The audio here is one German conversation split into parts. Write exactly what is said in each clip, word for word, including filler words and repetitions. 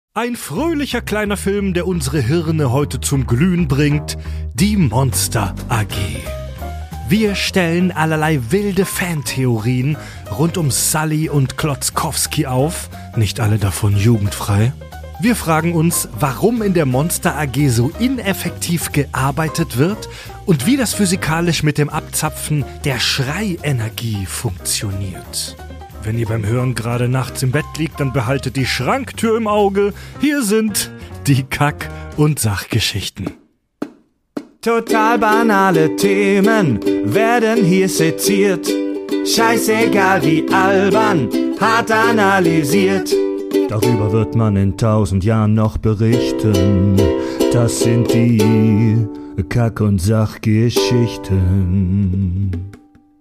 Ein fröhlicher kleiner Film, der unsere Hirne heute zum Glühen bringt, die Monster A G. Wir stellen allerlei wilde Fantheorien rund um Sully und Klotzkowski auf, nicht alle davon jugendfrei. Wir fragen uns, warum in der Monster A G so ineffektiv gearbeitet wird und wie das physikalisch mit dem Abzapfen der Schreienergie funktioniert. Wenn ihr beim Hören gerade nachts im Bett liegt, dann behaltet die Schranktür im Auge. Hier sind die Kack- und Sachgeschichten. Total banale Themen werden hier seziert. Scheißegal wie albern, hart analysiert. Darüber wird man in tausend Jahren noch berichten. Das sind die Kack- und Sachgeschichten.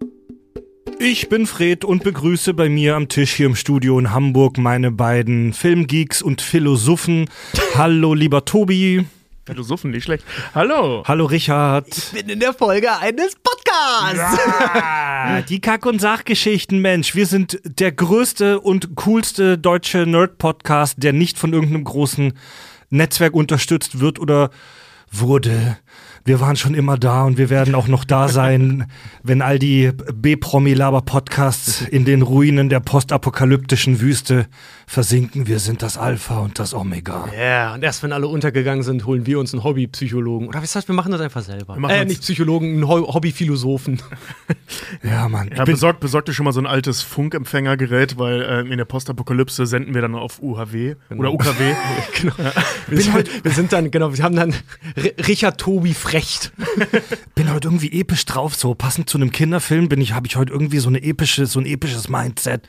Ich bin Fred und begrüße bei mir am Tisch hier im Studio in Hamburg meine beiden Filmgeeks und Philosophen. Hallo, lieber Tobi. Philosophen, nicht schlecht. Hallo. Hallo, Richard. Ich bin in der Folge eines Podcasts. Ja, die Kack- und Sachgeschichten, Mensch. Wir sind der größte und coolste deutsche Nerd-Podcast, der nicht von irgendeinem großen Netzwerk unterstützt wird oder wurde. Wir waren schon immer da und wir werden auch noch da sein, wenn all die B-Promi-Laber-Podcasts in den Ruinen der postapokalyptischen Wüste versinken. Wir sind das Alpha und das Omega. Ja, yeah, und erst wenn alle untergegangen sind, holen wir uns einen Hobbypsychologen. Oder was heißt, wir machen das einfach selber. Äh, nicht Psychologen, einen Ho- Hobbyphilosophen. Ja, Mann. Ja, besorgt, besorgt dir schon mal so ein altes Funkempfängergerät, weil äh, in der Postapokalypse senden wir dann auf U H W genau. oder U K W. Genau. Wir, sind, halt, wir sind dann, genau, wir haben dann R- Richard Tobi Frecht. Bin heute irgendwie episch drauf, so passend zu einem Kinderfilm bin ich, habe ich heute irgendwie so eine epische, so ein episches Mindset.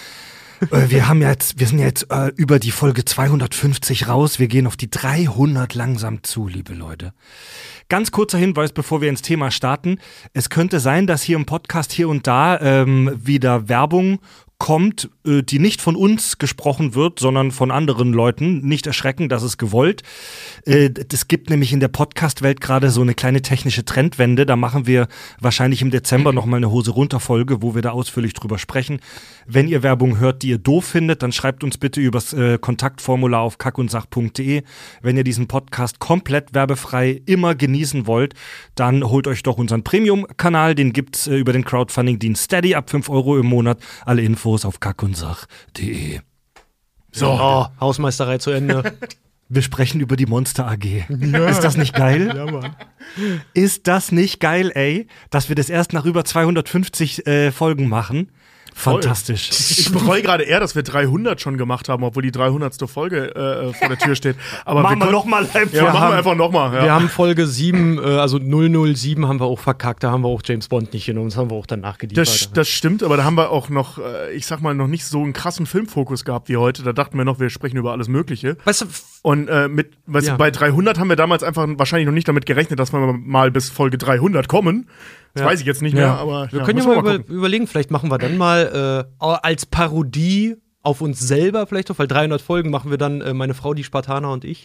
äh, wir haben ja jetzt, wir sind ja jetzt äh, über die Folge zweihundertfünfzig raus. Wir gehen auf die dreihundert langsam zu, liebe Leute. Ganz kurzer Hinweis, bevor wir ins Thema starten. Es könnte sein, dass hier im Podcast hier und da ähm, wieder Werbung kommt, äh, die nicht von uns gesprochen wird, sondern von anderen Leuten. Nicht erschrecken, das ist gewollt. Äh, es gibt nämlich in der Podcast-Welt gerade so eine kleine technische Trendwende. Da machen wir wahrscheinlich im Dezember nochmal eine Hose-runter-Folge, wo wir da ausführlich drüber sprechen. Wenn ihr Werbung hört, die ihr doof findet, dann schreibt uns bitte übers äh, Kontaktformular auf kackundsach punkt de. Wenn ihr diesen Podcast komplett werbefrei immer genießen wollt, dann holt euch doch unseren Premium-Kanal. Den gibt's äh, über den Crowdfunding-Dienst Steady ab fünf Euro im Monat. Alle Infos auf kackundsach punkt de. So, oh, Hausmeisterei zu Ende. Wir sprechen über die Monster A G. Ja. Ist das nicht geil? Ja, Mann. Ist das nicht geil, ey? Dass wir das erst nach über zweihundertfünfzig äh, Folgen machen? Fantastisch. Ich bereue gerade eher, dass wir dreihundert schon gemacht haben, obwohl die dreihundertste Folge äh, vor der Tür steht. Aber machen wir, wir nochmal einfach. Ja, wir machen haben, wir einfach nochmal. Ja. Wir haben Folge sieben, äh, also null null sieben haben wir auch verkackt. Da haben wir auch James Bond nicht genommen. Das haben wir auch danach geliefert. Das, das stimmt, aber da haben wir auch noch, äh, ich sag mal, noch nicht so einen krassen Filmfokus gehabt wie heute. Da dachten wir noch, wir sprechen über alles Mögliche. Weißt du, Und äh, mit, weißt ja. du, bei dreihundert haben wir damals einfach wahrscheinlich noch nicht damit gerechnet, dass wir mal bis Folge dreihundert kommen. Das Ja. weiß ich jetzt nicht mehr, Ja. aber wir ja, können ja müssen mal, wir über, überlegen, vielleicht machen wir dann mal äh, als Parodie auf uns selber vielleicht auch, weil dreihundert Folgen machen wir dann äh, meine Frau, die Spartaner und ich.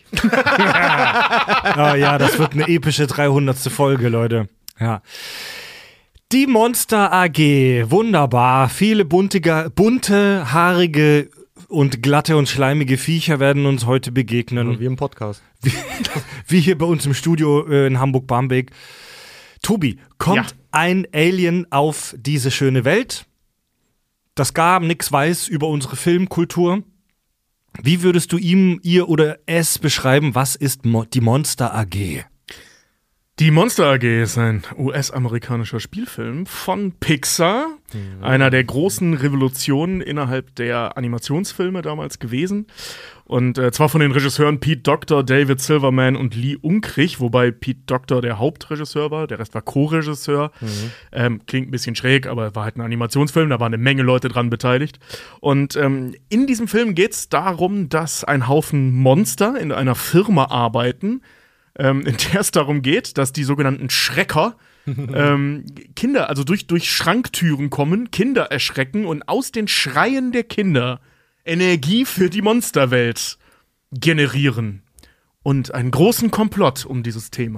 Ah ja, das wird eine epische dreihundertste Folge, Leute. Ja. Die Monster A G, wunderbar. Viele buntige, bunte, haarige und glatte und schleimige Viecher werden uns heute begegnen. Wie im Podcast. Wie, wie hier bei uns im Studio äh, in Hamburg-Barmbek. Tobi, kommt Ja. ein Alien auf diese schöne Welt, das gar nichts weiß über unsere Filmkultur. Wie würdest du ihm, ihr oder es beschreiben, was ist Mo- die Monster A G? Die Monster A G ist ein U S-amerikanischer Spielfilm von Pixar, mhm. einer der großen Revolutionen innerhalb der Animationsfilme damals gewesen. Und äh, zwar von den Regisseuren Pete Docter, David Silverman und Lee Unkrich, wobei Pete Docter der Hauptregisseur war, der Rest war Co-Regisseur. Mhm. Ähm, klingt ein bisschen schräg, aber war halt ein Animationsfilm, da waren eine Menge Leute dran beteiligt. Und ähm, in diesem Film geht es darum, dass ein Haufen Monster in einer Firma arbeiten, ähm, in der es darum geht, dass die sogenannten Schrecker ähm, Kinder, also durch, durch Schranktüren kommen, Kinder erschrecken und aus den Schreien der Kinder Energie für die Monsterwelt generieren. Und einen großen Komplott um dieses Thema.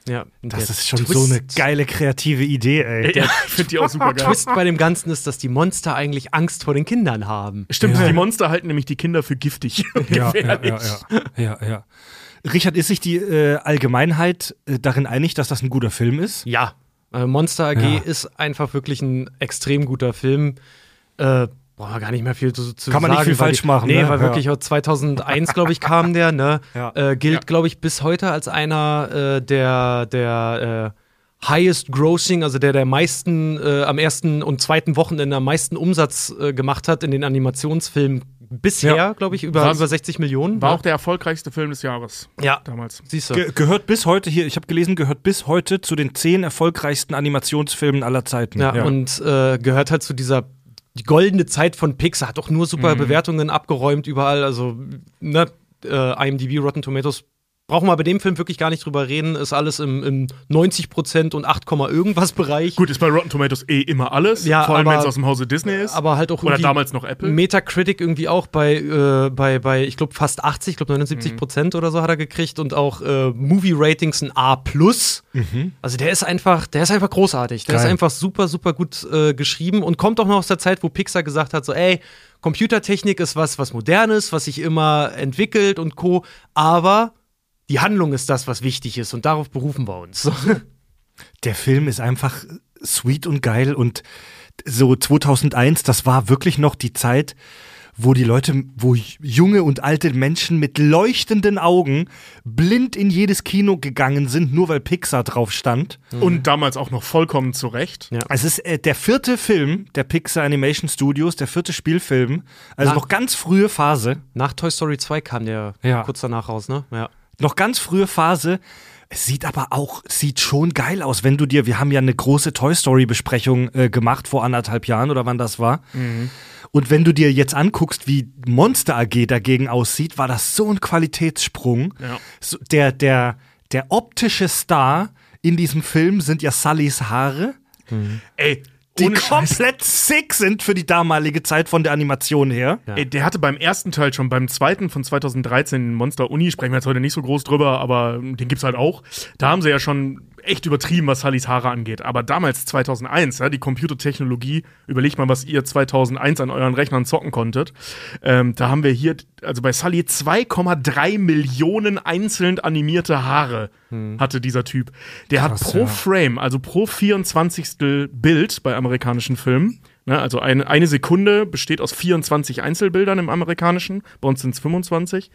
Ja, das ist schon Twist, so eine geile kreative Idee, ey. Ja, ich finde die auch super geil. Der Twist bei dem Ganzen ist, dass die Monster eigentlich Angst vor den Kindern haben. Stimmt, ja. Die Monster halten nämlich die Kinder für giftig und ja, gefährlich. Ja, ja, ja, ja. Richard, ist sich die äh, Allgemeinheit äh, darin einig, dass das ein guter Film ist? Ja, äh, Monster A G Ja. ist einfach wirklich ein extrem guter Film. Äh, Brauchen wir gar nicht mehr viel zu, zu Kann man sagen. nicht viel weil falsch die, machen, Nee, ne? weil Ja. wirklich auch zweitausendeins, glaube ich, kam der, ne? Ja. Äh, gilt, Ja. glaube ich, bis heute als einer äh, der, der äh, highest grossing, also der der meisten, äh, am ersten und zweiten Wochenende am meisten Umsatz äh, gemacht hat in den Animationsfilmen bisher, Ja. glaube ich, über, War's- über sechzig Millionen. War ne? auch der erfolgreichste Film des Jahres Ja, damals. siehst du. Ge gehört bis heute hier, ich habe gelesen, gehört bis heute zu den zehn erfolgreichsten Animationsfilmen aller Zeiten. Ja, und äh, gehört halt zu dieser die goldene Zeit von Pixar, hat auch nur super Mhm. Bewertungen abgeräumt überall, also ne, äh, I M D B, Rotten Tomatoes. Brauchen wir bei dem Film wirklich gar nicht drüber reden, ist alles im, im neunzig Prozent und acht, irgendwas Bereich. Gut, ist bei Rotten Tomatoes eh immer alles, Ja, vor allem wenn aber- es aus dem Hause Disney ist. Aber halt auch Oder irgendwie damals noch Apple. Metacritic irgendwie auch bei, äh, bei, bei ich glaube, fast achtzig, ich glaube Mhm. neunundsiebzig Prozent oder so hat er gekriegt und auch äh, Movie-Ratings ein A plus. Also der ist einfach, der ist einfach großartig. Der Geil. ist einfach super, super gut äh, geschrieben und kommt auch noch aus der Zeit, wo Pixar gesagt hat, so ey, Computertechnik ist was, was Modernes, was sich immer entwickelt und Co., aber die Handlung ist das, was wichtig ist und darauf berufen wir uns. Der Film ist einfach sweet und geil und so zweitausendeins, das war wirklich noch die Zeit, wo die Leute, wo junge und alte Menschen mit leuchtenden Augen blind in jedes Kino gegangen sind, nur weil Pixar drauf stand. Und damals auch noch vollkommen zurecht. Ja. Es ist äh, der vierte Film der Pixar Animation Studios, der vierte Spielfilm, also Na. noch ganz frühe Phase, Nach Toy Story zwei kam der Ja. kurz danach raus, ne? Ja. noch ganz frühe Phase. Es sieht aber auch, sieht schon geil aus, wenn du dir, wir haben ja eine große Toy Story Besprechung äh, gemacht vor anderthalb Jahren oder wann das war. Und wenn du dir jetzt anguckst, wie Monster A G dagegen aussieht, war das so ein Qualitätssprung. Ja. So, der, der, der optische Star in diesem Film sind ja Sullys Haare, Ey, die ohne Scheiß. komplett sick sind für die damalige Zeit von der Animation her. Ja. Ey, der hatte beim ersten Teil schon, beim zweiten von zweitausenddreizehn, Monster Uni, sprechen wir jetzt heute nicht so groß drüber, aber den gibt's halt auch. Da haben sie ja schon echt übertrieben, was Sullys Haare angeht. Aber damals, zweitausendeins, ja, die Computertechnologie, überlegt mal, was ihr zweitausendeins an euren Rechnern zocken konntet. Ähm, da haben wir hier, also bei Sully zwei Komma drei Millionen einzeln animierte Haare hatte dieser Typ. Der Krass, hat pro ja. Frame, also pro vierundzwanzigstel Bild bei amerikanischen Filmen, ne, also eine, eine Sekunde besteht aus vierundzwanzig Einzelbildern im amerikanischen, bei uns sind es fünfundzwanzig.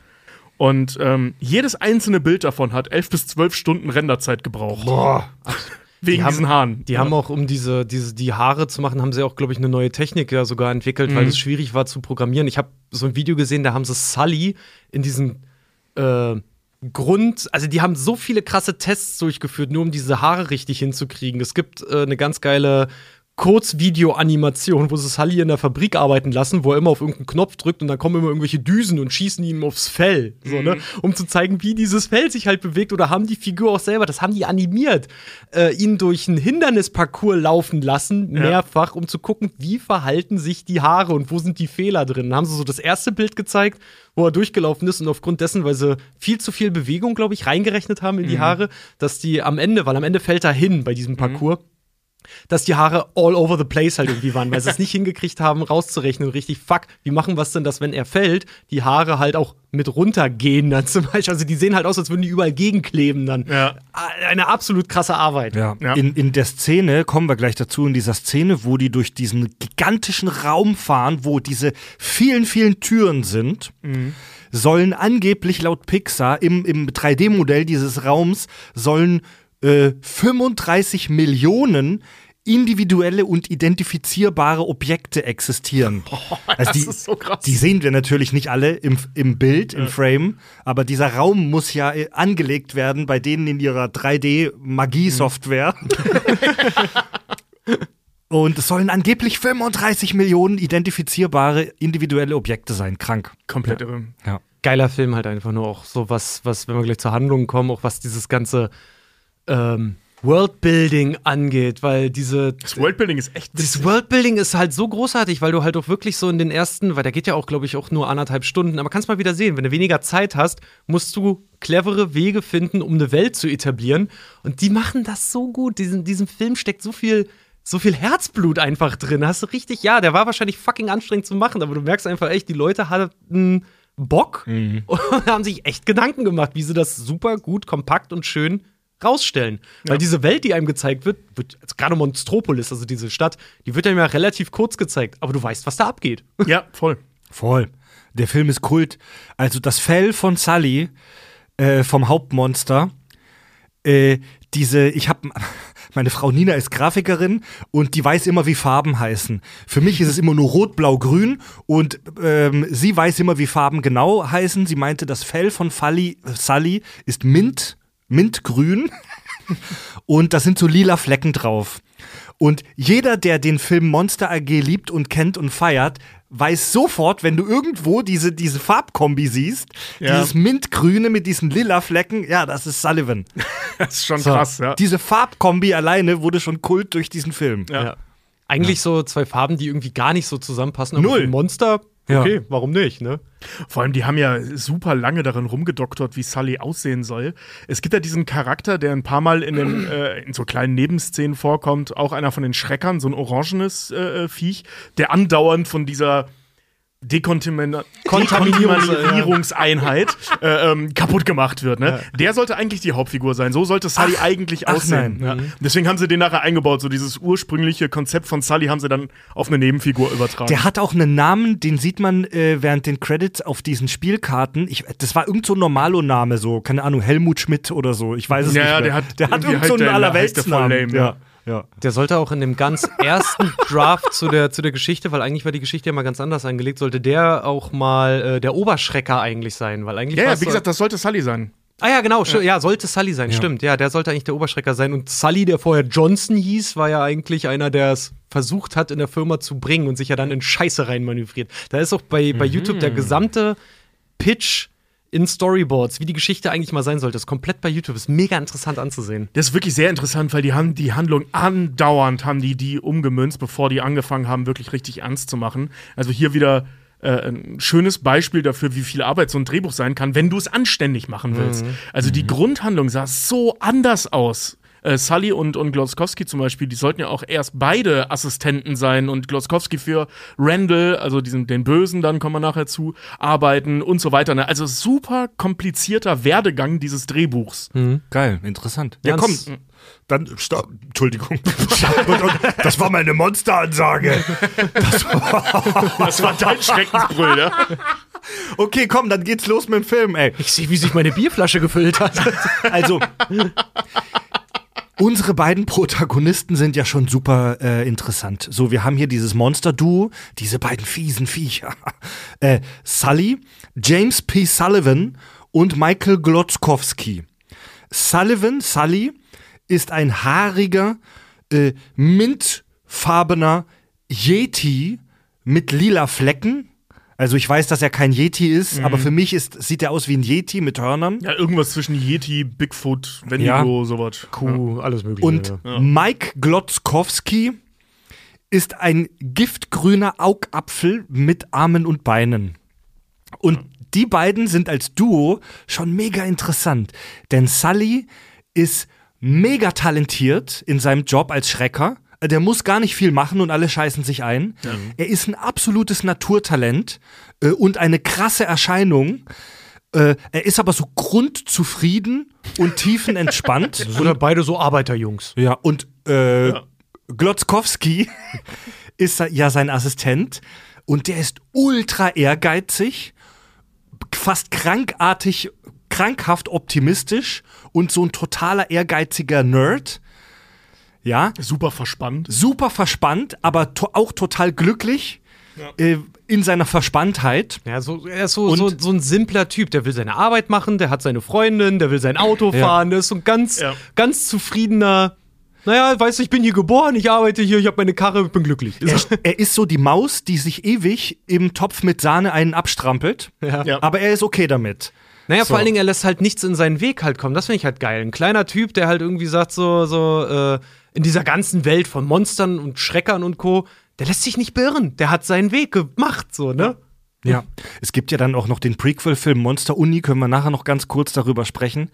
Und ähm, jedes einzelne Bild davon hat elf bis zwölf Stunden Renderzeit gebraucht. Boah. Wegen haben- diesen Haaren. Die haben auch, um diese, diese, die Haare zu machen, haben sie auch, glaube ich, eine neue Technik ja sogar entwickelt, weil Mhm. es schwierig war zu programmieren. Ich habe so ein Video gesehen, da haben sie Sully in diesem äh, Grund, also die haben so viele krasse Tests durchgeführt, nur um diese Haare richtig hinzukriegen. Es gibt äh, eine ganz geile Kurzvideo-Animation, wo sie Sully in der Fabrik arbeiten lassen, wo er immer auf irgendeinen Knopf drückt und dann kommen immer irgendwelche Düsen und schießen ihm aufs Fell, so, ne? Um zu zeigen, wie dieses Fell sich halt bewegt, oder haben die Figur auch selber, das haben die animiert, äh, ihn durch einen Hindernisparcours laufen lassen, Ja. mehrfach, um zu gucken, wie verhalten sich die Haare und wo sind die Fehler drin. Dann haben sie so das erste Bild gezeigt, wo er durchgelaufen ist und aufgrund dessen, weil sie viel zu viel Bewegung, glaube ich, reingerechnet haben in die Haare, dass die am Ende, weil am Ende fällt er hin bei diesem Parcours, dass die Haare all over the place halt irgendwie waren, weil sie es nicht hingekriegt haben, rauszurechnen. Richtig, fuck, wie machen wir es denn, dass, wenn er fällt, die Haare halt auch mit runtergehen dann zum Beispiel. Also die sehen halt aus, als würden die überall gegenkleben dann. Ja. Eine absolut krasse Arbeit. Ja. Ja. In, in der Szene, kommen wir gleich dazu, in dieser Szene, wo die durch diesen gigantischen Raum fahren, wo diese vielen, vielen Türen sind, sollen angeblich laut Pixar im, im drei D Modell dieses Raums sollen äh, fünfunddreißig Millionen individuelle und identifizierbare Objekte existieren. Also die, das ist so krass. die sehen wir natürlich nicht alle im, im Bild, im Frame, aber dieser Raum muss ja äh, angelegt werden bei denen in ihrer drei D-Magie-Software. Und es sollen angeblich fünfunddreißig Millionen identifizierbare individuelle Objekte sein. Krank. Komplett irre. Ja. Geiler Film halt einfach nur auch so was, was, wenn wir gleich zur Handlung kommen, auch was dieses ganze ähm, Worldbuilding angeht, weil diese Das Worldbuilding ist echt Das Worldbuilding ist halt so großartig, weil du halt auch wirklich so in den ersten, weil der geht ja auch, glaube ich, auch nur anderthalb Stunden, aber kannst mal wieder sehen, wenn du weniger Zeit hast, musst du clevere Wege finden, um eine Welt zu etablieren. Und die machen das so gut. Diesen, diesem Film steckt so viel, so viel Herzblut einfach drin. Hast du richtig, ja, der war wahrscheinlich fucking anstrengend zu machen, aber du merkst einfach echt, die Leute hatten Bock mhm. und haben sich echt Gedanken gemacht, wie sie das super gut, kompakt und schön rausstellen. Ja. Weil diese Welt, die einem gezeigt wird, wird also gerade Monstropolis, also diese Stadt, die wird einem ja relativ kurz gezeigt, aber du weißt, was da abgeht. Ja, voll. Voll. Der Film ist Kult. Also das Fell von Sully, äh, vom Hauptmonster, äh, diese, ich hab, meine Frau Nina ist Grafikerin und die weiß immer, wie Farben heißen. Für mich ist es immer nur rot, blau, grün und ähm, sie weiß immer, wie Farben genau heißen. Sie meinte, das Fell von Sully, Sully ist Mint, Mintgrün und da sind so lila Flecken drauf. Und jeder, der den Film Monster A G liebt und kennt und feiert, weiß sofort, wenn du irgendwo diese, diese Farbkombi siehst, ja. dieses Mintgrüne mit diesen lila Flecken, ja, das ist Sullivan. Das ist schon so, krass, ja. Diese Farbkombi alleine wurde schon Kult durch diesen Film. Ja. Ja. Eigentlich ja. so zwei Farben, die irgendwie gar nicht so zusammenpassen. Aber Null. für ein Monster, okay, ja. warum nicht, ne? Vor allem, die haben ja super lange darin rumgedoktert, wie Sully aussehen soll. Es gibt ja diesen Charakter, der ein paar Mal in, den, äh, in so kleinen Nebenszenen vorkommt, auch einer von den Schreckern, so ein orangenes äh, Viech, der andauernd von dieser Dekontamin- Dekontaminierungseinheit äh, ähm, kaputt gemacht wird. Ne? Ja. Der sollte eigentlich die Hauptfigur sein. So sollte Sully ach, eigentlich ach aussehen. Ja. Mhm. Deswegen haben sie den nachher eingebaut. So dieses ursprüngliche Konzept von Sully haben sie dann auf eine Nebenfigur übertragen. Der hat auch einen Namen, den sieht man äh, während den Credits auf diesen Spielkarten. Ich, das war irgend so ein Normalo-Name, so, keine Ahnung, Helmut Schmidt oder so. Ich weiß es ja, nicht mehr. Der hat, der hat irgend so einen Allerweltsnamen. Ja. Ja. Der sollte auch in dem ganz ersten Draft zu der, zu der Geschichte, weil eigentlich war die Geschichte ja mal ganz anders angelegt, sollte der auch mal äh, der Oberschrecker eigentlich sein. Weil eigentlich ja, ja, wie gesagt, das sollte Sully sein. Ah ja, genau, ja, ja sollte Sully sein, ja. stimmt. Ja, der sollte eigentlich der Oberschrecker sein. Und Sully, der vorher Johnson hieß, war ja eigentlich einer, der es versucht hat, in der Firma zu bringen und sich ja dann in Scheiße reinmanövriert. Da ist auch bei, bei mhm. YouTube der gesamte Pitch in Storyboards, wie die Geschichte eigentlich mal sein sollte, ist komplett bei YouTube. Ist mega interessant anzusehen. Das ist wirklich sehr interessant, weil die haben die Handlung andauernd haben die die umgemünzt, bevor die angefangen haben, wirklich richtig ernst zu machen. Also hier wieder äh, ein schönes Beispiel dafür, wie viel Arbeit so ein Drehbuch sein kann, wenn du es anständig machen willst. Mhm. Also die mhm. Grundhandlung sah so anders aus. Äh, Sully und, und Głoskowski zum Beispiel, die sollten ja auch erst beide Assistenten sein und Głoskowski für Randall, also diesen, den Bösen, dann kommen wir nachher zu, arbeiten und so weiter. Ne? Also super komplizierter Werdegang dieses Drehbuchs. Mhm. Geil, interessant. Ja, komm, dann, stopp, Entschuldigung. Das war meine Monsteransage. Das war, das war dein Schreckensbrüll, ne? Okay, komm, dann geht's los mit dem Film, ey. Ich sehe, wie sich meine Bierflasche gefüllt hat. Also unsere beiden Protagonisten sind ja schon super äh, interessant. So, wir haben hier dieses Monster-Duo, diese beiden fiesen Viecher. äh, Sully, James P. Sullivan und Michael Głoskowski. Sullivan, Sully, ist ein haariger, äh, mintfarbener Yeti mit lila Flecken. Also ich weiß, dass er kein Yeti ist, mhm. aber für mich ist, sieht er aus wie ein Yeti mit Hörnern. Ja, irgendwas zwischen Yeti, Bigfoot, Wendigo, ja. sowas. Kuh, ja. alles mögliche. Und ja. Mike Głoskowski ist ein giftgrüner Augapfel mit Armen und Beinen. Und ja. die beiden sind als Duo schon mega interessant. Denn Sully ist mega talentiert in seinem Job als Schrecker. Der muss gar nicht viel machen und alle scheißen sich ein. Ja. Er ist ein absolutes Naturtalent äh, und eine krasse Erscheinung. Äh, er ist aber so grundzufrieden und tiefenentspannt. Oder beide so Arbeiterjungs. Ja, und äh, ja. Głoskowski ist ja sein Assistent und der ist ultra ehrgeizig, fast krankartig, krankhaft optimistisch und so ein totaler ehrgeiziger Nerd. Ja. Super verspannt. Super verspannt, aber to- auch total glücklich ja. äh, in seiner Verspanntheit. Ja, so, er ist so, so, so ein simpler Typ. Der will seine Arbeit machen, der hat seine Freundin, der will sein Auto fahren. Ja. Der ist so ein ganz, ja. ganz zufriedener, naja, weißt du, ich bin hier geboren, ich arbeite hier, ich habe meine Karre, ich bin glücklich. Er, er ist so die Maus, die sich ewig im Topf mit Sahne einen abstrampelt, ja. Ja. aber er ist okay damit. Naja, So. vor allen Dingen, er lässt halt nichts in seinen Weg halt kommen. Das finde ich halt geil. Ein kleiner Typ, der halt irgendwie sagt, so, so, äh, in dieser ganzen Welt von Monstern und Schreckern und Co., der lässt sich nicht beirren. Der hat seinen Weg gemacht, so, ne? Ja, es gibt ja dann auch noch den Prequel-Film Monster Uni, können wir nachher noch ganz kurz darüber sprechen.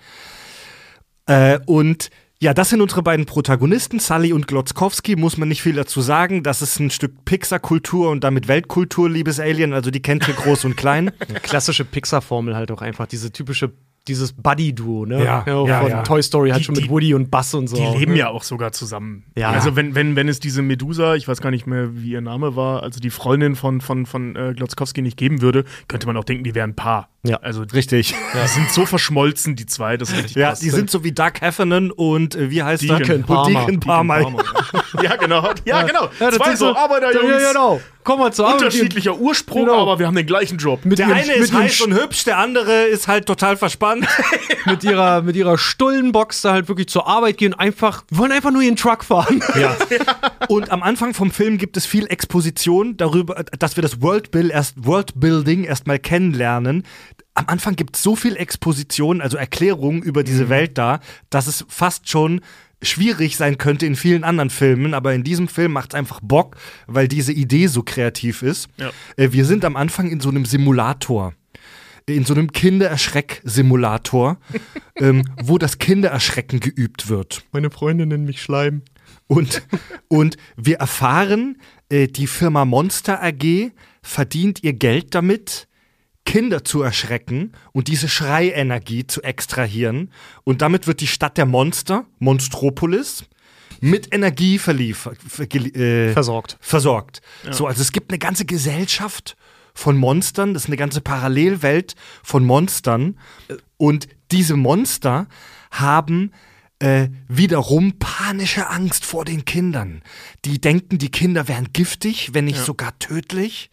Äh, und ja, das sind unsere beiden Protagonisten, Sully und Glotzkowski, muss man nicht viel dazu sagen. Das ist ein Stück Pixar-Kultur und damit Weltkultur, liebes Alien, also die kennt ihr groß und klein. Eine klassische Pixar-Formel halt auch einfach, diese typische, dieses Buddy-Duo, ne? Ja, auch ja, von ja. Toy Story halt Die- schon mit die- Woody und Buzz und so. Die leben ne? ja auch sogar zusammen. Ja. Also wenn, wenn, wenn es diese Medusa, ich weiß gar nicht mehr, wie ihr Name war, also die Freundin von, von, von äh, Glotzkowski nicht geben würde, könnte man auch denken, die wären ein Paar. Ja. Also Richtig. die sind so verschmolzen, die zwei, das ist richtig Ja, krass. die sind so wie Doug Heffernan und äh, wie heißt Deacon er? Und Palmer. Deacon Palmer. Ja, genau. Ja, genau. Ja, das zwei sind so Arbeiterjungs. Ja, genau. Komm mal zur Arbeit. Unterschiedlicher Ursprung, Genau. aber wir haben den gleichen Job. Mit Der ihrem- eine mit ist ihrem heiß und hübsch, der andere ist halt total verspannt. mit ihrer, mit ihrer Stullenbox da halt wirklich zur Arbeit gehen, einfach, wollen einfach nur ihren Truck fahren. Ja. Und am Anfang vom Film gibt es viel Exposition darüber, dass wir das Worldbuild erst, Worldbuilding erstmal kennenlernen. Am Anfang gibt es so viel Exposition, also Erklärungen über diese Welt da, dass es fast schon schwierig sein könnte in vielen anderen Filmen, aber in diesem Film macht es einfach Bock, weil diese Idee so kreativ ist. Ja. Äh, wir sind am Anfang in so einem Simulator. In so einem Kindererschreck-Simulator, ähm, wo das Kindererschrecken geübt wird. Meine Freunde nennen mich Schleim. Und, und wir erfahren, äh, die Firma Monster A G verdient ihr Geld damit, Kinder zu erschrecken und diese Schreienergie zu extrahieren. Und damit wird die Stadt der Monster, Monstropolis, mit Energie verliefert, ver- gel- äh, Versorgt. versorgt. So, also es gibt eine ganze Gesellschaft von Monstern, das ist eine ganze Parallelwelt von Monstern. Und diese Monster haben äh, wiederum panische Angst vor den Kindern. Die denken, die Kinder wären giftig, wenn nicht sogar tödlich.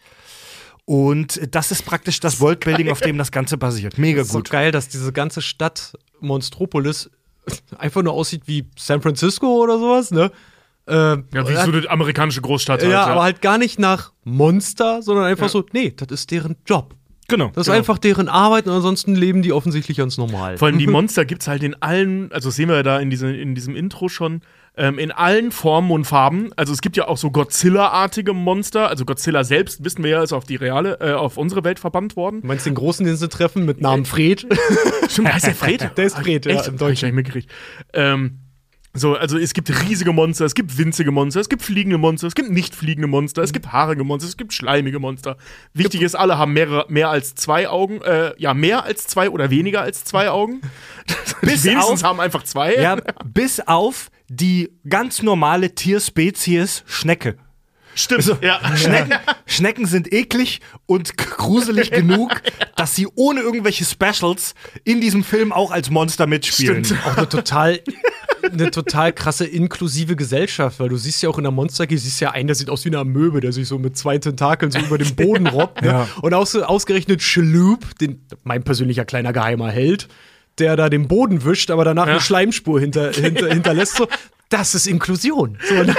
Und das ist praktisch das Worldbuilding, auf dem das Ganze basiert. Mega Das ist so gut. geil, dass diese ganze Stadt Monstropolis einfach nur aussieht wie San Francisco oder sowas, ne? Äh, Ja, wie so eine amerikanische Großstadt. ja, halt, aber halt gar nicht nach Monster, sondern einfach so, nee, das ist deren Job. Genau. Das ist Genau. einfach deren Arbeit und ansonsten leben die offensichtlich ganz normal. Vor allem die Monster gibt es halt in allen, also das sehen wir ja da in, diese, in diesem Intro schon, ähm, in allen Formen und Farben. Also es gibt ja auch so Godzilla-artige Monster. Also Godzilla selbst, wissen wir ja, ist auf die reale, äh, auf unsere Welt verbannt worden. Du meinst den Großen, den sie treffen, mit Namen Fred? Stimmt, heißt der Fred? Der ist Fred, ja, Echt? im Hab ich nicht mitgekriegt. Ähm, so, also es gibt riesige Monster, es gibt winzige Monster, es gibt fliegende Monster, es gibt nicht fliegende Monster, es gibt haarige Monster, es gibt schleimige Monster. Wichtig ist, alle haben mehrere, mehr als zwei Augen, äh, ja, mehr als zwei oder weniger als zwei Augen. Bis Die wenigstens auf- haben einfach zwei. Ja, bis auf die ganz normale Tierspezies Schnecke. Stimmt, ja. Schnecken, Schnecken sind eklig und k- gruselig genug, dass sie ohne irgendwelche Specials in diesem Film auch als Monster mitspielen. Stimmt. Auch eine total, eine total krasse inklusive Gesellschaft, weil du siehst ja auch in der Monster G, siehst ja einen, der sieht aus wie eine Amöbe, der sich so mit zwei Tentakeln so über den Boden robbt. Ne? Ja. Und auch so ausgerechnet Shaloop, den, mein persönlicher kleiner geheimer Held, der da den Boden wischt, aber danach eine Schleimspur hinter, hinter, hinterlässt. So, das ist Inklusion. So, ne?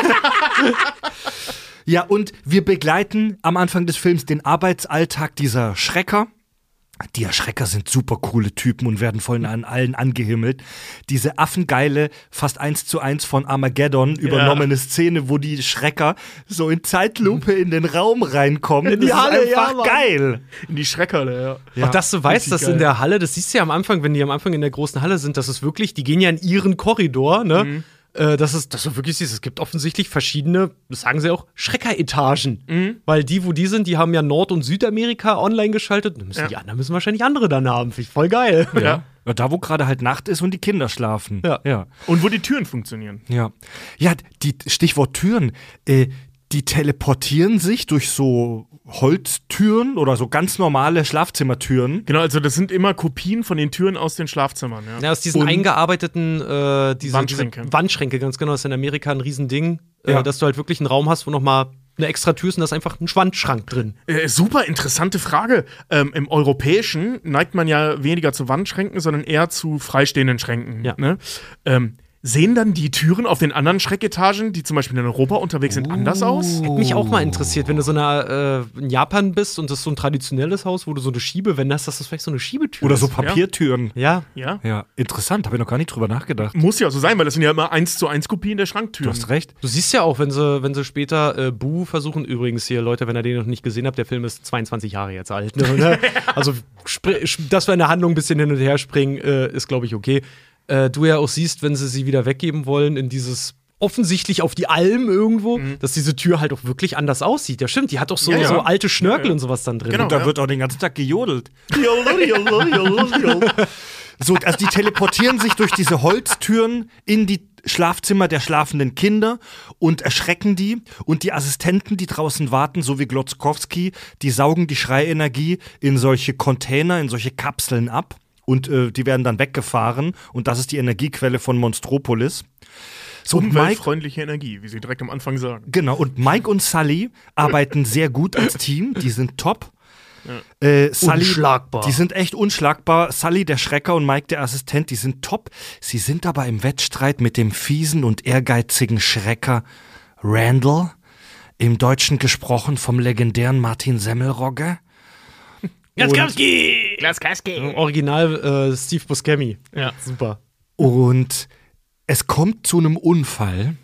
Ja, und wir begleiten am Anfang des Films den Arbeitsalltag dieser Schrecker. Die Erschrecker sind super coole Typen und werden von an allen angehimmelt. Diese affengeile, fast eins zu eins von Armageddon übernommene Szene, wo die Schrecker so in Zeitlupe in den Raum reinkommen. In die das Halle, ist einfach ja, Mann. geil. In die Schreckerle, ja. Ja, Auch dass du weißt, richtig dass geil. in der Halle, das siehst du ja am Anfang, wenn die am Anfang in der großen Halle sind, dass es wirklich, die gehen ja in ihren Korridor, ne? Mhm. Äh, dass, es, dass du wirklich siehst, es gibt offensichtlich verschiedene, das sagen sie auch, Schreckeretagen. Mhm. Weil die, wo die sind, die haben ja Nord- und Südamerika online geschaltet. Dann müssen Ja. die anderen müssen wahrscheinlich andere dann haben. Finde ich voll geil. Ja. Ja, da, wo gerade halt Nacht ist und die Kinder schlafen. Ja. ja. Und wo die Türen funktionieren. Ja, ja, die Stichwort Türen, äh, die teleportieren sich durch so Holztüren oder so ganz normale Schlafzimmertüren. Genau, also das sind immer Kopien von den Türen aus den Schlafzimmern, ja. Ja, aus diesen Und- eingearbeiteten äh, diese, Wandschränke. Diese Wandschränke, ganz genau, das ist in Amerika ein Riesending, Ja. äh, dass du halt wirklich einen Raum hast, wo noch mal eine extra Tür ist und da ist einfach ein Wandschrank drin. Äh, super interessante Frage. Ähm, Im Europäischen neigt man ja weniger zu Wandschränken, sondern eher zu freistehenden Schränken. Ja. Ne? Ähm, sehen dann die Türen auf den anderen Schrecketagen, die zum Beispiel in Europa unterwegs sind, anders aus? Hätte mich auch mal interessiert, wenn du so eine, äh, in Japan bist und das ist so ein traditionelles Haus, wo du so eine Schiebewände hast, dass das vielleicht so eine Schiebetür Oder ist. so Papiertüren. Ja. Ja. Ja, interessant, habe ich noch gar nicht drüber nachgedacht. Muss ja so sein, weil das sind ja immer eins zu eins Kopien der Du Schranktüren. hast recht. Du siehst ja auch, wenn sie, wenn sie später äh, Boo versuchen, übrigens hier, Leute, wenn ihr den noch nicht gesehen habt, der Film ist zweiundzwanzig Jahre jetzt alt. Ne? Also, dass wir in der Handlung ein bisschen hin und her springen, äh, ist, glaube ich, okay. Äh, du ja auch siehst, wenn sie sie wieder weggeben wollen, in dieses offensichtlich auf die Alm irgendwo, mhm. dass diese Tür halt auch wirklich anders aussieht. Ja, stimmt, die hat doch so, ja, ja. so alte Schnörkel ja, ja. und sowas dann drin. Genau. Und da ja. wird auch den ganzen Tag gejodelt. So, also die teleportieren sich durch diese Holztüren in die Schlafzimmer der schlafenden Kinder und erschrecken die. Und die Assistenten, die draußen warten, so wie Glotzkowski, die saugen die Schreienergie in solche Container, in solche Kapseln ab. Und äh, die werden dann weggefahren. Und das ist die Energiequelle von Monstropolis. So, und Mike, Umweltfreundliche Energie, wie sie direkt am Anfang sagen. genau, und Mike und Sully arbeiten sehr gut als Team. Die sind top. Ja. Äh, Sully, Unschlagbar. Die sind echt unschlagbar. Sully, der Schrecker, und Mike, der Assistent, die sind top. Sie sind aber im Wettstreit mit dem fiesen und ehrgeizigen Schrecker Randall, im Deutschen gesprochen vom legendären Martin Semmelrogge. Glaskowski! Glaskowski! Original äh, Steve Buscemi. Ja. Super. Und es kommt zu einem Unfall.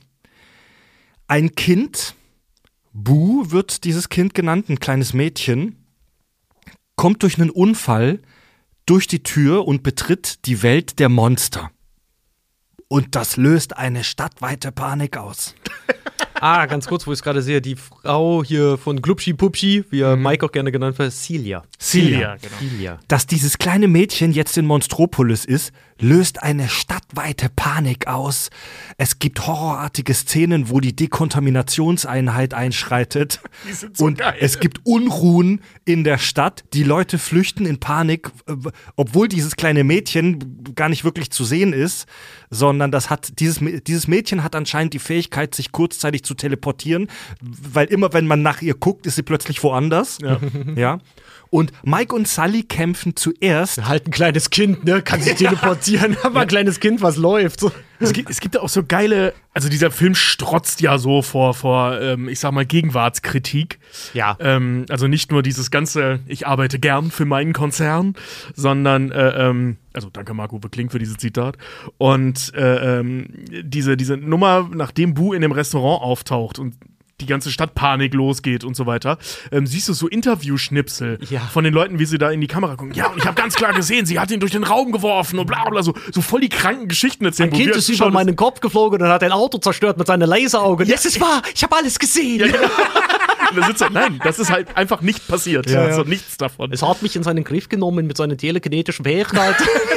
Ein Kind, Boo wird dieses Kind genannt, ein kleines Mädchen, kommt durch einen Unfall durch die Tür und betritt die Welt der Monster. Und das löst eine stadtweite Panik aus. Ah, ganz kurz, wo ich es gerade sehe, die Frau hier von Glubschi Pupschi, wie er Mike auch gerne genannt wird, Celia. Celia, genau. Celia. Dass dieses kleine Mädchen jetzt in Monstropolis ist, löst eine stadtweite Panik aus. Es gibt horrorartige Szenen, wo die Dekontaminationseinheit einschreitet. Die sind so und geil. es gibt Unruhen in der Stadt. Die Leute flüchten in Panik, äh, obwohl dieses kleine Mädchen gar nicht wirklich zu sehen ist, sondern das hat dieses, dieses Mädchen hat anscheinend die Fähigkeit, sich kurzzeitig zu teleportieren, weil immer, wenn man nach ihr guckt, ist sie plötzlich woanders. Ja. Ja. Und Mike und Sully kämpfen zuerst. Halt ein kleines Kind, ne? Kann sich teleportieren, aber ein kleines Kind, was läuft. So. Es gibt, es gibt da auch so geile, also dieser Film strotzt ja so vor, vor ähm, ich sag mal, Gegenwartskritik. Ja. Ähm, also nicht nur dieses ganze, ich arbeite gern für meinen Konzern, sondern, äh, ähm, also danke Marco Kling für dieses Zitat. Und äh, ähm, diese, diese Nummer, nachdem Boo in dem Restaurant auftaucht und die ganze Stadt Panik losgeht und so weiter, ähm, siehst du so Interview-Schnipsel Ja. von den Leuten, wie sie da in die Kamera gucken. Ja, und ich habe ganz klar gesehen, sie hat ihn durch den Raum geworfen und bla bla, so, so voll die kranken Geschichten erzählen. Ein Kind ist über meinen Kopf geflogen und hat ein Auto zerstört mit seinen Laseraugen. Ja. Das ist wahr, ich habe alles gesehen. Ja, genau. Und da sitzt er, nein, das ist halt einfach nicht passiert. Ja, Also ja. nichts davon. Es hat mich in seinen Griff genommen mit seiner telekinetischen Fähigkeit.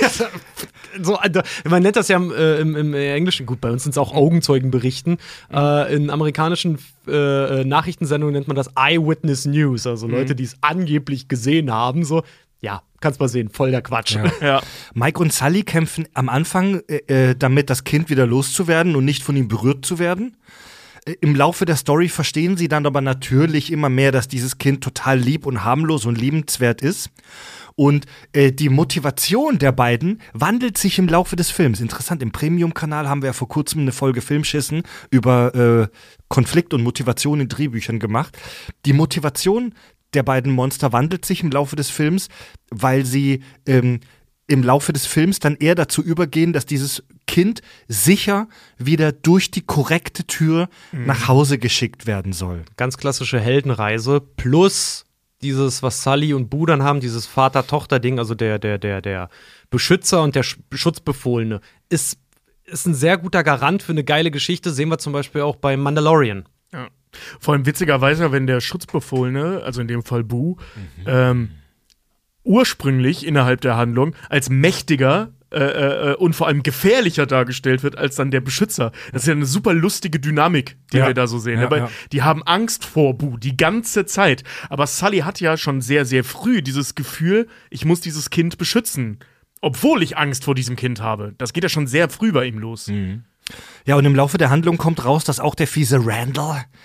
so, also, man nennt das ja im, äh, im, im Englischen, gut, bei uns sind es auch Augenzeugenberichten. Äh, in amerikanischen äh, Nachrichtensendungen nennt man das Eyewitness News, also Leute, die es angeblich gesehen haben. So, ja, kannst mal sehen, voll der Quatsch. Ja. Ja. Mike und Sully kämpfen am Anfang äh, damit, das Kind wieder loszuwerden und nicht von ihm berührt zu werden. Äh, Im Laufe der Story verstehen sie dann aber natürlich immer mehr, dass dieses Kind total lieb und harmlos und liebenswert ist. Und äh, die Motivation der beiden wandelt sich im Laufe des Films. Interessant, im Premium-Kanal haben wir ja vor kurzem eine Folge Filmschissen über äh, Konflikt und Motivation in Drehbüchern gemacht. Die Motivation der beiden Monster wandelt sich im Laufe des Films, weil sie ähm, im Laufe des Films dann eher dazu übergehen, dass dieses Kind sicher wieder durch die korrekte Tür mhm. nach Hause geschickt werden soll. Ganz klassische Heldenreise plus dieses, was Sully und Boo dann haben, dieses Vater-Tochter-Ding, also der, der, der, der Beschützer und der Sch- Schutzbefohlene, ist, ist ein sehr guter Garant für eine geile Geschichte. Sehen wir zum Beispiel auch bei Mandalorian. Ja. Vor allem witzigerweise, wenn der Schutzbefohlene, also in dem Fall Boo, mhm. ähm, ursprünglich innerhalb der Handlung als mächtiger äh, äh, und vor allem gefährlicher dargestellt wird als dann der Beschützer. Das ist ja eine super lustige Dynamik, die Ja. wir da so sehen. Ja, Aber ja. die haben Angst vor Boo die ganze Zeit. Aber Sully hat ja schon sehr, sehr früh dieses Gefühl, ich muss dieses Kind beschützen. Obwohl ich Angst vor diesem Kind habe. Das geht ja schon sehr früh bei ihm los. Ja, und im Laufe der Handlung kommt raus, dass auch der fiese Randall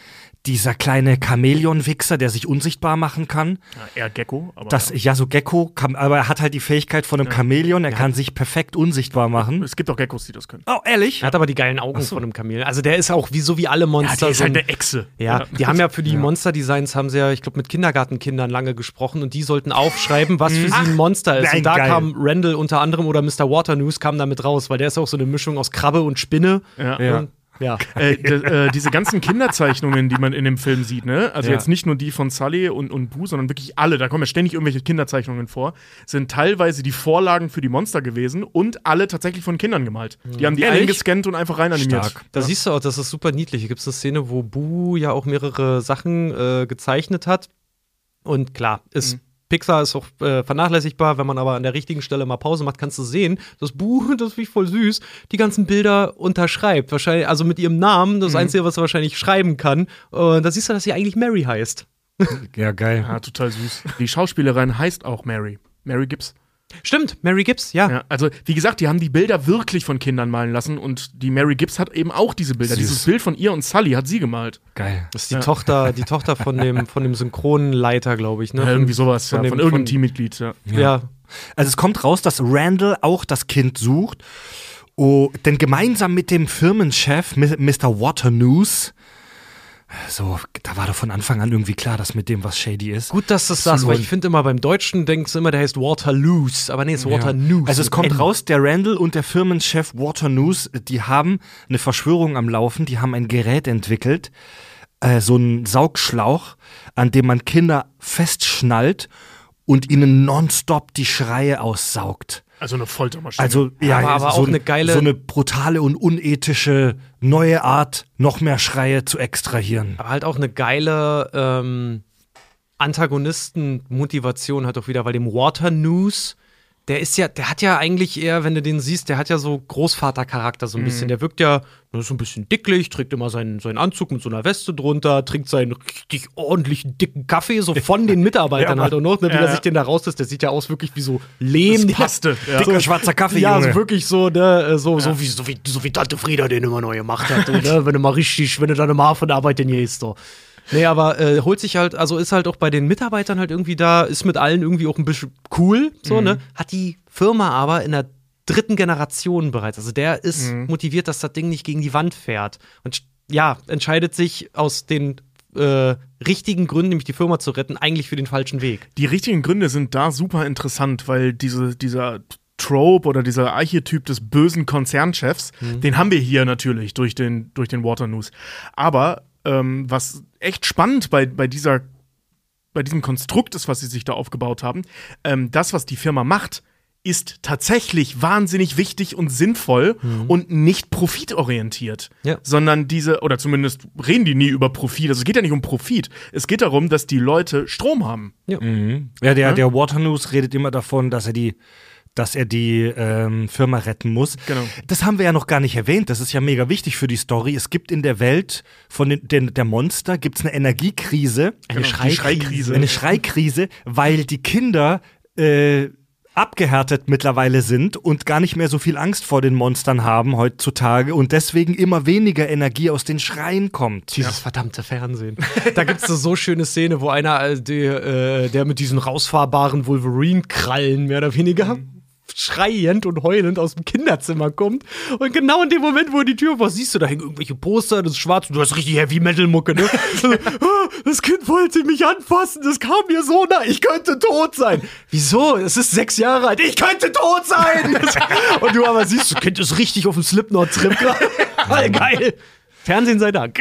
dieser kleine Chamäleon-Wichser, der sich unsichtbar machen kann. Ja, eher Gecko. Aber Das, ja. ja, so Gecko, kam, aber er hat halt die Fähigkeit von einem Ja. Chamäleon, er kann sich perfekt unsichtbar machen. Es gibt auch Geckos, die das können. Oh, ehrlich? Er hat aber die geilen Augen von einem Kamel. Also der ist auch wie so wie alle Monster. die ist so halt ein- eine Echse. Ja, die haben ja für die Monster-Designs, haben sie ja, ich glaube, mit Kindergartenkindern lange gesprochen und die sollten aufschreiben, was für sie ein Monster ist. nein, Und da geil. kam Randall unter anderem oder Mister Waternoose kam damit raus, weil der ist auch so eine Mischung aus Krabbe und Spinne. Ja. Ja. Und, ja. Äh, d- äh, diese ganzen Kinderzeichnungen, die man in dem Film sieht, ne? Also Ja. jetzt nicht nur die von Sully und, und Boo, sondern wirklich alle, da kommen ja ständig irgendwelche Kinderzeichnungen vor, sind teilweise die Vorlagen für die Monster gewesen und alle tatsächlich von Kindern gemalt. Die haben die Ehrlich? eingescannt und einfach rein animiert. Stark. Da siehst du auch, das ist super niedlich. Hier gibt es eine Szene, wo Boo ja auch mehrere Sachen äh, gezeichnet hat. Und klar, ist Mhm. Pixar ist auch äh, vernachlässigbar. Wenn man aber an der richtigen Stelle mal Pause macht, kannst du sehen, dass Boo, das finde ich voll süß, die ganzen Bilder unterschreibt. Wahrscheinlich, also mit ihrem Namen, das Einzige, was er wahrscheinlich schreiben kann. Und da siehst du, dass sie eigentlich Mary heißt. Ja, geil. Ja, total süß. Die Schauspielerin heißt auch Mary. Mary Gibbs. Stimmt, Mary Gibbs, ja. Ja, also, wie gesagt, die haben die Bilder wirklich von Kindern malen lassen und die Mary Gibbs hat eben auch diese Bilder. Süß. Dieses Bild von ihr und Sully hat sie gemalt. Geil. Das ist die Ja. Tochter, die Tochter von dem, von dem Synchronleiter, glaube ich. Ne? Ja, irgendwie sowas, von ja, dem- von irgendeinem von- Teammitglied, ja. Ja. Also es kommt raus, dass Randall auch das Kind sucht. Oh, denn gemeinsam mit dem Firmenchef, Mi- Mister Waternoose, so, da war doch von Anfang an irgendwie klar, dass mit dem was shady ist. Gut, dass du das sagst, weil ich finde immer beim Deutschen denkst du immer, der heißt Waterloose, aber nee, es ist Waternoose. Also es mit kommt N. raus, der Randall und der Firmenchef Waternoose, die haben eine Verschwörung am Laufen, die haben ein Gerät entwickelt, äh, so einen Saugschlauch, an dem man Kinder festschnallt und ihnen nonstop die Schreie aussaugt. Also eine Foltermaschine. Also ja, aber- aber so, auch eine geile- so eine brutale und unethische neue Art, noch mehr Schreie zu extrahieren. Aber halt auch eine geile ähm, Antagonisten-Motivation hat auch wieder, weil dem Waternoose, der ist ja, der hat ja eigentlich eher, wenn du den siehst, der hat ja so Großvatercharakter so ein bisschen. Der wirkt ja der ist so ein bisschen dicklich, trägt immer seinen, seinen Anzug mit so einer Weste drunter, trinkt seinen richtig ordentlichen dicken Kaffee, so von den Mitarbeitern Ja, halt auch noch, ne, wie ja, er ja. sich den da rauslässt. Der sieht ja aus wirklich wie so Lehm. Das passte, ja. Dicker schwarzer Kaffee, Ja, Junge. so wirklich so, ne, so, so, wie, so, wie, so wie Tante Frieda den immer neu gemacht hat, so, ne, wenn du mal richtig, wenn du deine Mal von der Arbeit den gehst, so. Nee, aber äh, holt sich halt, also ist halt auch bei den Mitarbeitern halt irgendwie da, ist mit allen irgendwie auch ein bisschen cool, so, ne, hat die Firma aber in der dritten Generation bereits, also der ist motiviert, dass das Ding nicht gegen die Wand fährt und ja, entscheidet sich aus den äh, richtigen Gründen, nämlich die Firma zu retten, eigentlich für den falschen Weg. Die richtigen Gründe sind da super interessant, weil diese, dieser Trope oder dieser Archetyp des bösen Konzernchefs, den haben wir hier natürlich durch den, durch den Waternoose. Aber ähm, was echt spannend bei, bei dieser bei diesem Konstrukt ist, was sie sich da aufgebaut haben, ähm, das, was die Firma macht, ist tatsächlich wahnsinnig wichtig und sinnvoll und nicht profitorientiert. Ja. Sondern diese, oder zumindest reden die nie über Profit. Also es geht ja nicht um Profit. Es geht darum, dass die Leute Strom haben. Ja, der, der Waternoose redet immer davon, dass er die dass er die ähm, Firma retten muss. Genau. Das haben wir ja noch gar nicht erwähnt. Das ist ja mega wichtig für die Story. Es gibt in der Welt von den, den, der Monster gibt's eine Energiekrise. Eine Genau, die Schreikrise. Eine Schreikrise, weil die Kinder äh, abgehärtet mittlerweile sind und gar nicht mehr so viel Angst vor den Monstern haben heutzutage und deswegen immer weniger Energie aus den Schreien kommt. Dieses verdammte Fernsehen. Da gibt es eine so schöne Szene, wo einer, äh, der, äh, der mit diesen rausfahrbaren Wolverine-Krallen mehr oder weniger schreiend und heulend aus dem Kinderzimmer kommt. Und genau in dem Moment, wo er die Tür aufmacht, siehst du, da hängen irgendwelche Poster, das ist schwarz und du hast richtig Heavy-Metal-Mucke, ne? Also, ah, das Kind wollte mich anfassen, das kam mir so nah, ich könnte tot sein. Wieso? Es ist sechs Jahre alt, ich könnte tot sein! Und du aber siehst, das Kind ist richtig auf dem Slipknot-Trip gerade. Voll geil. Fernsehen sei Dank.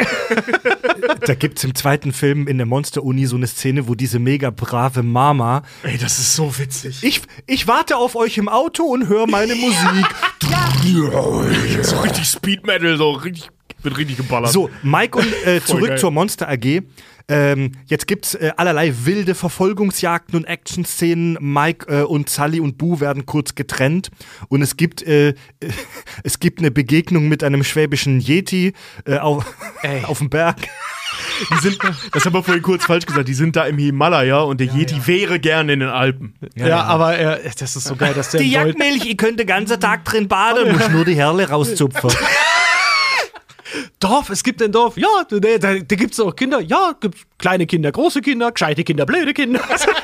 Da gibt's im zweiten Film in der Monster-Uni so eine Szene, wo diese mega brave Mama Ey, das ist so witzig. Ich, ich warte auf euch im Auto und höre meine Musik. So richtig Speed Metal, so richtig, wird richtig geballert. So, Mike und äh, Voll zurück geil. zur Monster A G. Ähm, jetzt gibt's äh, allerlei wilde Verfolgungsjagden und Action-Szenen. Mike äh, und Sully und Boo werden kurz getrennt. Und es gibt, äh, äh, es gibt eine Begegnung mit einem schwäbischen Yeti äh, auf, Ey. auf dem Berg. Die sind, das haben wir vorhin kurz falsch gesagt, die sind da im Himalaya und der Yeti wäre gerne in den Alpen. Ja, aber er, das ist so geil, dass der Die im Deut- Jagdmilch, ich könnte den ganzen Tag drin baden, muss nur die Herle rauszupfen. Dorf, es gibt ein Dorf. Ja, da, da, da gibt's auch Kinder. Ja, gibt's kleine Kinder, große Kinder, gescheite Kinder, blöde Kinder.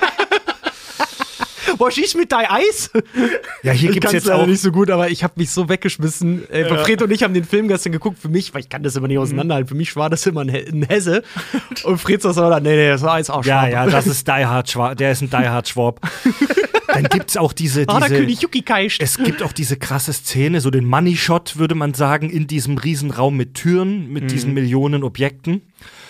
Was ist mit deinem Eis? Ja, hier Ich gibt's kann's jetzt leider auch. nicht so gut, aber ich habe mich so weggeschmissen. Äh, Ja. Fred und ich haben den Film gestern geguckt. Für mich, weil ich kann das immer nicht auseinanderhalten. Für mich war das immer ein, He- ein Hesse. Und Fred sagt so, nee, nee, das war eins auch Ja, ja, das ist Die Hard Schwab. Der ist ein Die Hard Schwab. Dann gibt's auch diese, Ah, der diese König Yuki Kaisch. es gibt auch diese krasse Szene, so den Money Shot, würde man sagen, in diesem Riesenraum mit Türen, mit diesen Millionen Objekten.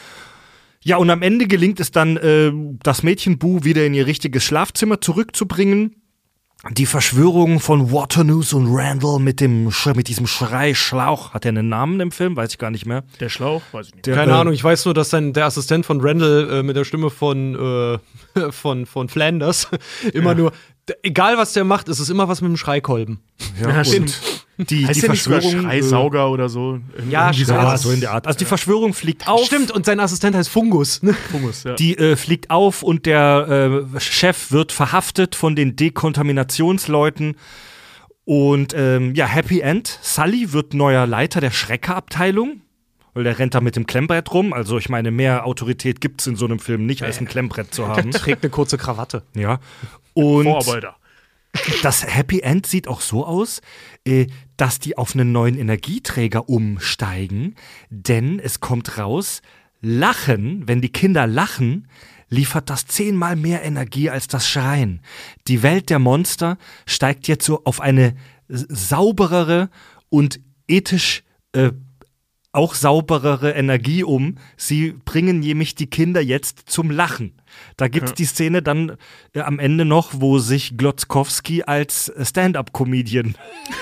Ja, und am Ende gelingt es dann, äh, das Mädchen Boo wieder in ihr richtiges Schlafzimmer zurückzubringen. Die Verschwörung von Waternoose und Randall mit dem Sch- mit diesem Schreischlauch. Hat er einen Namen im Film? Weiß ich gar nicht mehr. Der Schlauch, weiß ich nicht. Der, Keine äh, Ahnung, ich weiß nur, dass dann der Assistent von Randall äh, mit der Stimme von, äh, von, von Flanders immer nur, d- egal was der macht, es ist immer was mit dem Schreikolben. Ja, Ja, stimmt. und die, Heißt die der nicht sogar Verschwörung. Schreisauger oder so? Ja, Irgendwie Schrei- Ja, sowas. so in der Art. Also die Verschwörung fliegt auf. Stimmt, und sein Assistent heißt Fungus. Ne? Hummus, ja. Die äh, fliegt auf und der äh, Chef wird verhaftet von den Dekontaminationsleuten. Und ähm, ja, Happy End. Sully wird neuer Leiter der Schreckerabteilung. Weil der rennt da mit dem Klemmbrett rum. Also ich meine, mehr Autorität gibt's in so einem Film nicht, als ein Klemmbrett zu haben. Trägt eine kurze Krawatte. Ja. Und Vorarbeiter. das Happy End sieht auch so aus, äh, dass die auf einen neuen Energieträger umsteigen. Denn es kommt raus, Lachen, wenn die Kinder lachen, liefert das zehnmal mehr Energie als das Schreien. Die Welt der Monster steigt jetzt so auf eine s- sauberere und ethisch äh, auch sauberere Energie um. Sie bringen nämlich die Kinder jetzt zum Lachen. Da gibt's Ja. die Szene dann äh, am Ende noch, wo sich Glotzkowski als Stand-up-Comedian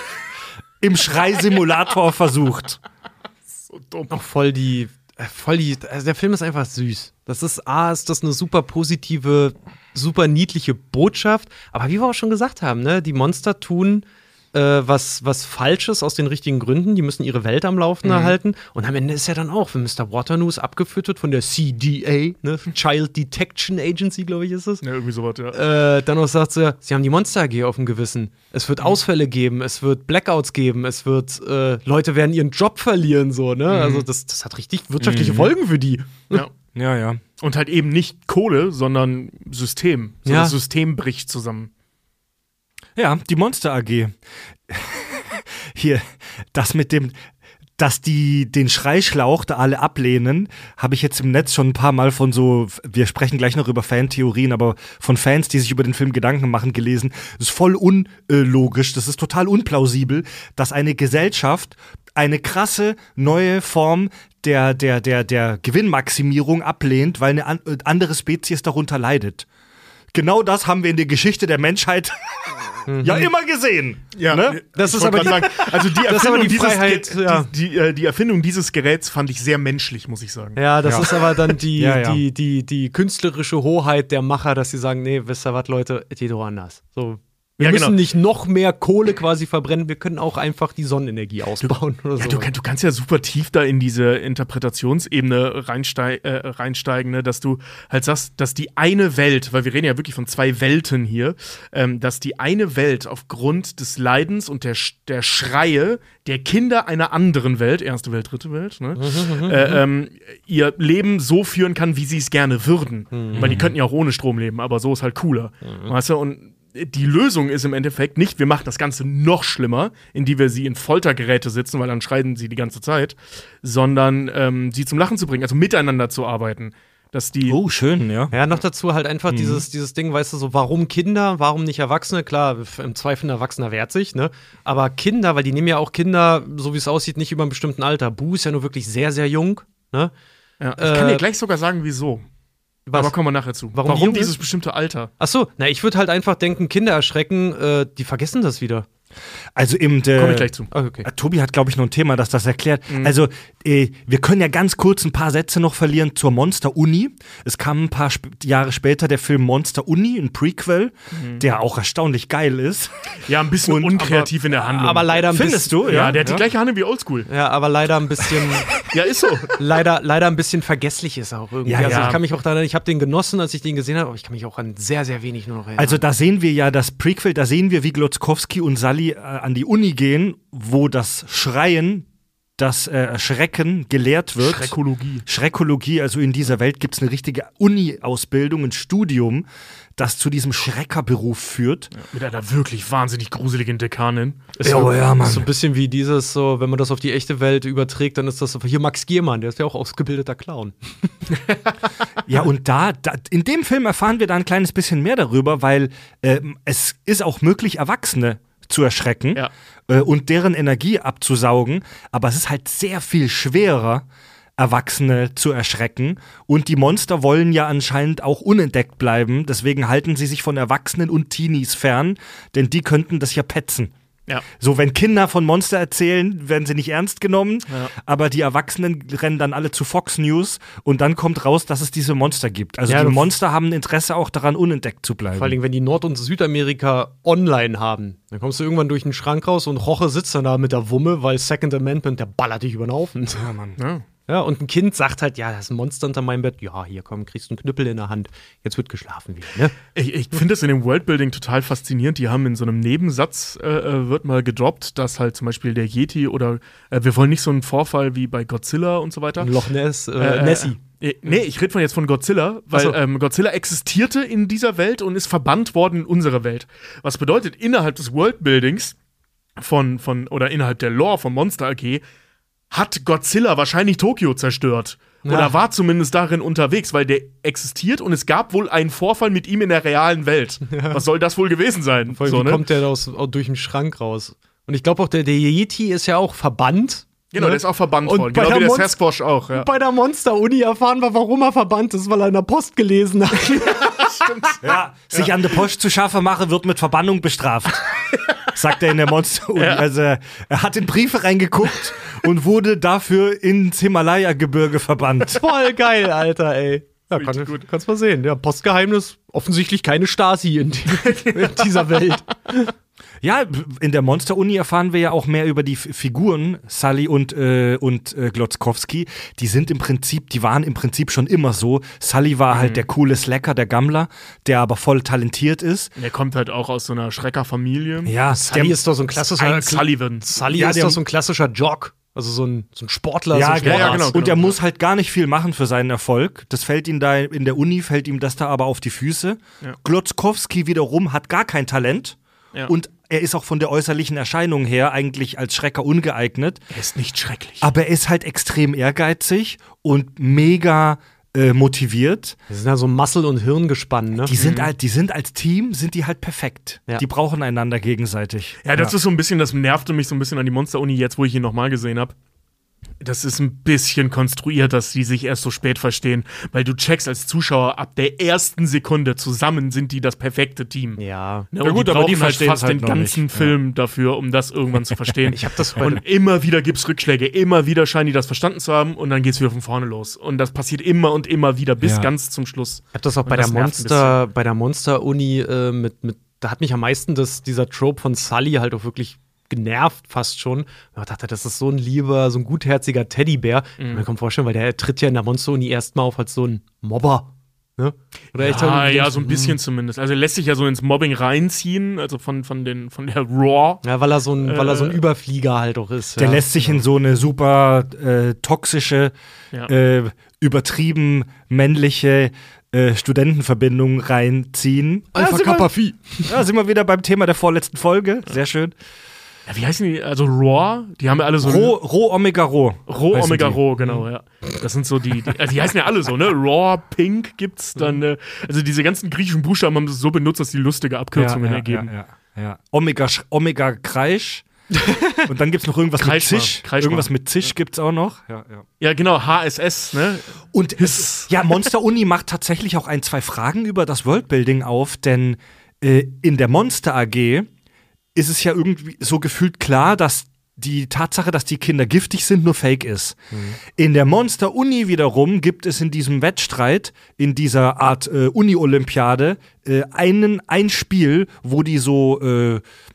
im Schreisimulator versucht. So dumm. Auch voll die, äh, voll die, also der Film ist einfach süß. Das ist, A, ist das eine super positive, super niedliche Botschaft. Aber wie wir auch schon gesagt haben, ne, die Monster tun äh, was, was Falsches aus den richtigen Gründen. Die müssen ihre Welt am Laufen erhalten. Und am Ende ist ja dann auch, wenn Mister Waternoose abgefüttert von der C D A, ne, Child Detection Agency, glaube ich, ist es. Ja, irgendwie sowas, ja. Äh, dann auch sagt sie, sie haben die Monster A G auf dem Gewissen. Es wird Ausfälle geben, es wird Blackouts geben, es wird, äh, Leute werden ihren Job verlieren, so, ne? Also das, das hat richtig wirtschaftliche Folgen für die. ja. Ja, ja. Und halt eben nicht Kohle, sondern System. So Ja. Das System bricht zusammen. Ja, die Monster A G. Hier, das mit dem, dass die den Schreischlauch da alle ablehnen, habe ich jetzt im Netz schon ein paar Mal von so, wir sprechen gleich noch über Fantheorien, aber von Fans, die sich über den Film Gedanken machen, gelesen. Das ist voll unlogisch, das ist total unplausibel, dass eine Gesellschaft eine krasse neue Form der, der, der, der Gewinnmaximierung ablehnt, weil eine an, andere Spezies darunter leidet. Genau das haben wir in der Geschichte der Menschheit ja immer gesehen. Ja, Ne? Das ich ist wollte aber grad sagen, also die das ist Erfindung, aber die dieses Freiheit, Ge- ja. die, die, äh, die Erfindung dieses Geräts fand ich sehr menschlich, muss ich sagen. Ja, das Ja. ist aber dann die, Ja, ja. Die, die, die künstlerische Hoheit der Macher, dass sie sagen, nee, wisst ihr was, Leute, es geht doch anders. So. Wir Ja, müssen genau. nicht noch mehr Kohle quasi verbrennen, wir können auch einfach die Sonnenenergie ausbauen oder so. Ja, du, kann, du kannst ja super tief da in diese Interpretationsebene reinsteig, äh, reinsteigen, ne? Dass du halt sagst, dass die eine Welt, weil wir reden ja wirklich von zwei Welten hier, ähm, dass die eine Welt aufgrund des Leidens und der, Sch- der Schreie der Kinder einer anderen Welt, erste Welt, dritte Welt, ne? äh, ähm, ihr Leben so führen kann, wie sie es gerne würden. Weil die könnten ja auch ohne Strom leben, aber so ist halt cooler. Weißt du, und die Lösung ist im Endeffekt nicht, wir machen das Ganze noch schlimmer, indem wir sie in Foltergeräte sitzen, weil dann schreien sie die ganze Zeit, sondern ähm, sie zum Lachen zu bringen, also miteinander zu arbeiten. Dass die Oh, schön, ja. Ja, noch dazu halt einfach dieses, dieses Ding, weißt du, so, warum Kinder, warum nicht Erwachsene? Klar, im Zweifel ein Erwachsener wehrt sich, ne? Aber Kinder, weil die nehmen ja auch Kinder, so wie es aussieht, nicht über einem bestimmten Alter. Boo ist ja nur wirklich sehr, sehr jung, ne? ja, ich kann äh, dir gleich sogar sagen, wieso. Was? Aber kommen wir nachher zu. Warum die jung dieses ist? bestimmte Alter? Ach so, na, ich würde halt einfach denken, Kinder erschrecken, äh, die vergessen das wieder. Also im der Komme ich gleich zu. Ah, okay. Äh, Tobi hat, glaube ich, noch ein Thema, das das erklärt. Also, äh, wir können ja ganz kurz ein paar Sätze noch verlieren zur Monster-Uni. Es kam ein paar sp Jahre später der Film Monster-Uni, ein Prequel, der auch erstaunlich geil ist. Ja, ein bisschen Und- unkreativ in der Handlung. Aber leider ein Findest bisschen, du? Ja, der hat die gleiche Handlung wie Oldschool. Ja, aber leider ein bisschen, Ja, ist so. leider, leider ein bisschen vergesslich ist er auch irgendwie. Ja, also ja. ich kann mich auch daran, ich habe den genossen, als ich den gesehen habe, aber ich kann mich auch an sehr, sehr wenig nur noch erinnern. Also da sehen wir ja das Prequel, da sehen wir, wie Glotzkowski und Sully äh, an die Uni gehen, wo das Schreien dass äh, Schrecken gelehrt wird. Schreckologie. Schreckologie, also in dieser Welt gibt es eine richtige Uni-Ausbildung, ein Studium, das zu diesem Schreckerberuf führt. Ja, mit einer wirklich wahnsinnig gruseligen Dekanin. Ist Ja, so, ja, Mann. ist so ein bisschen wie dieses, so, wenn man das auf die echte Welt überträgt, dann ist das so, hier Max Giermann, der ist ja auch ausgebildeter Clown. Ja, und da, da, in dem Film erfahren wir da ein kleines bisschen mehr darüber, weil ähm, es ist auch möglich, Erwachsene zu erschrecken Ja. äh, und deren Energie abzusaugen, aber es ist halt sehr viel schwerer, Erwachsene zu erschrecken. Und die Monster wollen ja anscheinend auch unentdeckt bleiben. Deswegen halten sie sich von Erwachsenen und Teenies fern, denn die könnten das ja petzen. Ja. So, wenn Kinder von Monster erzählen, werden sie nicht ernst genommen, Ja. aber die Erwachsenen rennen dann alle zu Fox News und dann kommt raus, dass es diese Monster gibt. Also Ja, die das- Monster haben ein Interesse auch daran, unentdeckt zu bleiben. Vor allem, wenn die Nord- und Südamerika online haben, dann kommst du irgendwann durch den Schrank raus und Roche sitzt dann da mit der Wumme, weil Second Amendment, der ballert dich über den Haufen. Ja, Mann. Ja. Ja, und ein Kind sagt halt, ja, da ist ein Monster unter meinem Bett. Ja, hier komm, kriegst du einen Knüppel in der Hand. Jetzt wird geschlafen wieder, ne? Ich, ich finde das in dem Worldbuilding total faszinierend. Die haben in so einem Nebensatz, äh, äh, wird mal gedroppt, dass halt zum Beispiel der Yeti oder äh, wir wollen nicht so einen Vorfall wie bei Godzilla und so weiter. Loch Ness, äh, Äh, Nessie. Äh, nee, ich rede von jetzt von Godzilla, weil Ach so. ähm, Godzilla existierte in dieser Welt und ist verbannt worden in unsere Welt. Was bedeutet, innerhalb des Worldbuildings von, von oder innerhalb der Lore von Monster A G hat Godzilla wahrscheinlich Tokio zerstört. Ja. Oder war zumindest darin unterwegs, weil der existiert und es gab wohl einen Vorfall mit ihm in der realen Welt. Was soll das wohl gewesen sein? Vor allem, So, wie ne? kommt der da aus, aus, durch den Schrank raus? Und ich glaube auch, der, der Yeti ist ja auch verbannt. Genau, ne? der ist auch verbannt Und worden. bei Genau der wie der Monst- Sasquatch auch. Ja. Bei der Monster-Uni erfahren wir, warum er verbannt ist, weil er in der Post gelesen hat. Ja, sich an der Post zu scharfe machen, wird mit Verbannung bestraft. Sagt er in der Monster-Uni. Ja. Also, er hat in Briefe reingeguckt und wurde dafür ins Himalaya-Gebirge verbannt. Voll geil, Alter, ey. Ja, Richtig kann, gut. kannst mal sehen. Ja, Postgeheimnis, offensichtlich keine Stasi in, die, in dieser Welt. Ja, in der Monster-Uni erfahren wir ja auch mehr über die F- Figuren, Sully und, äh, und äh, Glotzkowski. Die sind im Prinzip, die waren im Prinzip schon immer so. Sully war halt der coole Slacker, der Gammler, der aber voll talentiert ist. Der kommt halt auch aus so einer Schreckerfamilie. Ja, Sully der, ist doch so ein klassischer Ein Sullivan. Sully Ja, ist der- doch so ein klassischer Jog. Also so ein, so ein Sportler, ja, so ein genau. ja, genau, Und der genau. muss halt gar nicht viel machen für seinen Erfolg. Das fällt ihm da in der Uni, fällt ihm das da aber auf die Füße. Ja. Glotzkowski wiederum hat gar kein Talent. Ja. Und er ist auch von der äußerlichen Erscheinung her eigentlich als Schrecker ungeeignet. Er ist nicht schrecklich. Aber er ist halt extrem ehrgeizig und mega äh, motiviert. Das sind ja so Muscle- und Hirngespann, ne? Die sind halt, die sind als Team, sind die halt perfekt. Ja. Die brauchen einander gegenseitig. Ja, das ist so ein bisschen, das nervte mich so ein bisschen an die Monster-Uni jetzt, wo ich ihn nochmal gesehen habe. Das ist ein bisschen konstruiert, dass die sich erst so spät verstehen, weil du checkst als Zuschauer ab der ersten Sekunde zusammen sind die das perfekte Team. Ja. Ne, Ja und gut, die aber die brauchen halt verstehen's fast halt den noch ganzen nicht. Film dafür, um das irgendwann zu verstehen. Ich hab das bei und immer wieder gibt's Rückschläge, immer wieder scheinen die das verstanden zu haben und dann geht's wieder von vorne los. Und das passiert immer und immer wieder bis Ja. ganz zum Schluss. Ich habe das auch Und bei das der nervt ein Monster, bei der Monster-Uni äh, mit, mit, da hat mich am meisten das, dieser Trope von Sully halt auch wirklich genervt fast schon. Ich dachte, das ist so ein lieber, so ein gutherziger Teddybär. Mhm. Man kann sich vorstellen, weil der tritt ja in der Monster-Uni erstmal auf als so ein Mobber. Ne? Oder echt Ah, halt, ja, so ein bisschen zumindest. Also er lässt sich ja so ins Mobbing reinziehen, also von, von, den, von der Raw. Ja, weil er so ein, weil er so ein Äh, Überflieger halt auch ist. Der ja. lässt sich in so eine super äh, toxische, Ja. äh, übertrieben männliche äh, Studentenverbindung reinziehen. Alpha ja, sind Kappa wir, Phi. ja, sind wir wieder beim Thema der vorletzten Folge. Sehr schön. Ja, wie heißen die? Also Raw, die haben ja alle so Roh, Roh, Omega, Roh. Roh, heißen Omega, die. Roh, genau, ja. Das sind so die, die, also die heißen ja alle so, ne? Raw, Pink gibt's dann, äh, also diese ganzen griechischen Buchstaben haben das so benutzt, dass die lustige Abkürzungen ja, ergeben. Ja, ja, ja. Omega, Sch- Omega Kreisch. Und dann gibt's noch irgendwas Kreischma, mit Zisch. Kreischma. Irgendwas mit Zisch gibt's auch noch. Ja, ja. Ja, genau, H S S, ne? Und es, ja, Monster Uni macht tatsächlich auch ein, zwei Fragen über das Worldbuilding auf, denn äh, in der Monster A G ist es ja irgendwie so gefühlt klar, dass die Tatsache, dass die Kinder giftig sind, nur Fake ist. Mhm. In der Monster Uni wiederum gibt es in diesem Wettstreit, in dieser Art äh, Uni-Olympiade, äh, einen, ein Spiel, wo die so äh,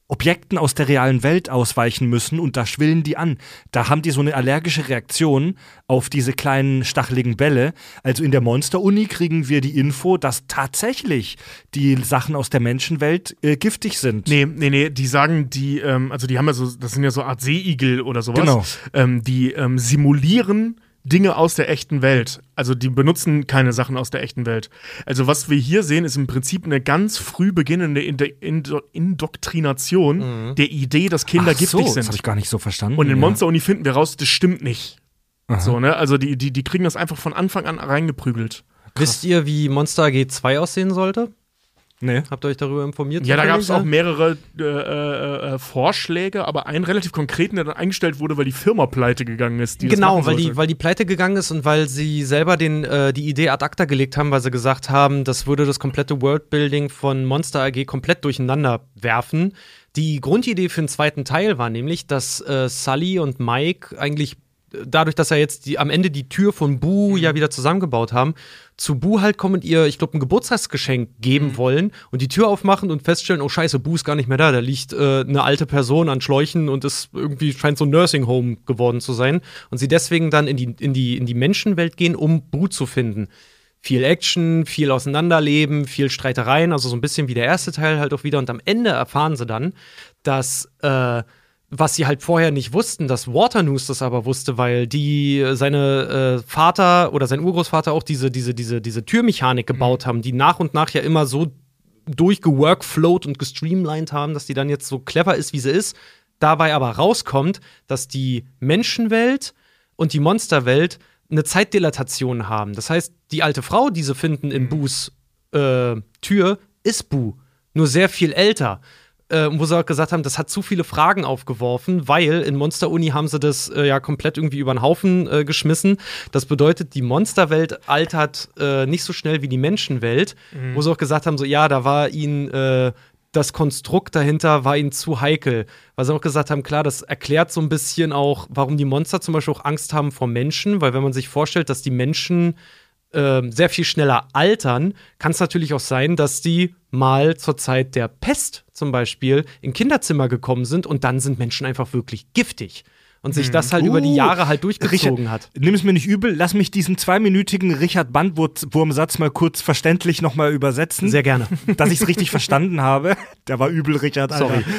Objekten aus der realen Welt ausweichen müssen und da schwillen die an. Da haben die so eine allergische Reaktion auf diese kleinen stacheligen Bälle. Also in der Monster-Uni kriegen wir die Info, dass tatsächlich die Sachen aus der Menschenwelt äh, giftig sind. Nee, nee, nee, die sagen, die, ähm, also die haben ja so, das sind ja so Art Seeigel oder sowas. Genau. Ähm, die ähm, simulieren Dinge aus der echten Welt. Also die benutzen keine Sachen aus der echten Welt. Also was wir hier sehen, ist im Prinzip eine ganz früh beginnende Indo- Indo- Indoktrination mhm. der Idee, dass Kinder Ach giftig so, sind. Das habe ich gar nicht so verstanden. Und in ja. Monster-Uni finden wir raus, das stimmt nicht. So, ne? Also die, die, die kriegen das einfach von Anfang an reingeprügelt. Wisst ihr, wie Monster A G zwei aussehen sollte? Nee. Habt ihr euch darüber informiert? Ja, da gab es zufällig? auch mehrere äh, äh, äh, Vorschläge, aber einen relativ konkreten, der dann eingestellt wurde, weil die Firma pleite gegangen ist. Die Genau, das weil machen die, sollte. weil die pleite gegangen ist und weil sie selber den, äh, die Idee ad acta gelegt haben, weil sie gesagt haben, das würde das komplette Worldbuilding von Monster A G komplett durcheinander werfen. Die Grundidee für den zweiten Teil war nämlich, dass äh, Sully und Mike eigentlich dadurch, dass er jetzt die, am Ende die Tür von Boo ja wieder zusammengebaut haben, zu Boo halt kommen und ihr, ich glaube, ein Geburtstagsgeschenk geben mhm. wollen und die Tür aufmachen und feststellen, oh scheiße, Boo ist gar nicht mehr da, da liegt äh, eine alte Person an Schläuchen und ist irgendwie, scheint so ein Nursing Home geworden zu sein und sie deswegen dann in die, in die, in die Menschenwelt gehen, um Boo zu finden. Viel Action, viel Auseinanderleben, viel Streitereien, also so ein bisschen wie der erste Teil halt auch wieder und am Ende erfahren sie dann, dass äh, was sie halt vorher nicht wussten, dass Waternoose das aber wusste, weil die seine äh, Vater oder sein Urgroßvater auch diese, diese, diese, diese Türmechanik gebaut mhm. haben, die nach und nach ja immer so durchgeworkflowt und gestreamlined haben, dass die dann jetzt so clever ist, wie sie ist. Dabei aber rauskommt, dass die Menschenwelt und die Monsterwelt eine Zeitdilatation haben. Das heißt, die alte Frau, die sie finden in mhm. Boos äh, Tür, ist Boo. Nur sehr viel älter. Äh, wo sie auch gesagt haben, das hat zu viele Fragen aufgeworfen, weil in Monster Uni haben sie das äh, ja komplett irgendwie über den Haufen äh, geschmissen. Das bedeutet, die Monsterwelt altert äh, nicht so schnell wie die Menschenwelt, mhm. wo sie auch gesagt haben, so ja, da war ihnen äh, das Konstrukt dahinter war ihnen zu heikel. Weil sie auch gesagt haben, klar, das erklärt so ein bisschen auch, warum die Monster zum Beispiel auch Angst haben vor Menschen, weil wenn man sich vorstellt, dass die Menschen äh, sehr viel schneller altern, kann es natürlich auch sein, dass die mal zur Zeit der Pest zum Beispiel in Kinderzimmer gekommen sind und dann sind Menschen einfach wirklich giftig. Und sich das halt uh, über die Jahre halt durchgezogen Richard, hat. Nimm es mir nicht übel, lass mich diesen zweiminütigen Richard Bandwurm-Satz mal kurz verständlich nochmal übersetzen. Sehr gerne. Dass ich es richtig verstanden habe. Der war übel, Richard, Alter. Sorry.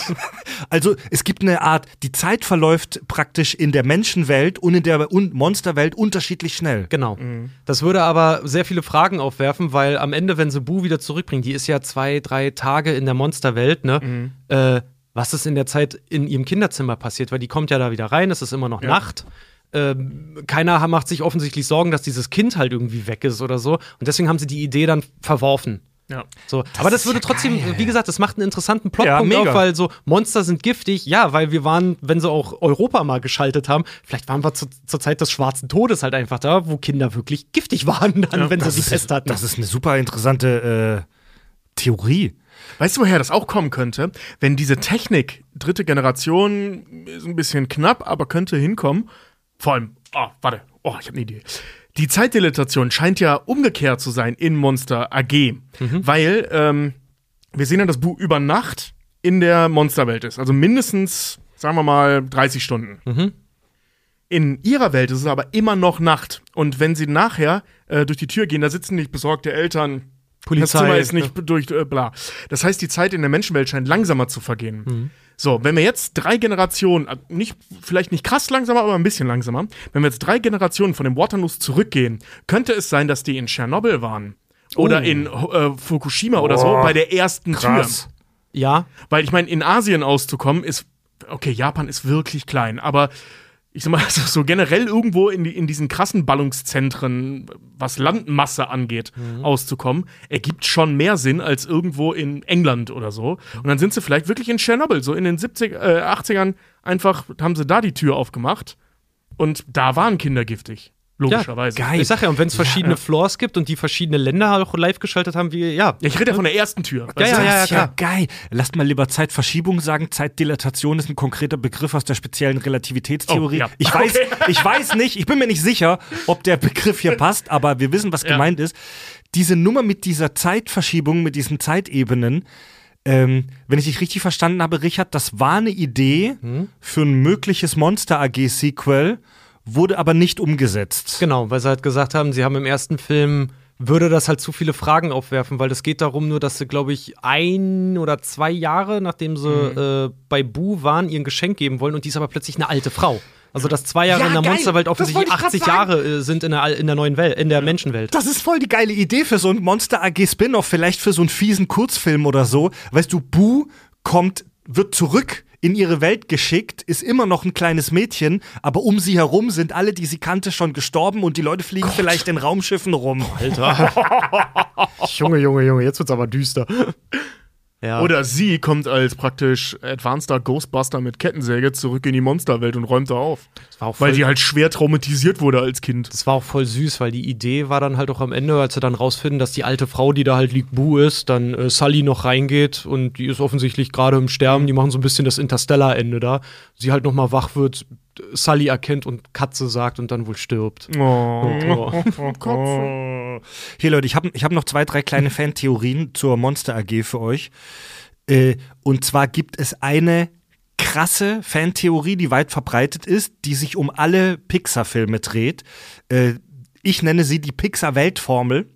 Also, es gibt eine Art, die Zeit verläuft praktisch in der Menschenwelt und in der Un- Monsterwelt unterschiedlich schnell. Genau. Mhm. Das würde aber sehr viele Fragen aufwerfen, weil am Ende, wenn sie Boo wieder zurückbringen, die ist ja zwei, drei Tage in der Monsterwelt, ne? Mhm. Äh, was ist in der Zeit in ihrem Kinderzimmer passiert, weil die kommt ja da wieder rein, es ist immer noch ja. Nacht. Ähm, keiner macht sich offensichtlich Sorgen, dass dieses Kind halt irgendwie weg ist oder so. Und deswegen haben sie die Idee dann verworfen. Ja. So. Das aber das würde ja trotzdem, geil. Wie gesagt, das macht einen interessanten Plotpunkt ja, auf, weil so Monster sind giftig. Ja, weil wir waren, wenn sie auch Europa mal geschaltet haben, vielleicht waren wir zu, zur Zeit des Schwarzen Todes halt einfach da, wo Kinder wirklich giftig waren, dann, ja, wenn sie die Pest hatten. Das ist eine super interessante äh, Theorie. Weißt du, woher das auch kommen könnte? Wenn diese Technik, dritte Generation, ist ein bisschen knapp, aber könnte hinkommen. Vor allem, oh, warte, oh, ich habe eine Idee. Die Zeitdilatation scheint ja umgekehrt zu sein in Monster A G. Mhm. Weil ähm, wir sehen ja, dass Boo über Nacht in der Monsterwelt ist. Also mindestens, sagen wir mal, dreißig Stunden. Mhm. In ihrer Welt ist es aber immer noch Nacht. Und wenn sie nachher äh, durch die Tür gehen, da sitzen nicht besorgte Eltern. Polizei. Das Zimmer ist nicht ja. durch, äh, bla. Das heißt, die Zeit in der Menschenwelt scheint langsamer zu vergehen. Mhm. So, wenn wir jetzt drei Generationen, nicht, vielleicht nicht krass langsamer, aber ein bisschen langsamer, wenn wir jetzt drei Generationen von dem Waternoose zurückgehen, könnte es sein, dass die in Tschernobyl waren. Oder oh. in äh, Fukushima oh. oder so, bei der ersten krass. Tür. Ja. Weil ich meine, in Asien auszukommen ist, okay, Japan ist wirklich klein, aber ich sag mal, so generell irgendwo in, die, in diesen krassen Ballungszentren, was Landmasse angeht, mhm. auszukommen, ergibt schon mehr Sinn als irgendwo in England oder so. Und dann sind sie vielleicht wirklich in Tschernobyl, so in den siebziger, äh, achtzigern einfach haben sie da die Tür aufgemacht und da waren Kinder giftig. Logischerweise. Ja, geil. Ich sag ja, und wenn es verschiedene ja. Floors gibt und die verschiedene Länder auch live geschaltet haben, wie, ja. Ja, ich rede ja von der ersten Tür. Ja, ja, ja, ja, ja, geil. Lasst mal lieber Zeitverschiebung sagen. Zeitdilatation ist ein konkreter Begriff aus der speziellen Relativitätstheorie. Oh, ja. Ich weiß, okay. ich weiß nicht, ich bin mir nicht sicher, ob der Begriff hier passt, aber wir wissen, was ja. gemeint ist. Diese Nummer mit dieser Zeitverschiebung, mit diesen Zeitebenen, Ähm, wenn ich dich richtig verstanden habe, Richard, das war eine Idee hm? für ein mögliches Monster A G-Sequel, wurde aber nicht umgesetzt. Genau, weil sie halt gesagt haben, sie haben im ersten Film würde das halt zu viele Fragen aufwerfen, weil es geht darum nur, dass sie, glaube ich, ein oder zwei Jahre, nachdem sie mhm. äh, bei Boo waren, ihr ein Geschenk geben wollen und die ist aber plötzlich eine alte Frau. Also, dass zwei Jahre ja, in der geil. Monsterwelt offensichtlich achtzig Jahre äh, sind in der, in der neuen Welt, in der Menschenwelt. Das ist voll die geile Idee für so ein Monster A G Spin-off, vielleicht für so einen fiesen Kurzfilm oder so. Weißt du, Boo kommt, wird zurück in ihre Welt geschickt, ist immer noch ein kleines Mädchen, aber um sie herum sind alle, die sie kannte, schon gestorben und die Leute fliegen Gott. vielleicht in Raumschiffen rum. Alter. Junge, Junge, Junge, jetzt wird's aber düster. Ja. Oder sie kommt als praktisch advanceder Ghostbuster mit Kettensäge zurück in die Monsterwelt und räumt da auf. Weil die halt schwer traumatisiert wurde als Kind. Das war auch voll süß, weil die Idee war dann halt auch am Ende, als sie dann rausfinden, dass die alte Frau, die da halt liegt, Boo ist, dann äh, Sully noch reingeht und die ist offensichtlich gerade im Sterben. Die machen so ein bisschen das Interstellar-Ende da. Sie halt noch mal wach wird, Sully erkennt und Katze sagt und dann wohl stirbt. Oh. Oh. Oh. Oh. Hier, Leute, ich habe ich hab noch zwei, drei kleine Fantheorien zur Monster A G für euch. Äh, und zwar gibt es eine krasse Fantheorie, die weit verbreitet ist, die sich um alle Pixar-Filme dreht. Äh, ich nenne sie die Pixar-Weltformel.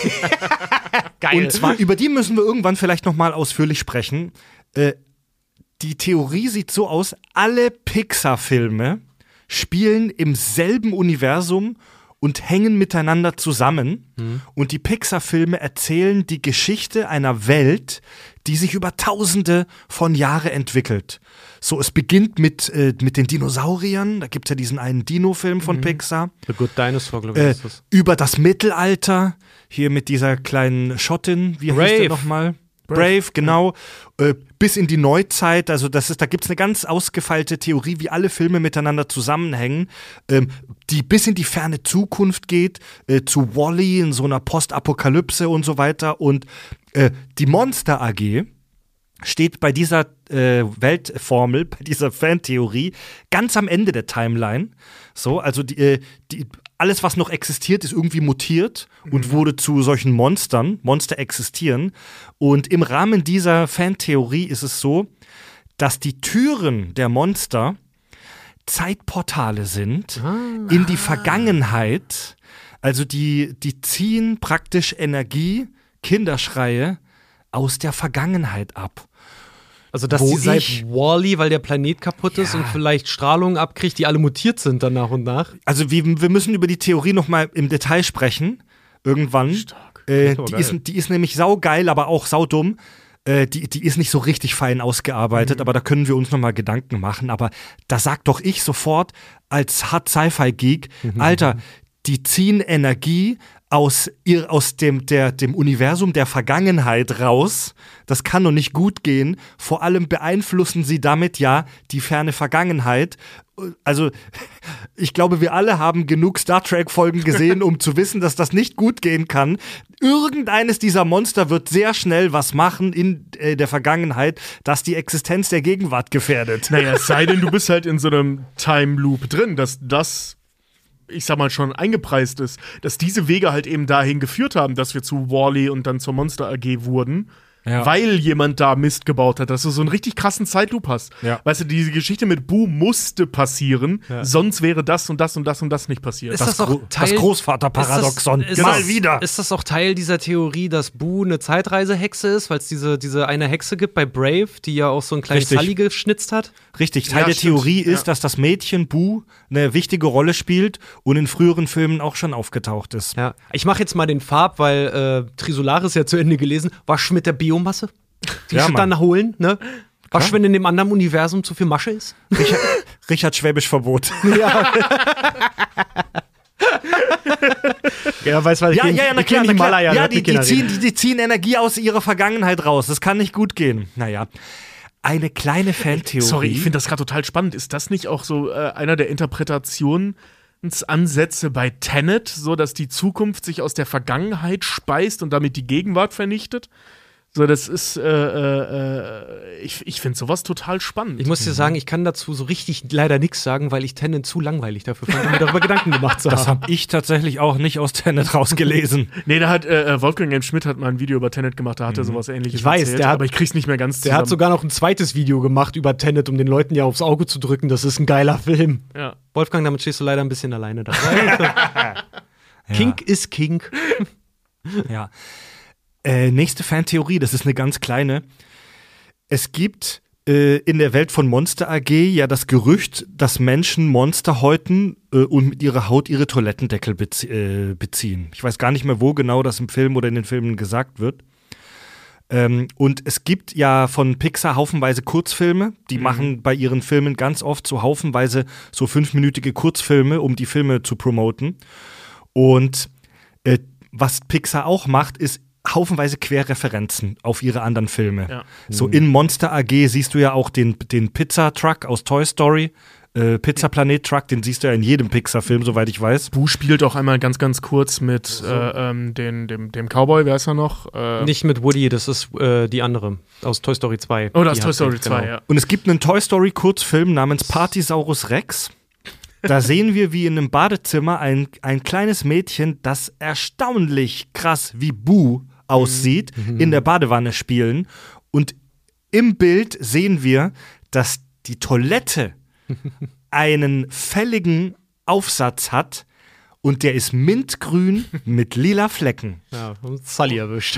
Geil. Und zwar, über die müssen wir irgendwann vielleicht noch mal ausführlich sprechen. Äh, Die Theorie sieht so aus, alle Pixar-Filme spielen im selben Universum und hängen miteinander zusammen. Mhm. Und die Pixar-Filme erzählen die Geschichte einer Welt, die sich über Tausende von Jahren entwickelt. So, es beginnt mit, äh, mit den Dinosauriern, da gibt es ja diesen einen Dino-Film von mhm. Pixar. The Good Dinosaur, glaube ich, äh, ist das. Über das Mittelalter, hier mit dieser kleinen Schottin, wie Brave. heißt der nochmal? Brave, genau, äh, bis in die Neuzeit, also das ist, da gibt es eine ganz ausgefeilte Theorie, wie alle Filme miteinander zusammenhängen, ähm, die bis in die ferne Zukunft geht, äh, zu Wall-E in so einer Postapokalypse und so weiter. Und äh, die Monster A G steht bei dieser äh, Weltformel, bei dieser Fantheorie ganz am Ende der Timeline. So, also die, äh, die, alles, was noch existiert, ist irgendwie mutiert und mhm. wurde zu solchen Monstern. Monster existieren. Und im Rahmen dieser Fantheorie ist es so, dass die Türen der Monster Zeitportale sind ah. in die Vergangenheit. Also die, die ziehen praktisch Energie, Kinderschreie aus der Vergangenheit ab. Also, dass die seit Wall-E, weil der Planet kaputt ist ja. und vielleicht Strahlung abkriegt, die alle mutiert sind dann nach und nach. Also, wir, wir müssen über die Theorie noch mal im Detail sprechen. Irgendwann. Stark. Äh, die, ist, die ist nämlich saugeil, aber auch saudumm. Äh, die, die ist nicht so richtig fein ausgearbeitet, mhm. aber da können wir uns noch mal Gedanken machen. Aber da sag doch ich sofort als Hard-Sci-Fi-Geek, mhm. Alter, die ziehen Energie aus, ihr, aus dem, der, dem Universum der Vergangenheit raus. Das kann doch nicht gut gehen. Vor allem beeinflussen sie damit ja die ferne Vergangenheit. Also, ich glaube, wir alle haben genug Star Trek-Folgen gesehen, um zu wissen, dass das nicht gut gehen kann. Irgendeines dieser Monster wird sehr schnell was machen in äh, der Vergangenheit, das die Existenz der Gegenwart gefährdet. Naja, es sei denn, du bist halt in so einem Time-Loop drin, dass das ich sag mal, schon eingepreist ist, dass diese Wege halt eben dahin geführt haben, dass wir zu Wall-E und dann zur Monster A G wurden, ja. weil jemand da Mist gebaut hat, dass du so einen richtig krassen Zeitloop hast. Ja. Weißt du, diese Geschichte mit Boo musste passieren, ja. sonst wäre das und das und das und das nicht passiert. Ist das, das, auch Teil, das Großvaterparadoxon. Ist das, ist Mal das, wieder. Ist das auch Teil dieser Theorie, dass Boo eine Zeitreisehexe ist, weil es diese, diese eine Hexe gibt bei Brave, die ja auch so einen kleinen Richtig. Sully geschnitzt hat? Richtig, Teil ja, der stimmt. Theorie ist, ja. dass das Mädchen Boo eine wichtige Rolle spielt und in früheren Filmen auch schon aufgetaucht ist. Ja. Ich mache jetzt mal den Farb, weil äh, Trisolaris ja zu Ende gelesen. Wasch mit der Biomasse. Die ja, dann holen, ne? Wasch, wenn in dem anderen Universum zu viel Masche ist. Richard, Richard Schwäbisch-Verbot. Ja. Ja, weiß, weil ja, gehen, ja, ja, na klar, die, na klar. ja, ja die, die, ziehen, die, die ziehen Energie aus ihrer Vergangenheit raus. Das kann nicht gut gehen. Naja. Eine kleine Fantheorie. Sorry, ich finde das gerade total spannend. Ist das nicht auch so äh, einer der Interpretationsansätze bei Tenet, so dass die Zukunft sich aus der Vergangenheit speist und damit die Gegenwart vernichtet? So, das ist, äh, äh, ich, ich finde sowas total spannend. Ich muss dir sagen, ich kann dazu so richtig leider nichts sagen, weil ich Tenet zu langweilig dafür fand, um mir darüber Gedanken gemacht zu haben. Das habe ich tatsächlich auch nicht aus Tenet rausgelesen. Nee, da hat äh, Wolfgang M. Schmidt hat mal ein Video über Tenet gemacht, da hat er sowas Ähnliches Ich weiß, erzählt, der hat- aber ich krieg's nicht mehr ganz zusammen. Der hat sogar noch ein zweites Video gemacht über Tenet, um den Leuten ja aufs Auge zu drücken. Das ist ein geiler Film. Ja. Wolfgang, damit stehst du leider ein bisschen alleine da. Kink ist Kink. Ja. Äh, nächste Fantheorie, das ist eine ganz kleine. Es gibt äh, in der Welt von Monster A G ja das Gerücht, dass Menschen Monster häuten äh, und mit ihrer Haut ihre Toilettendeckel bezie äh, beziehen. Ich weiß gar nicht mehr, wo genau das im Film oder in den Filmen gesagt wird. Ähm, und es gibt ja von Pixar haufenweise Kurzfilme. Die mhm. machen bei ihren Filmen ganz oft so haufenweise so fünfminütige Kurzfilme, um die Filme zu promoten. Und äh, was Pixar auch macht, ist haufenweise Querreferenzen auf ihre anderen Filme. Ja. So in Monster A G siehst du ja auch den, den Pizza-Truck aus Toy Story. Äh, Pizza-Planet-Truck, den siehst du ja in jedem Pixar-Film, soweit ich weiß. Bu spielt auch einmal ganz, ganz kurz mit so. äh, ähm, den, dem, dem Cowboy, wer ist er noch? Äh Nicht mit Woody, das ist äh, die andere aus Toy Story zwei. Oh, das ist Die Toy hat Story sie, zwei, genau. ja. Und es gibt einen Toy Story-Kurzfilm namens Partysaurus Rex. Da sehen wir, wie in einem Badezimmer ein, ein kleines Mädchen, das erstaunlich krass wie Boo aussieht, mhm. in der Badewanne spielen. Und im Bild sehen wir, dass die Toilette einen fälligen Aufsatz hat und der ist mintgrün mit lila Flecken. Ja, und Sully erwischt.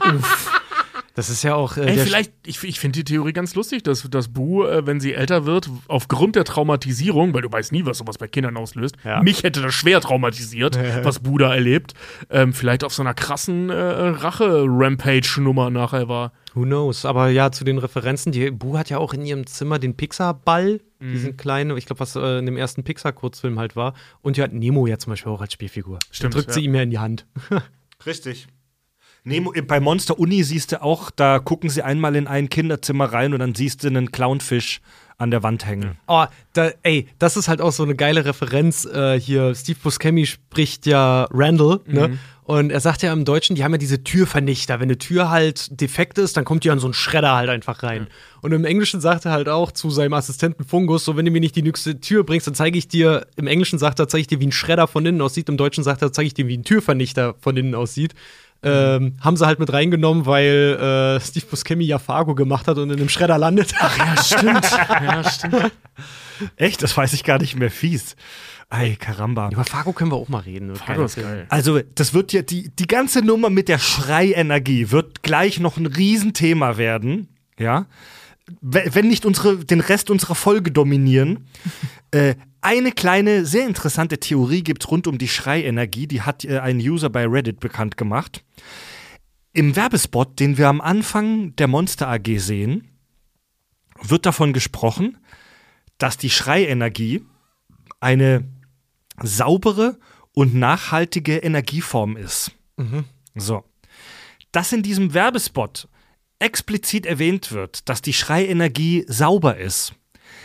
Das ist ja auch. Äh, Ey, der vielleicht, ich, ich finde die Theorie ganz lustig, dass, dass Bu, äh, wenn sie älter wird, aufgrund der Traumatisierung, weil du weißt nie, was sowas bei Kindern auslöst, Ja. mich hätte das schwer traumatisiert, was Bu da erlebt, ähm, vielleicht auf so einer krassen äh, Rache-Rampage-Nummer nachher war. Who knows? Aber ja, zu den Referenzen. Die Bu hat ja auch in ihrem Zimmer den Pixar-Ball, mhm. diesen kleinen, ich glaube, was äh, in dem ersten Pixar-Kurzfilm halt war. Und die hat Nemo ja zum Beispiel auch als Spielfigur. Stimmt, Den drückt ja. sie ihm ja in die Hand. Richtig. Nemo, bei Monster Uni siehst du auch, da gucken sie einmal in ein Kinderzimmer rein und dann siehst du einen Clownfisch an der Wand hängen. Oh, da, ey, das ist halt auch so eine geile Referenz. Äh, hier, Steve Buscemi spricht ja Randall, mhm. ne? Und er sagt ja im Deutschen, die haben ja diese Türvernichter. Wenn eine Tür halt defekt ist, dann kommt die an so einen Schredder halt einfach rein. Ja. Und im Englischen sagt er halt auch zu seinem Assistenten Fungus, so, wenn du mir nicht die nächste Tür bringst, dann zeige ich dir, im Englischen sagt er, zeige ich dir, wie ein Schredder von innen aussieht. Im Deutschen sagt er, zeige ich dir, wie ein Türvernichter von innen aussieht. Ähm, haben sie halt mit reingenommen, weil äh, Steve Buscemi ja Fargo gemacht hat und in einem Schredder landet. Ach ja, stimmt. ja, stimmt. Echt? Das weiß ich gar nicht mehr. Fies. Ei, Karamba. Über Fargo können wir auch mal reden. Fargo ist geil. Also, das wird ja, die, die ganze Nummer mit der Schreienergie wird gleich noch ein Riesenthema werden. Ja. Wenn nicht unsere, den Rest unserer Folge dominieren. äh, Eine kleine, sehr interessante Theorie gibt es rund um die Schreienergie. Die hat äh, ein User bei Reddit bekannt gemacht. Im Werbespot, den wir am Anfang der Monster A G sehen, wird davon gesprochen, dass die Schreienergie eine saubere und nachhaltige Energieform ist. Mhm. So. Dass in diesem Werbespot explizit erwähnt wird, dass die Schreienergie sauber ist,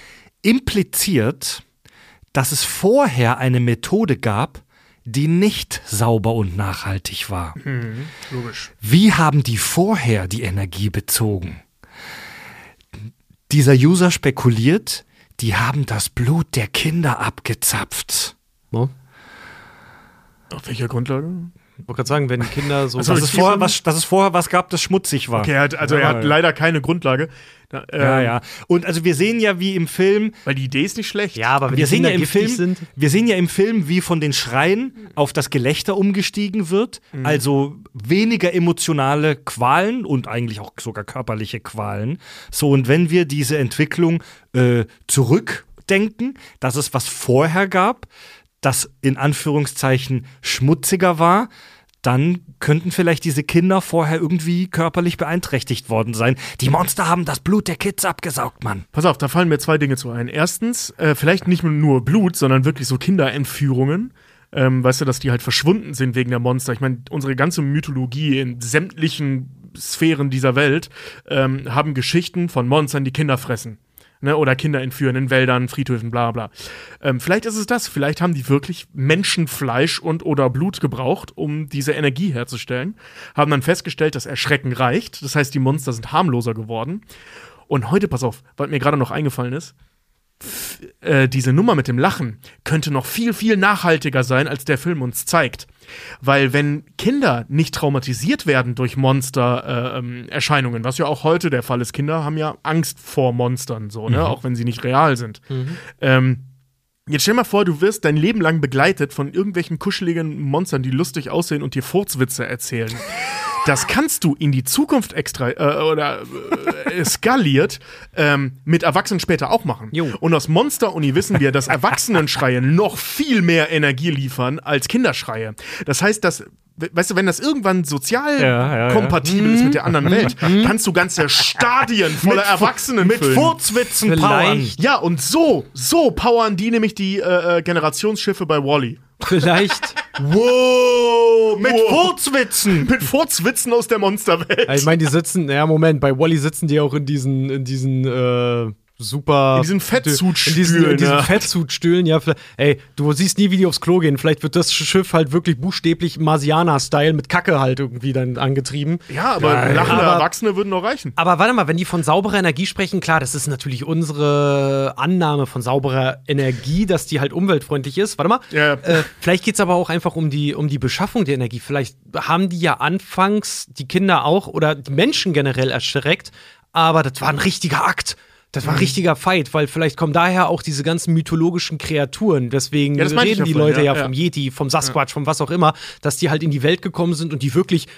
impliziert, dass es vorher eine Methode gab, die nicht sauber und nachhaltig war. Mhm, logisch. Wie haben die vorher die Energie bezogen? Dieser User spekuliert, die haben das Blut der Kinder abgezapft. No? Auf welcher Grundlage? Ich wollte gerade sagen, wenn Kinder so. Also, dass, es vorher was, dass es vorher was gab, das schmutzig war. Okay, er hat, also ja, er hat ja. leider keine Grundlage. Da, ähm, Ja, ja. Und also wir sehen ja, wie im Film, Weil die Idee ist nicht schlecht. Ja, aber wenn wir die sehen Kinder ja im giftig Film, sind. wir sehen ja im Film, wie von den Schreien auf das Gelächter umgestiegen wird. Mhm. Also weniger emotionale Qualen und eigentlich auch sogar körperliche Qualen. So, und wenn wir diese Entwicklung äh, zurückdenken, dass es was vorher gab, das in Anführungszeichen schmutziger war, dann könnten vielleicht diese Kinder vorher irgendwie körperlich beeinträchtigt worden sein. Die Monster haben das Blut der Kids abgesaugt, Mann. Pass auf, da fallen mir zwei Dinge zu ein. Erstens, äh, vielleicht nicht nur Blut, sondern wirklich so Kinderentführungen. Ähm, weißt du, dass die halt verschwunden sind wegen der Monster. Ich meine, unsere ganze Mythologie in sämtlichen Sphären dieser Welt ähm, haben Geschichten von Monstern, die Kinder fressen. Ne, oder Kinder entführen in Wäldern, Friedhöfen, bla bla. Ähm, vielleicht ist es das. Vielleicht haben die wirklich Menschenfleisch und oder Blut gebraucht, um diese Energie herzustellen. Haben dann festgestellt, dass Erschrecken reicht. Das heißt, die Monster sind harmloser geworden. Und heute, pass auf, was mir gerade noch eingefallen ist, f- äh, diese Nummer mit dem Lachen könnte noch viel, viel nachhaltiger sein, als der Film uns zeigt. Weil wenn Kinder nicht traumatisiert werden durch Monster-Erscheinungen, äh, was ja auch heute der Fall ist, Kinder haben ja Angst vor Monstern, so, ne? Mhm. Auch wenn sie nicht real sind. Mhm. Ähm, jetzt stell mal vor, du wirst dein Leben lang begleitet von irgendwelchen kuscheligen Monstern, die lustig aussehen und dir Furzwitze erzählen. Das kannst du in die Zukunft extra äh, oder äh, skaliert ähm, mit Erwachsenen später auch machen. Jo. Und aus Monster-Uni wissen wir, dass Erwachsenenschreie noch viel mehr Energie liefern als Kinderschreie. Das heißt, dass we- weißt du, wenn das irgendwann sozial Ja, ja, ja. kompatibel ist mit der anderen Welt, kannst du ganze Stadien voller Erwachsenen Mit füllen. Furzwitzen Vielleicht. powern. Ja, und so, so powern die nämlich die äh, äh, Generationsschiffe bei Wall-E. Vielleicht. Wow, mit Wow. Furzwitzen. Mit Furzwitzen aus der Monsterwelt. Ja, ich meine, die sitzen, ja, Moment, bei Wall-E sitzen die auch in diesen, in diesen, äh, super. In diesen Fettsuitstühlen, In diesen, in diesen ja. Fettsuitstühlen, ja. vielleicht- Ey, du siehst nie, wie die aufs Klo gehen. Vielleicht wird das Schiff halt wirklich buchstäblich Marsianer-Style mit Kacke halt irgendwie dann angetrieben. Ja, aber Geil. lachende Aber- Erwachsene würden noch reichen. Aber warte mal, wenn die von sauberer Energie sprechen, klar, das ist natürlich unsere Annahme von sauberer Energie, dass die halt umweltfreundlich ist. Warte mal. Ja. Äh, vielleicht geht's aber auch einfach um die, um die Beschaffung der Energie. Vielleicht haben die ja anfangs die Kinder auch oder die Menschen generell erschreckt, aber das war ein richtiger Akt. Das war ein richtiger Fight, weil vielleicht kommen daher auch diese ganzen mythologischen Kreaturen. Deswegen Ja, das meinte reden ich die ja vorhin, Leute ja, ja, vom ja. Yeti, vom Sasquatch, vom was auch immer, dass die halt in die Welt gekommen sind und die wirklich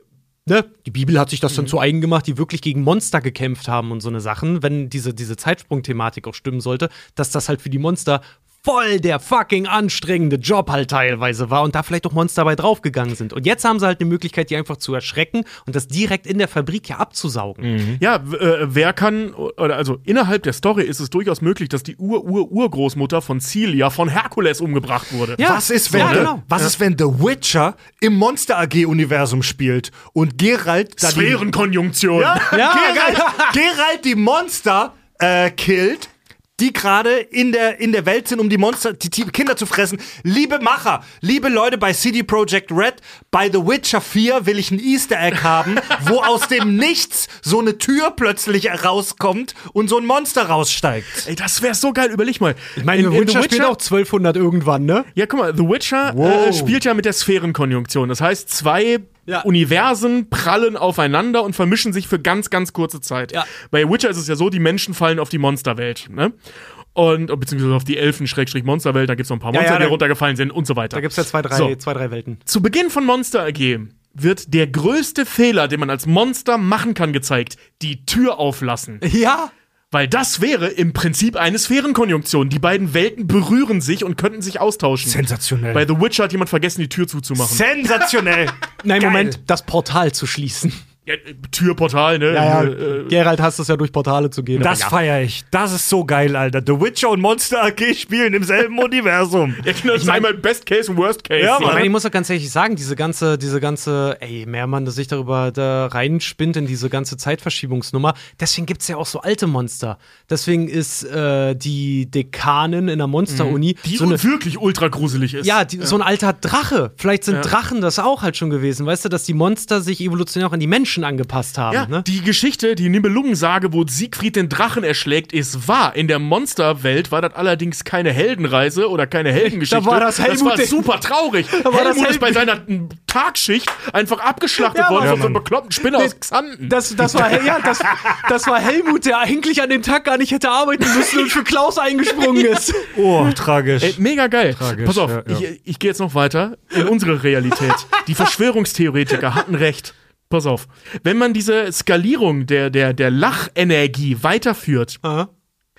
Ne, die Bibel hat sich das dann Mhm. zu eigen gemacht, die wirklich gegen Monster gekämpft haben und so eine Sachen, wenn diese, diese Zeitsprung-Thematik auch stimmen sollte, dass das halt für die Monster voll der fucking anstrengende Job halt teilweise war und da vielleicht auch Monster bei draufgegangen sind. Und jetzt haben sie halt eine Möglichkeit, die einfach zu erschrecken und das direkt in der Fabrik ja abzusaugen. Ja, w- äh, wer kann, oder also innerhalb der Story ist es durchaus möglich, dass die Ur-Ur-Urgroßmutter von Celia von Herkules umgebracht wurde. Ja. Was ist, wenn, Ja, the, genau. was ist, wenn The Witcher im Monster A G-Universum spielt und Geralt da die, Sphärenkonjunktion. ja, Ja, Geralt, Geralt die Monster äh, killt, die gerade in der, in der Welt sind, um die Monster, die, die Kinder zu fressen. Liebe Macher, liebe Leute bei C D Projekt Red, bei The Witcher vier will ich ein Easter Egg haben, wo aus dem Nichts so eine Tür plötzlich rauskommt und so ein Monster raussteigt. Ey, das wäre so geil, überleg mal. Ich meine, In- The in Witcher spielt auch zwölfhundert irgendwann, ne? Ja, guck mal, The Witcher äh, Wow. spielt ja mit der Sphärenkonjunktion. Das heißt, zwei Ja. Universen prallen aufeinander und vermischen sich für ganz, ganz kurze Zeit. Ja. Bei Witcher ist es ja so, die Menschen fallen auf die Monsterwelt, ne? Und, beziehungsweise auf die Elfen-Monsterwelt, da gibt es noch ein paar Ja, Monster, ja, die da- runtergefallen sind und so weiter. Da gibt's ja zwei, drei, So. zwei, drei Welten. Zu Beginn von Monster A G wird der größte Fehler, den man als Monster machen kann, gezeigt: die Tür auflassen. Ja. Weil das wäre im Prinzip eine Sphärenkonjunktion. Die beiden Welten berühren sich und könnten sich austauschen. Sensationell. Bei The Witcher hat jemand vergessen, die Tür zuzumachen. Sensationell. Nein, Geil. Moment, das Portal zu schließen. Ja, äh, Türportal, ne? Ja, ja, Äh, äh, Geralt hasst es ja, durch Portale zu gehen. Das aber feiere ich. Das ist so geil, Alter. The Witcher und Monster A G spielen im selben Universum. ja, genau, das ist einmal Best Case und Worst Case. Ja, so, Ich Mann. meine, ne? ich muss doch ganz ehrlich sagen, diese ganze, diese ganze, ey, mehr man sich darüber da reinspinnt in diese ganze Zeitverschiebungsnummer, deswegen gibt es ja auch so alte Monster. Deswegen ist äh, die Dekanin in der Monster-Uni Die so eine, wirklich ultra gruselig ist. ja, die, so ein alter Drache. Vielleicht sind Ja. Drachen das auch halt schon gewesen, weißt du, dass die Monster sich evolutionär auch an die Menschen angepasst haben. Ja, Ne? die Geschichte, die Nibelungensage, wo Siegfried den Drachen erschlägt, ist wahr. In der Monsterwelt war das allerdings keine Heldenreise oder keine Heldengeschichte. Da war das Helmut, das war der- super traurig. war das Helmut ist Helmut- bei seiner m, Tagschicht einfach abgeschlachtet Ja, worden Mann. von so einem bekloppten Spinner aus Xanten. Das, das, war, ja, das, das war Helmut, der eigentlich an dem Tag gar nicht hätte arbeiten müssen und für Klaus eingesprungen ist. Oh, tragisch. Ey, mega geil. Pass auf, ja, ja. ich, ich gehe jetzt noch weiter in unsere Realität. Die Verschwörungstheoretiker hatten recht. Pass auf. Wenn man diese Skalierung der, der, der Lachenergie weiterführt, Aha.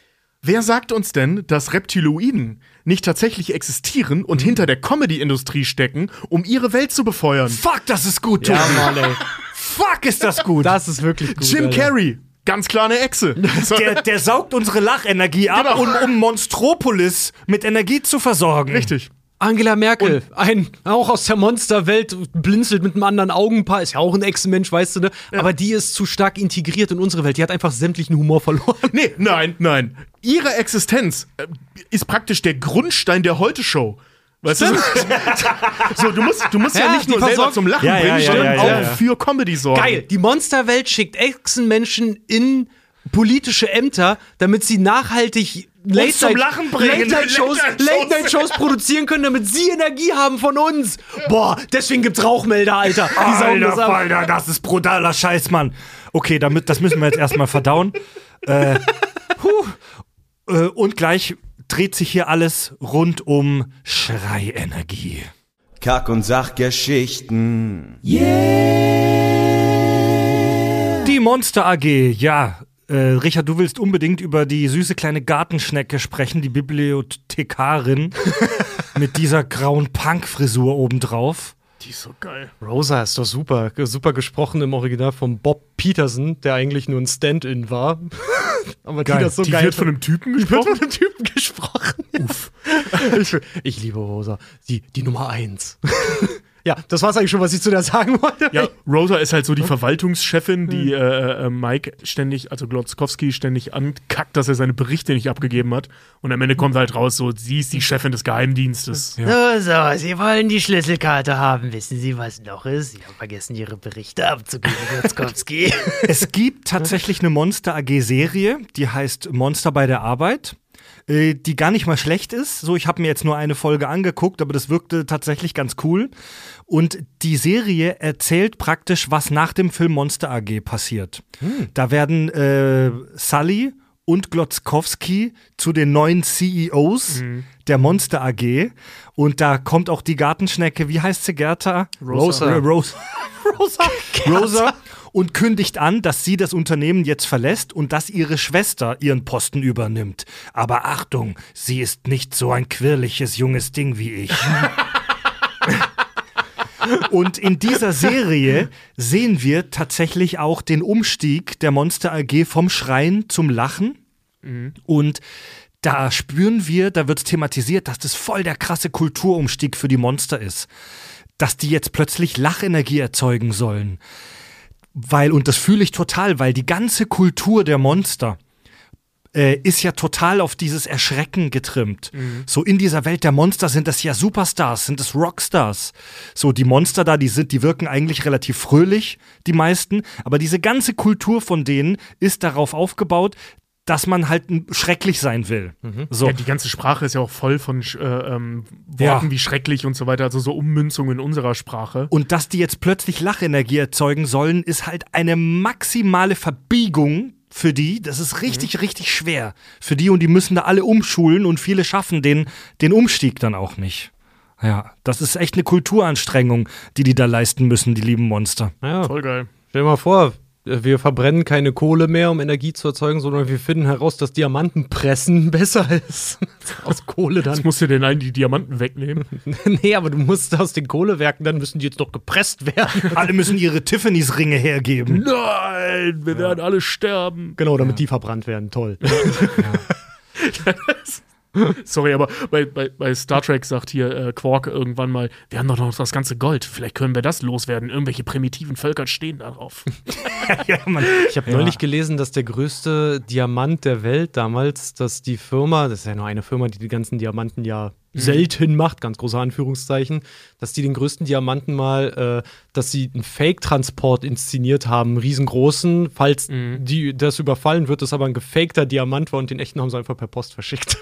wer sagt uns denn, dass Reptiloiden nicht tatsächlich existieren und hinter der Comedy-Industrie stecken, um ihre Welt zu befeuern? Fuck, das ist gut, Tobi. Ja, Mann, ey. Fuck, ist das gut. Das ist wirklich gut. Jim Alter. Carrey, ganz klar eine Echse. der, der saugt unsere Lachenergie ab, Genau. um, um Monstropolis mit Energie zu versorgen. Richtig. Angela Merkel, ein, auch aus der Monsterwelt, blinzelt mit einem anderen Augenpaar, ist ja auch ein Echsenmensch, weißt du, ne? Ja. Aber die ist zu stark integriert in unsere Welt. Die hat einfach sämtlichen Humor verloren. Nee, nein, nein. Ihre Existenz äh, ist praktisch der Grundstein der Heute-Show. Weißt du? So, du musst, du musst ja, ja nicht nur selber zum Lachen ja, bringen, ja, sondern ja, ja, auch ja, ja. für Comedy sorgen. Geil, die Monsterwelt schickt Echsenmenschen in politische Ämter, damit sie nachhaltig Late zum Lachen bringen. Late-Night-Shows Late Night Shows produzieren können, damit sie Energie haben von uns. Boah, deswegen gibt's Rauchmelder, Alter. Die saugen das ab. Alter, das ist brutaler Scheiß, Mann. Okay, damit, das müssen wir jetzt erstmal verdauen. Äh, huh. äh, und gleich dreht sich hier alles rund um Schreienergie. Kack- und Sachgeschichten. Yeah! Die Monster A G, ja. Äh, Richard, du willst unbedingt über die süße kleine Gartenschnecke sprechen, die Bibliothekarin mit dieser grauen Punk-Frisur obendrauf. Die ist so geil. Rosa ist doch super. Super gesprochen im Original von Bob Peterson, der eigentlich nur ein Stand-in war. Aber geil. die das so die geil. Die wird von einem Typen gesprochen? Die wird von einem Typen gesprochen. Uff. ich, ich liebe Rosa. Die, die Nummer eins. Ja, das war's eigentlich schon, was ich zu der sagen wollte. Ja, Rosa ist halt so die Verwaltungschefin, die äh, äh, Mike ständig, also Glotzkowski ständig ankackt, dass er seine Berichte nicht abgegeben hat. Und am Ende kommt halt raus, so, sie ist die Chefin des Geheimdienstes. Ja. So, so, Sie wollen die Schlüsselkarte haben. Wissen Sie, was noch ist? Sie haben vergessen, Ihre Berichte abzugeben, Glotzkowski. Es gibt tatsächlich eine Monster A G-Serie, die heißt Monster bei der Arbeit. Die gar nicht mal schlecht ist. So, ich habe mir jetzt nur eine Folge angeguckt, aber das wirkte tatsächlich ganz cool. Und die Serie erzählt praktisch, was nach dem Film Monster A G passiert. Hm. Da werden äh, Sully und Glotzkowski zu den neuen C E Os hm. der Monster A G. Und da kommt auch die Gartenschnecke, wie heißt sie, Gerta? Rosa. Rosa. Rosa. Rosa. Und kündigt an, dass sie das Unternehmen jetzt verlässt und dass ihre Schwester ihren Posten übernimmt. Aber Achtung, sie ist nicht so ein quirliges junges Ding wie ich. Und in dieser Serie sehen wir tatsächlich auch den Umstieg der Monster A G vom Schreien zum Lachen. Mhm. Und da spüren wir, da wird es thematisiert, dass das voll der krasse Kulturumstieg für die Monster ist. Dass die jetzt plötzlich Lachenergie erzeugen sollen. Weil, und das fühle ich total, weil die ganze Kultur der Monster äh, ist ja total auf dieses Erschrecken getrimmt. Mhm. So in dieser Welt der Monster sind das ja Superstars, sind das Rockstars. So die Monster da, die sind, die wirken eigentlich relativ fröhlich, die meisten. Aber diese ganze Kultur von denen ist darauf aufgebaut, dass man halt schrecklich sein will. Mhm. So. Ja, die ganze Sprache ist ja auch voll von äh, ähm, Worten ja. wie schrecklich und so weiter, also so Ummünzungen in unserer Sprache. Und dass die jetzt plötzlich Lachenergie erzeugen sollen, ist halt eine maximale Verbiegung für die. Das ist richtig, mhm. richtig schwer für die und die müssen da alle umschulen und viele schaffen den, den Umstieg dann auch nicht. Ja, das ist echt eine Kulturanstrengung, die die da leisten müssen, die lieben Monster. Ja. Voll geil. Stell dir mal vor, wir verbrennen keine Kohle mehr, um Energie zu erzeugen, sondern wir finden heraus, dass Diamantenpressen besser ist. Aus Kohle dann. Das musst du denn einen die Diamanten wegnehmen? Nee, aber du musst aus den Kohlewerken, dann müssen die jetzt noch gepresst werden. Alle müssen ihre Tiffany's-Ringe hergeben. Nein, wir ja. werden alle sterben. Genau, damit ja. die verbrannt werden. Toll. Ja. Ja, das Sorry, aber bei, bei, bei Star Trek sagt hier äh, Quark irgendwann mal, wir haben doch noch das ganze Gold, vielleicht können wir das loswerden. Irgendwelche primitiven Völker stehen darauf. Ja, Mann. Ich habe ja. neulich gelesen, dass der größte Diamant der Welt damals, dass die Firma, das ist ja nur eine Firma, die die ganzen Diamanten ja mhm. selten macht, ganz große Anführungszeichen, dass die den größten Diamanten mal, äh, dass sie einen Fake-Transport inszeniert haben, einen riesengroßen, falls mhm. die, das überfallen wird, das aber ein gefakter Diamant war und den echten haben sie einfach per Post verschickt.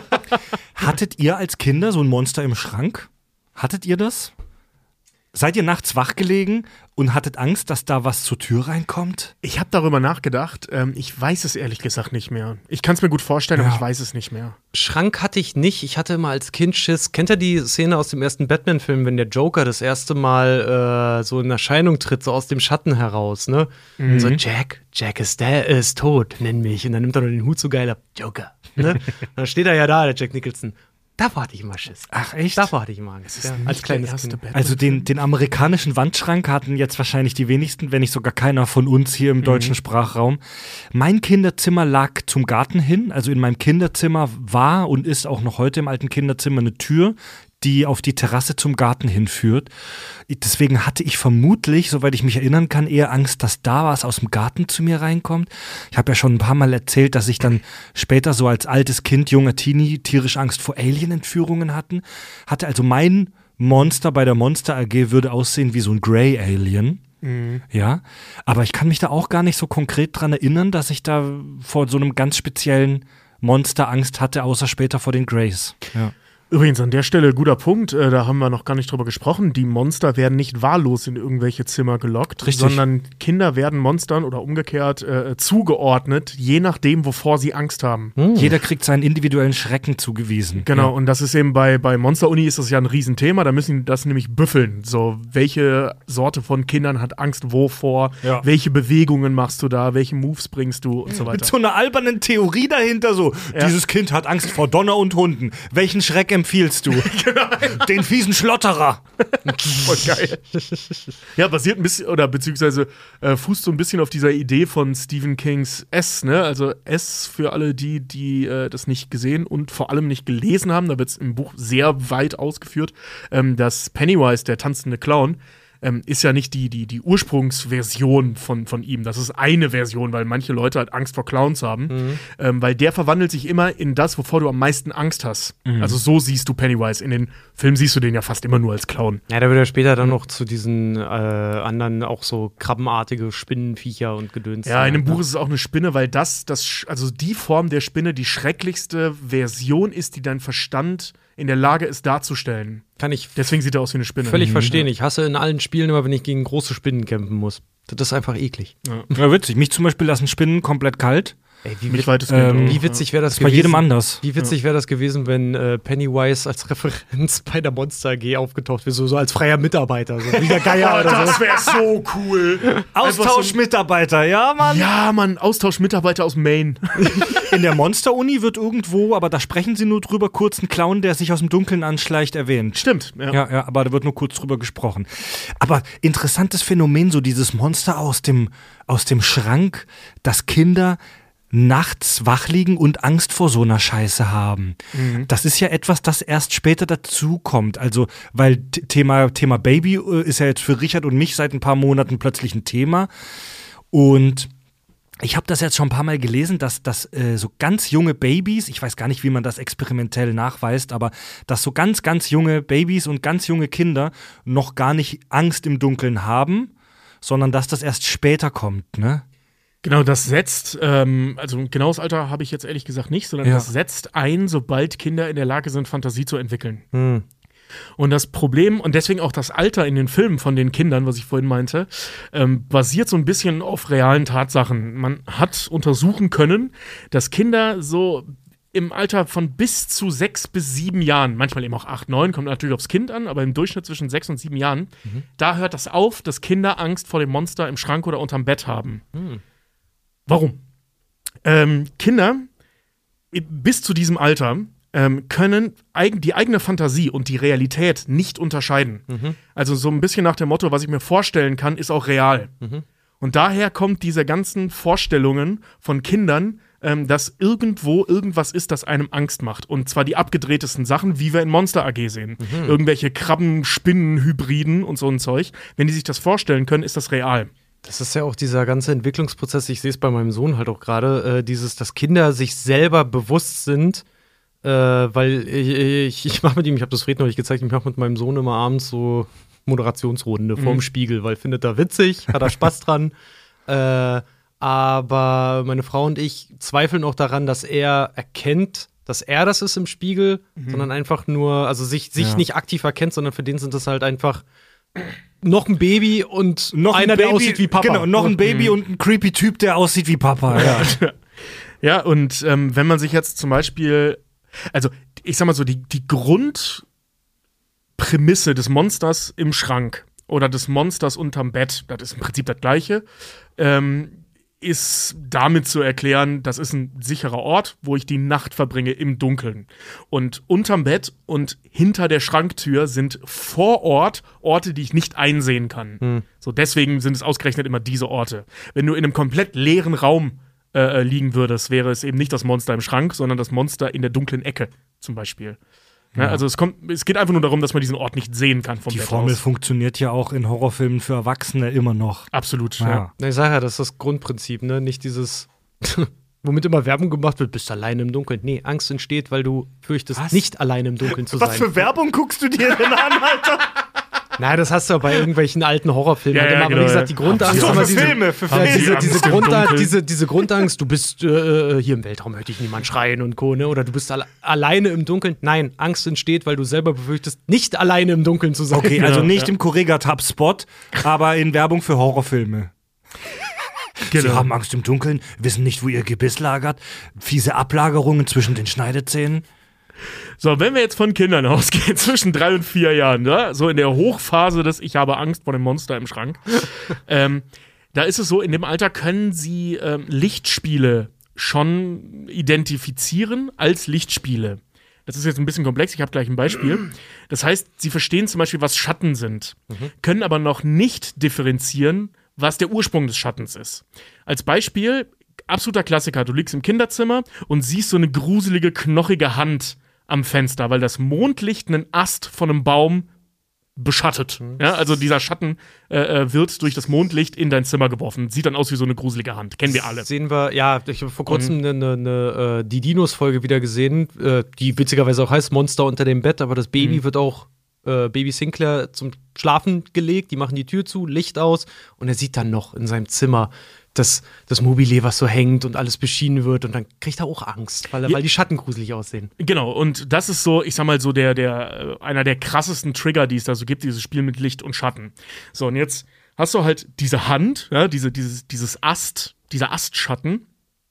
Hattet ihr als Kinder so ein Monster im Schrank? Hattet ihr das? Seid ihr nachts wach gelegen und hattet Angst, dass da was zur Tür reinkommt? Ich habe darüber nachgedacht. Ähm, ich weiß es ehrlich gesagt nicht mehr. Ich kann es mir gut vorstellen, ja. aber ich weiß es nicht mehr. Schrank hatte ich nicht. Ich hatte immer als Kind Schiss. Kennt ihr die Szene aus dem ersten Batman-Film, wenn der Joker das erste Mal äh, so in Erscheinung tritt, so aus dem Schatten heraus, ne? Mhm. Und so, Jack, Jack ist, der ist tot, nenn mich. Und dann nimmt er nur den Hut so geil ab. Joker, ne? Dann steht er ja da, der Jack Nicholson. Davor hatte ich immer Schiss. Ach, echt? Davor hatte ich immer Angst. Ja, als kleines Kind. Also den, den amerikanischen Wandschrank hatten jetzt wahrscheinlich die wenigsten, wenn nicht sogar keiner von uns hier im mhm. deutschen Sprachraum. Mein Kinderzimmer lag zum Garten hin. Also in meinem Kinderzimmer war und ist auch noch heute im alten Kinderzimmer eine Tür, die auf die Terrasse zum Garten hinführt. Deswegen hatte ich vermutlich, soweit ich mich erinnern kann, eher Angst, dass da was aus dem Garten zu mir reinkommt. Ich habe ja schon ein paar Mal erzählt, dass ich dann später so als altes Kind, junger Teenie, tierisch Angst vor Alien-Entführungen hatten. Hatte also mein Monster bei der Monster A G würde aussehen wie so ein Grey Alien. Mhm. Ja, aber ich kann mich da auch gar nicht so konkret dran erinnern, dass ich da vor so einem ganz speziellen Monster Angst hatte, außer später vor den Greys. Ja. Übrigens, an der Stelle, guter Punkt, äh, da haben wir noch gar nicht drüber gesprochen. Die Monster werden nicht wahllos in irgendwelche Zimmer gelockt, Richtig. sondern Kinder werden Monstern oder umgekehrt äh, zugeordnet, je nachdem, wovor sie Angst haben. Hm. Jeder kriegt seinen individuellen Schrecken zugewiesen. Genau, Ja. und das ist eben bei, bei Monster Uni ist das ja ein Riesenthema, da müssen die das nämlich büffeln. So, welche Sorte von Kindern hat Angst wovor, Ja. welche Bewegungen machst du da, welche Moves bringst du und so Mit weiter. so einer albernen Theorie dahinter so. Ja. Dieses Kind hat Angst vor Donner und Hunden. Welchen Schreck empfiehlst du? Den fiesen Schlotterer. Voll geil. Ja, basiert ein bisschen, oder beziehungsweise äh, fußt so ein bisschen auf dieser Idee von Stephen Kings S, ne? Also S für alle die, die äh, das nicht gesehen und vor allem nicht gelesen haben, da wird es im Buch sehr weit ausgeführt, ähm, dass Pennywise, der tanzende Clown, ähm, ist ja nicht die, die, die Ursprungsversion von, von ihm. Das ist eine Version, weil manche Leute halt Angst vor Clowns haben. Mhm. Ähm, weil der verwandelt sich immer in das, wovor du am meisten Angst hast. Also so siehst du Pennywise. In den Filmen siehst du den ja fast immer nur als Clown. Ja, da wird er später dann noch zu diesen äh, anderen auch so krabbenartige Spinnenviecher und Gedöns. Ja, in dem sein, Buch ist es auch eine Spinne, weil das, das, sch- also die Form der Spinne die schrecklichste Version ist, die dein Verstand in der Lage ist darzustellen. Kann ich Deswegen sieht er aus wie eine Spinne. völlig Mhm. verstehen. Ich hasse in allen Spielen immer, wenn ich gegen große Spinnen kämpfen muss. Das ist einfach eklig. Ja, witzig. Mich zum Beispiel lassen Spinnen komplett kalt. Ey, wie, Mich wit- weitestgehend ähm, auch, wie witzig wäre das Das ist bei gewesen? jedem anders. Wie witzig wäre das gewesen, wenn äh, Pennywise als Referenz bei der Monster A G aufgetaucht wäre, so, so als freier Mitarbeiter, so wie der Geier oder so. Das wäre so cool. Austauschmitarbeiter, ja, Mann. Ja, Mann, Austauschmitarbeiter aus Maine. In der Monster-Uni wird irgendwo, aber da sprechen sie nur drüber, kurz ein Clown, der sich aus dem Dunkeln anschleicht, erwähnt. Stimmt, ja. Ja, ja, aber da wird nur kurz drüber gesprochen. Aber interessantes Phänomen, so dieses Monster aus dem, aus dem Schrank, dass Kinder nachts wach liegen und Angst vor so einer Scheiße haben. Das ist ja etwas, das erst später dazukommt. Also, weil t- Thema, Thema Baby äh, ist ja jetzt für Richard und mich seit ein paar Monaten plötzlich ein Thema. Und ich habe das jetzt schon ein paar Mal gelesen, dass, dass äh, so ganz junge Babys, ich weiß gar nicht, wie man das experimentell nachweist, aber dass so ganz, ganz junge Babys und ganz junge Kinder noch gar nicht Angst im Dunkeln haben, sondern dass das erst später kommt, ne? Genau, das setzt, ähm, also ein genaues Alter habe ich jetzt ehrlich gesagt nicht, sondern Ja. das setzt ein, sobald Kinder in der Lage sind, Fantasie zu entwickeln. Hm. Und das Problem, und deswegen auch das Alter in den Filmen von den Kindern, was ich vorhin meinte, ähm, basiert so ein bisschen auf realen Tatsachen. Man hat untersuchen können, dass Kinder so im Alter von bis zu sechs bis sieben Jahren, manchmal eben auch acht, neun, kommt natürlich aufs Kind an, aber im Durchschnitt zwischen sechs und sieben Jahren, da hört das auf, dass Kinder Angst vor dem Monster im Schrank oder unterm Bett haben. Warum? Ähm, Kinder i- bis zu diesem Alter ähm, können eigen, die eigene Fantasie und die Realität nicht unterscheiden. Also so ein bisschen nach dem Motto, was ich mir vorstellen kann, ist auch real. Und daher kommt diese ganzen Vorstellungen von Kindern, ähm, dass irgendwo irgendwas ist, das einem Angst macht. Und zwar die abgedrehtesten Sachen, wie wir in Monster A G sehen. Irgendwelche Krabben, Spinnen, Hybriden und so ein Zeug. Wenn die sich das vorstellen können, ist das real. Das ist ja auch dieser ganze Entwicklungsprozess, ich sehe es bei meinem Sohn halt auch gerade, äh, dieses, dass Kinder sich selber bewusst sind, äh, weil ich, ich, ich mache mit ihm, ich habe das Fred neulich gezeigt, ich mache mit meinem Sohn immer abends so Moderationsrunde vorm Mhm. Spiegel, weil findet er witzig, hat er Spaß dran. Äh, aber meine Frau und ich zweifeln auch daran, dass er erkennt, dass er das ist im Spiegel, sondern einfach nur, also sich, sich Ja. nicht aktiv erkennt, sondern für den sind das halt einfach noch ein Baby und Noch einer, ein der Baby, aussieht wie Papa. Genau, noch ein Baby und ein creepy Typ, der aussieht wie Papa. Ja. Ja, und ähm, wenn man sich jetzt zum Beispiel, also ich sag mal so, die, die Grundprämisse des Monsters im Schrank oder des Monsters unterm Bett, das ist im Prinzip das Gleiche, ähm, ist damit zu erklären, das ist ein sicherer Ort, wo ich die Nacht verbringe im Dunkeln. Und unterm Bett und hinter der Schranktür sind vor Ort Orte, die ich nicht einsehen kann. So, deswegen sind es ausgerechnet immer diese Orte. Wenn du in einem komplett leeren Raum äh, liegen würdest, wäre es eben nicht das Monster im Schrank, sondern das Monster in der dunklen Ecke zum Beispiel. Ja, also es, kommt, es geht einfach nur darum, dass man diesen Ort nicht sehen kann vom Die Bett Formel aus. funktioniert ja auch in Horrorfilmen für Erwachsene immer noch. Absolut, Ja. ja. Na, ich sage ja, das ist das Grundprinzip, ne? Nicht dieses, womit immer Werbung gemacht wird, bist alleine im Dunkeln. Nee, Angst entsteht, weil du fürchtest, Was? nicht alleine im Dunkeln zu sein. Werbung guckst du dir denn an, Alter? Nein, das hast du ja bei irgendwelchen alten Horrorfilmen. Ja, halt ja, immer, genau, aber wie gesagt, die ja. Grundangst Ach so, ist immer für diese, Filme, für ja, Filme. diese, Angst diese, im Grundangst, Dunkeln. diese, diese Grundangst, du bist äh, hier im Weltraum, hört dich niemand schreien und Co. Ne? Oder du bist alle, alleine im Dunkeln. Nein, Angst entsteht, weil du selber befürchtest, nicht alleine im Dunkeln zu sein. Okay, also Ja, nicht ja. im Correga-Tab-Spot, aber in Werbung für Horrorfilme. Sie Genau. haben Angst im Dunkeln, wissen nicht, wo ihr Gebiss lagert, fiese Ablagerungen zwischen den Schneidezähnen. So, wenn wir jetzt von Kindern ausgehen, zwischen drei und vier Jahren, ne? So in der Hochphase des Ich habe Angst vor dem Monster im Schrank, ähm, da ist es so, in dem Alter können sie ähm, Lichtspiele schon identifizieren als Lichtspiele. Das ist jetzt ein bisschen komplex, ich habe gleich ein Beispiel. Das heißt, sie verstehen zum Beispiel, was Schatten sind, können aber noch nicht differenzieren, was der Ursprung des Schattens ist. Als Beispiel, absoluter Klassiker, du liegst im Kinderzimmer und siehst so eine gruselige, knochige Hand am Fenster, weil das Mondlicht einen Ast von einem Baum beschattet. Ja, also dieser Schatten äh, wird durch das Mondlicht in dein Zimmer geworfen. Sieht dann aus wie so eine gruselige Hand. Kennen wir alle. Sehen wir, ja, ich habe vor kurzem eine, eine, eine, äh, die Dinos-Folge wieder gesehen, äh, die witzigerweise auch heißt Monster unter dem Bett, aber das Baby Mhm. wird auch, äh, Baby Sinclair, zum Schlafen gelegt, die machen die Tür zu, Licht aus und er sieht dann noch in seinem Zimmer das, das Mobile, was so hängt und alles beschienen wird und dann kriegt er auch Angst, weil, Ja. weil die Schatten gruselig aussehen. Genau, und das ist so, ich sag mal so, der, der, äh, einer der krassesten Trigger, die es da so gibt, dieses Spiel mit Licht und Schatten. So, und jetzt hast du halt diese Hand, ja, diese, dieses, dieses Ast, dieser Astschatten.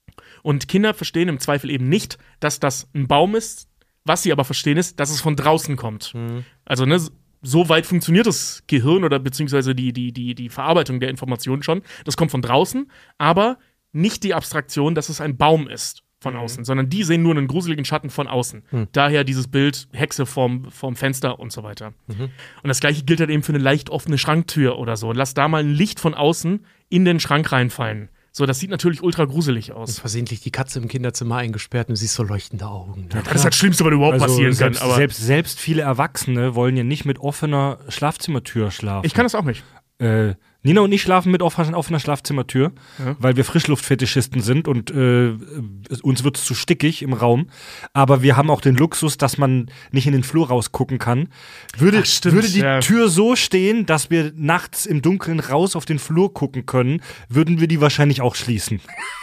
Und Kinder verstehen im Zweifel eben nicht, dass das ein Baum ist. Was sie aber verstehen, ist, dass es von draußen kommt. Also, ne, so weit funktioniert das Gehirn oder beziehungsweise die, die, die, die Verarbeitung der Informationen schon. Das kommt von draußen, aber nicht die Abstraktion, dass es ein Baum ist von außen, sondern die sehen nur einen gruseligen Schatten von außen. Daher dieses Bild, Hexe vorm, vorm Fenster und so weiter. Und das gleiche gilt halt eben für eine leicht offene Schranktür oder so. Lass da mal ein Licht von außen in den Schrank reinfallen. So, das sieht natürlich ultra gruselig aus. Versehentlich die Katze im Kinderzimmer eingesperrt und du siest so leuchtende Augen. Ne? Das ist das Schlimmste, was überhaupt passieren kann. selbst, Aber selbst, selbst viele Erwachsene wollen ja nicht mit offener Schlafzimmertür schlafen. ich kann das auch nicht. Äh, Nina und ich schlafen mit offener, offener Schlafzimmertür, Ja. weil wir Frischluftfetischisten sind und äh, uns wird es zu stickig im Raum. Aber wir haben auch den Luxus, dass man nicht in den Flur rausgucken kann. Würde, Ach, stimmt, würde die ja. Tür so stehen, dass wir nachts im Dunkeln raus auf den Flur gucken können, würden wir die wahrscheinlich auch schließen.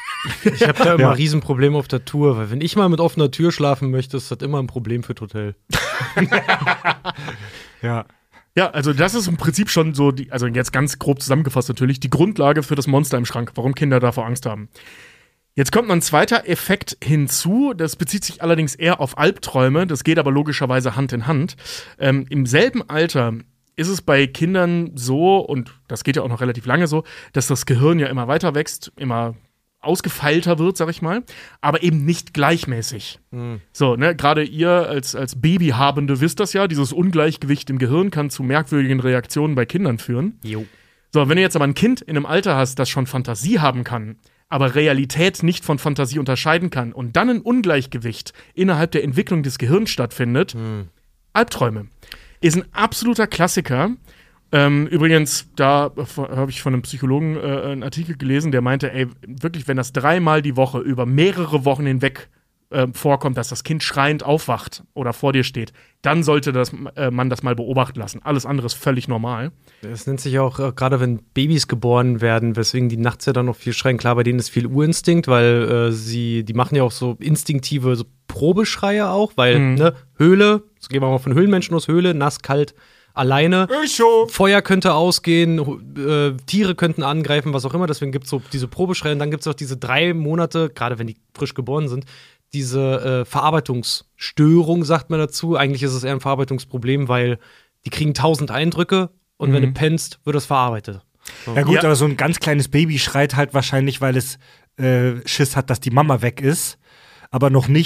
Ich habe da immer Ja. ein Riesenproblem auf der Tour, weil wenn ich mal mit offener Tür schlafen möchte, ist das immer ein Problem für das Hotel. Ja. Ja, also das ist im Prinzip schon so, die, also jetzt ganz grob zusammengefasst natürlich, die Grundlage für das Monster im Schrank, warum Kinder davor Angst haben. Jetzt kommt noch ein zweiter Effekt hinzu, das bezieht sich allerdings eher auf Albträume, das geht aber logischerweise Hand in Hand. Ähm, im selben Alter ist es bei Kindern so, und das geht ja auch noch relativ lange so, dass das Gehirn ja immer weiter wächst, immer ausgefeilter wird, sag ich mal, aber eben nicht gleichmäßig. So, ne, gerade ihr als, als Babyhabende wisst das ja, dieses Ungleichgewicht im Gehirn kann zu merkwürdigen Reaktionen bei Kindern führen. Jo. So, wenn du jetzt aber ein Kind in einem Alter hast, das schon Fantasie haben kann, aber Realität nicht von Fantasie unterscheiden kann und dann ein Ungleichgewicht innerhalb der Entwicklung des Gehirns stattfindet, Albträume. Ist ein absoluter Klassiker. Ähm, übrigens, da habe ich von einem Psychologen äh, einen Artikel gelesen, der meinte, ey, wirklich, wenn das dreimal die Woche über mehrere Wochen hinweg äh, vorkommt, dass das Kind schreiend aufwacht oder vor dir steht, dann sollte das, äh, man das mal beobachten lassen. Alles andere ist völlig normal. Das nennt sich auch, äh, gerade wenn Babys geboren werden, weswegen die nachts ja dann noch viel schreien. Klar, bei denen ist viel Urinstinkt, weil äh, sie, die machen ja auch so instinktive so Probeschreie auch, weil, Mhm. ne, Höhle, so gehen wir mal von Höhlenmenschen aus, Höhle, nass, kalt, alleine. Feuer könnte ausgehen, äh, Tiere könnten angreifen, was auch immer. Deswegen gibt es so diese Probeschreie. Und dann gibt es auch diese drei Monate, gerade wenn die frisch geboren sind, diese äh, Verarbeitungsstörung, sagt man dazu. Eigentlich ist es eher ein Verarbeitungsproblem, weil die kriegen tausend Eindrücke und wenn du pennst, wird das verarbeitet. Ja gut, Ja. aber so ein ganz kleines Baby schreit halt wahrscheinlich, weil es äh, Schiss hat, dass die Mama weg ist, aber noch nicht,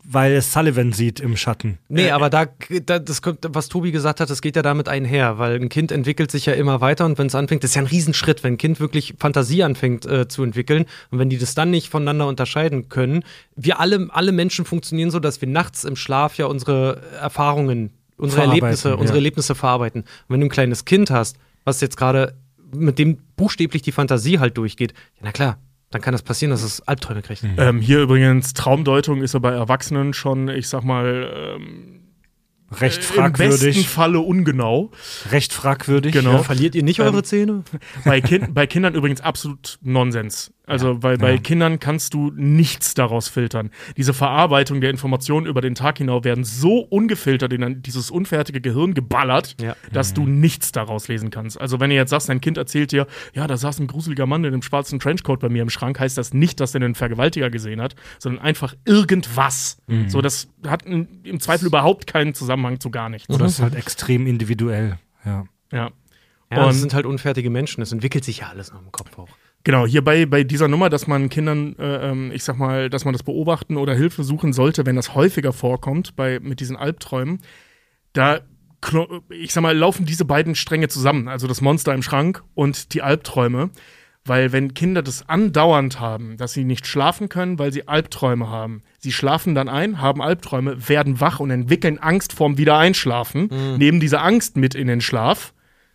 weil es Sullivan sieht im Schatten. Nee, aber da, da das kommt, was Tobi gesagt hat, das geht ja damit einher, weil ein Kind entwickelt sich ja immer weiter und wenn es anfängt, das ist ja ein Riesenschritt, wenn ein Kind wirklich Fantasie anfängt äh, zu entwickeln und wenn die das dann nicht voneinander unterscheiden können. Wir alle, alle Menschen funktionieren so, dass wir nachts im Schlaf ja unsere Erfahrungen, unsere Erlebnisse, ja. unsere Erlebnisse verarbeiten. Und wenn du ein kleines Kind hast, was jetzt gerade mit dem buchstäblich die Fantasie halt durchgeht, ja na klar, dann kann das passieren, dass es Albträume kriegt. Mhm. Ähm, hier übrigens, Traumdeutung ist ja bei Erwachsenen schon, ich sag mal, ähm, Recht im fragwürdig. besten Falle ungenau. Recht fragwürdig. Genau. Ja. Verliert ihr nicht Ähm, eure Zähne? Bei, kind, bei Kindern übrigens absolut Nonsens. Also, weil bei Ja. Kindern kannst du nichts daraus filtern. Diese Verarbeitung der Informationen über den Tag hinaus werden so ungefiltert in dieses unfertige Gehirn geballert, Ja. dass du nichts daraus lesen kannst. Also, wenn ihr jetzt sagst, dein Kind erzählt dir, ja, da saß ein gruseliger Mann in einem schwarzen Trenchcoat bei mir im Schrank, heißt das nicht, dass er einen Vergewaltiger gesehen hat, sondern einfach irgendwas. Mhm. So, das hat in, im Zweifel überhaupt keinen Zusammenhang zu gar nichts. Oder es ist halt extrem individuell. Ja. Ja. Ja, Und- das sind halt unfertige Menschen, das entwickelt sich ja alles noch im Kopf auch. Genau, hier bei, bei dieser Nummer, dass man Kindern, äh, ähm, ich sag mal, dass man das beobachten oder Hilfe suchen sollte, wenn das häufiger vorkommt, bei, mit diesen Albträumen, da, klo- ich sag mal, laufen diese beiden Stränge zusammen, also das Monster im Schrank und die Albträume, weil wenn Kinder das andauernd haben, dass sie nicht schlafen können, weil sie Albträume haben, sie schlafen dann ein, haben Albträume, werden wach und entwickeln Angst vorm Wiedereinschlafen, nehmen diese Angst mit in den Schlaf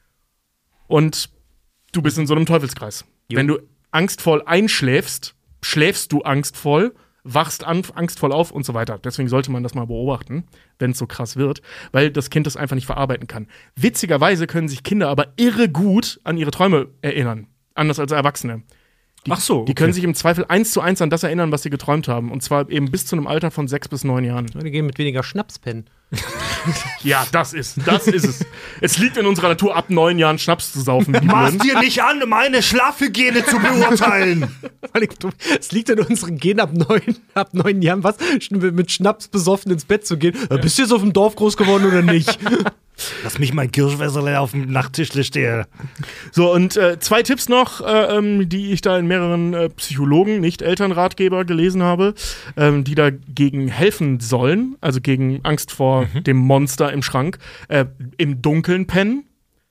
und du bist in so einem Teufelskreis. Jo. Wenn du angstvoll einschläfst, schläfst du angstvoll, wachst an, angstvoll auf und so weiter. Deswegen sollte man das mal beobachten, wenn es so krass wird, weil das Kind das einfach nicht verarbeiten kann. Witzigerweise können sich Kinder aber irre gut an ihre Träume erinnern, anders als Erwachsene. Die, Ach so, Die okay. können sich im Zweifel eins zu eins an das erinnern, was sie geträumt haben. Und zwar eben bis zu einem Alter von sechs bis neun Jahren. Die gehen mit weniger Schnaps pennen. Ja, das ist, das ist es. Es liegt in unserer Natur, ab neun Jahren Schnaps zu saufen. wie Maß blöd. dir nicht an, meine Schlafhygiene zu beurteilen. Es liegt in unseren Genen ab neun, ab neun Jahren, was? Mit Schnaps besoffen ins Bett zu gehen. Äh, Bist du jetzt auf dem Dorf groß geworden oder nicht? Lass mich mein Kirschwässerle auf dem Nachttischle stehen. So, und äh, zwei Tipps noch, äh, ähm, die ich da in mehreren äh, Psychologen, nicht Elternratgeber, gelesen habe, ähm, die dagegen helfen sollen, also gegen Angst vor dem Monster im Schrank. Äh, Im Dunkeln pennen.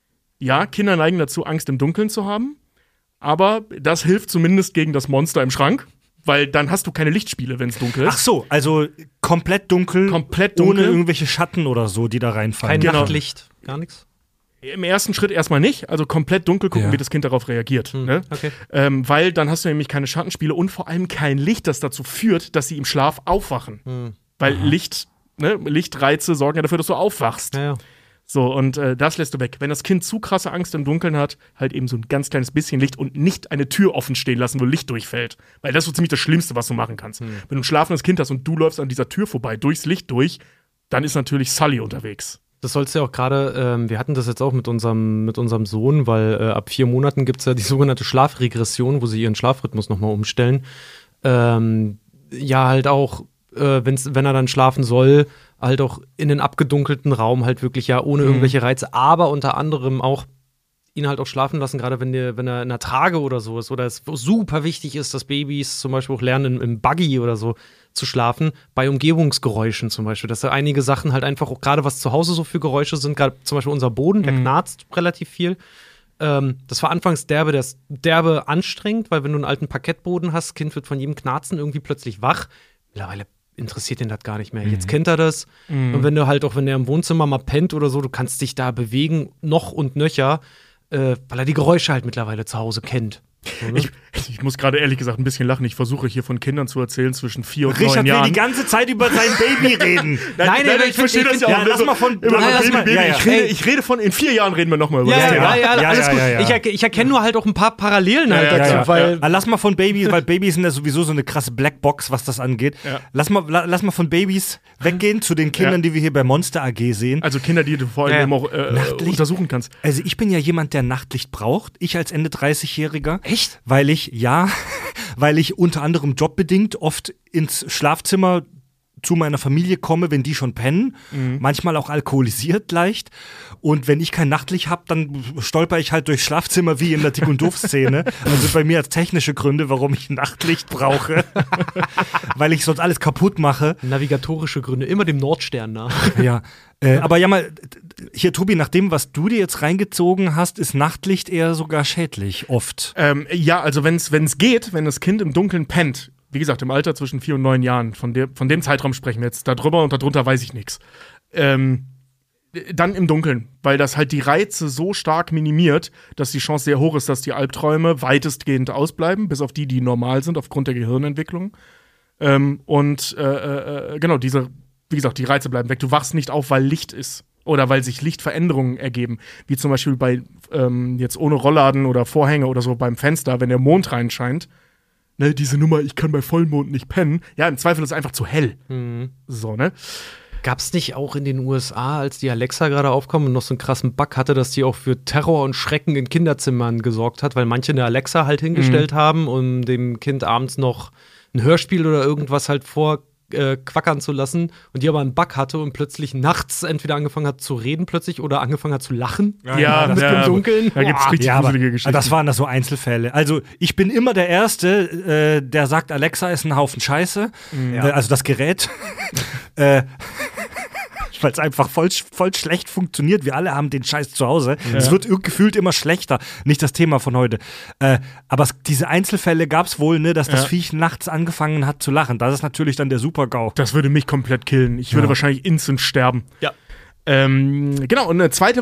Ja, Kinder neigen dazu, Angst im Dunkeln zu haben, aber das hilft zumindest gegen das Monster im Schrank, weil dann hast du keine Lichtspiele, wenn es dunkel ist. Ach so, also komplett dunkel, Komplett dunkel. ohne irgendwelche Schatten oder so, die da reinfallen. Kein Genau. Nachtlicht, gar nichts. Im ersten Schritt erstmal nicht, also komplett dunkel gucken, Ja. wie das Kind darauf reagiert. Ne? Okay. Ähm, weil dann hast du nämlich keine Schattenspiele und vor allem kein Licht, das dazu führt, dass sie im Schlaf aufwachen. Weil Licht, ne, Lichtreize sorgen ja dafür, dass du aufwachst. Ja, ja. So, und äh, das lässt du weg. Wenn das Kind zu krasse Angst im Dunkeln hat, halt eben so ein ganz kleines bisschen Licht und nicht eine Tür offen stehen lassen, wo Licht durchfällt. Weil das ist so ziemlich das Schlimmste, was du machen kannst. Wenn du ein schlafendes Kind hast und du läufst an dieser Tür vorbei, durchs Licht durch, dann ist natürlich Sully unterwegs. Das sollst du ja auch gerade, ähm, wir hatten das jetzt auch mit unserem, mit unserem Sohn, weil äh, ab vier Monaten gibt es ja die sogenannte Schlafregression, wo sie ihren Schlafrhythmus nochmal umstellen. Ähm, ja, halt auch, äh, wenn's, wenn er dann schlafen soll, halt auch in den abgedunkelten Raum halt wirklich ja ohne irgendwelche Reize, aber unter anderem auch ihn halt auch schlafen lassen, gerade wenn, der, wenn er in einer Trage oder so ist oder es super wichtig ist, dass Babys zum Beispiel auch lernen, im, im Buggy oder so zu schlafen, bei Umgebungsgeräuschen zum Beispiel, dass da einige Sachen halt einfach auch gerade was zu Hause so für Geräusche sind, gerade zum Beispiel unser Boden, der knarzt relativ viel. Ähm, das war anfangs derbe, der ist derbe anstrengend, weil wenn du einen alten Parkettboden hast, Kind wird von jedem Knarzen irgendwie plötzlich wach. Mittlerweile interessiert ihn das gar nicht mehr. Jetzt kennt er das. Und wenn du halt auch, wenn er im Wohnzimmer mal pennt oder so, du kannst dich da bewegen, noch und nöcher, äh, weil er die Geräusche halt mittlerweile zu Hause kennt. So, ne? Ich, ich muss gerade ehrlich gesagt ein bisschen lachen. Ich versuche hier von Kindern zu erzählen zwischen vier und Richard neun will Jahren. die ganze Zeit über sein Baby reden. Nein, aber ich verstehe find- das ich ja ja, auch. lass mal von- immer nein, von lass Baby, mal- Baby. ja, ja. Ich, rede, Ey. ich rede von, in vier Jahren reden wir nochmal über Ja, das ja, Thema. ja, ja, Ja, alles ja, gut. ja, ja. Ich, er, ich erkenne nur halt auch ein paar Parallelen halt Ja, ja, dazu, ja. weil Ah, lass mal von Babys, weil Babys sind ja sowieso so eine krasse Blackbox, was das angeht. Ja. Lass, mal, la, lass mal von Babys weggehen zu den Kindern, Ja. die wir hier bei Monster A G sehen. Also Kinder, die du vor allem Ja. eben auch äh, Nachtlicht. untersuchen kannst. Also ich bin ja jemand, der Nachtlicht braucht. Ich als Ende dreißigjähriger. Echt? Weil ich, ja, weil ich unter anderem jobbedingt oft ins Schlafzimmer zu meiner Familie komme, wenn die schon pennen, mhm. manchmal auch alkoholisiert leicht. Und wenn ich kein Nachtlicht habe, dann stolper ich halt durchs Schlafzimmer wie in der Dick- und Doof-Szene. Also bei mir als technische Gründe, warum ich Nachtlicht brauche. Weil ich sonst alles kaputt mache. Navigatorische Gründe, immer dem Nordstern nach. Ja, äh, aber ja mal, hier Tobi, nach dem, was du dir jetzt reingezogen hast, ist Nachtlicht eher sogar schädlich, oft. Ähm, ja, also wenn es geht, wenn das Kind im Dunkeln pennt, wie gesagt, im Alter zwischen vier und neun Jahren, von, der, von dem Zeitraum sprechen wir jetzt, darüber und darunter weiß ich nichts. Ähm, dann im Dunkeln, weil das halt die Reize so stark minimiert, dass die Chance sehr hoch ist, dass die Albträume weitestgehend ausbleiben, bis auf die, die normal sind, aufgrund der Gehirnentwicklung. Ähm, und äh, äh, genau, diese, wie gesagt, die Reize bleiben weg. Du wachst nicht auf, weil Licht ist. Oder weil sich Lichtveränderungen ergeben. Wie zum Beispiel bei, ähm, jetzt ohne Rollladen oder Vorhänge oder so beim Fenster, wenn der Mond reinscheint. Ne, diese Nummer, ich kann bei Vollmond nicht pennen. Ja, im Zweifel ist es einfach zu hell. Mhm. So, ne? Gab's nicht auch in den U S A, als die Alexa gerade aufkam und noch so einen krassen Bug hatte, dass die auch für Terror und Schrecken in Kinderzimmern gesorgt hat, weil manche eine Alexa halt hingestellt mhm. haben, um dem Kind abends noch ein Hörspiel oder irgendwas halt vor Äh, quackern zu lassen und die aber einen Bug hatte und plötzlich nachts entweder angefangen hat zu reden plötzlich oder angefangen hat zu lachen. Ja, ja, mit ja, dem Dunkeln. Da gibt's richtig ja, gruselige aber, Geschichten. Das waren da so Einzelfälle. Also ich bin immer der Erste, äh, der sagt, Alexa ist ein Haufen Scheiße. Ja. Äh, also das Gerät. äh, weil es einfach voll, voll schlecht funktioniert. Wir alle haben den Scheiß zu Hause. Es ja. wird gefühlt immer schlechter. Nicht das Thema von heute. Äh, aber es, diese Einzelfälle gab es wohl, ne, dass das ja. Viech nachts angefangen hat zu lachen. Das ist natürlich dann der Super-GAU. Das würde mich komplett killen. Ich würde ja. wahrscheinlich instant sterben. Ja. Ähm, genau, und eine zweite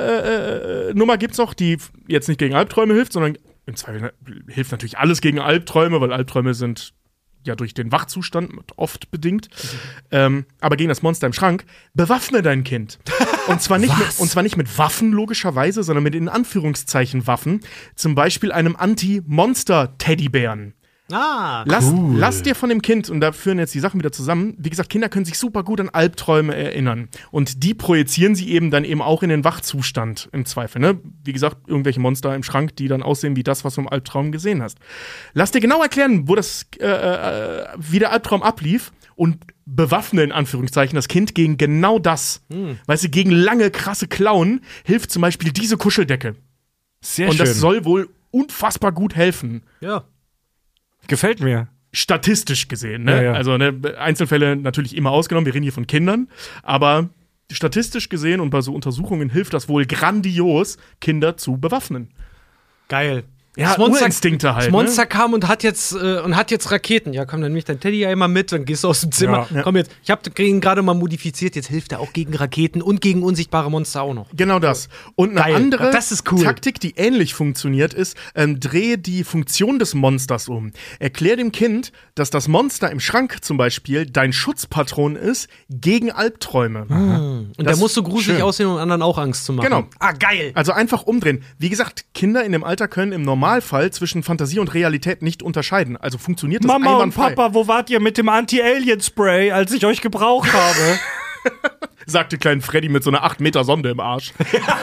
äh, äh, Nummer gibt's noch, die jetzt nicht gegen Albträume hilft, sondern im Zweifel hilft natürlich alles gegen Albträume, weil Albträume sind ja durch den Wachzustand oft bedingt. Mhm. Ähm, aber gegen das Monster im Schrank, bewaffne dein Kind. Und zwar, nicht mit, und zwar nicht mit Waffen, logischerweise, sondern mit in Anführungszeichen Waffen. Zum Beispiel einem Anti-Monster-Teddybären. Ah, lass, cool. lass dir von dem Kind, und da führen jetzt die Sachen wieder zusammen, wie gesagt, Kinder können sich super gut an Albträume erinnern. Und die projizieren sie eben dann eben auch in den Wachzustand im Zweifel. Ne? Wie gesagt, irgendwelche Monster im Schrank, die dann aussehen wie das, was du im Albtraum gesehen hast. Lass dir genau erklären, wo das, äh, äh, wie der Albtraum ablief und bewaffne in Anführungszeichen das Kind gegen genau das. Hm. Weißt du, gegen lange, krasse Klauen hilft zum Beispiel diese Kuscheldecke. Sehr und schön. das soll wohl unfassbar gut helfen. Ja. Gefällt mir. Statistisch gesehen, ne? Ja, ja. Also ne, Einzelfälle natürlich immer ausgenommen, wir reden hier von Kindern, aber statistisch gesehen und bei so Untersuchungen hilft das wohl grandios, Kinder zu bewaffnen. Geil. Ja, das Monster, Urinstinkte halt. Das Monster ne? kam und hat jetzt äh, und hat jetzt Raketen. Ja, komm, dann nimm ich dein Teddy einmal mit, dann gehst du aus dem Zimmer. Ja, ja. Komm jetzt, ich hab ihn gerade mal modifiziert, jetzt hilft er auch gegen Raketen und gegen unsichtbare Monster auch noch. Genau das. Und eine Geil. andere Ach, das ist cool. Taktik, die ähnlich funktioniert, ist, ähm, drehe die Funktion des Monsters um. Erklär dem Kind, dass das Monster im Schrank zum Beispiel dein Schutzpatron ist gegen Albträume. Mhm. Und der muss so gruselig schön. aussehen, um anderen auch Angst zu machen. Genau. Ah, geil. Also einfach umdrehen. Wie gesagt, Kinder in dem Alter können im Normalfall zwischen Fantasie und Realität nicht unterscheiden. Also funktioniert das Mama und einwandfrei. Papa, wo wart ihr mit dem Anti-Alien-Spray, als ich euch gebraucht habe? Sagte kleinen Freddy mit so einer acht Meter Sonde im Arsch.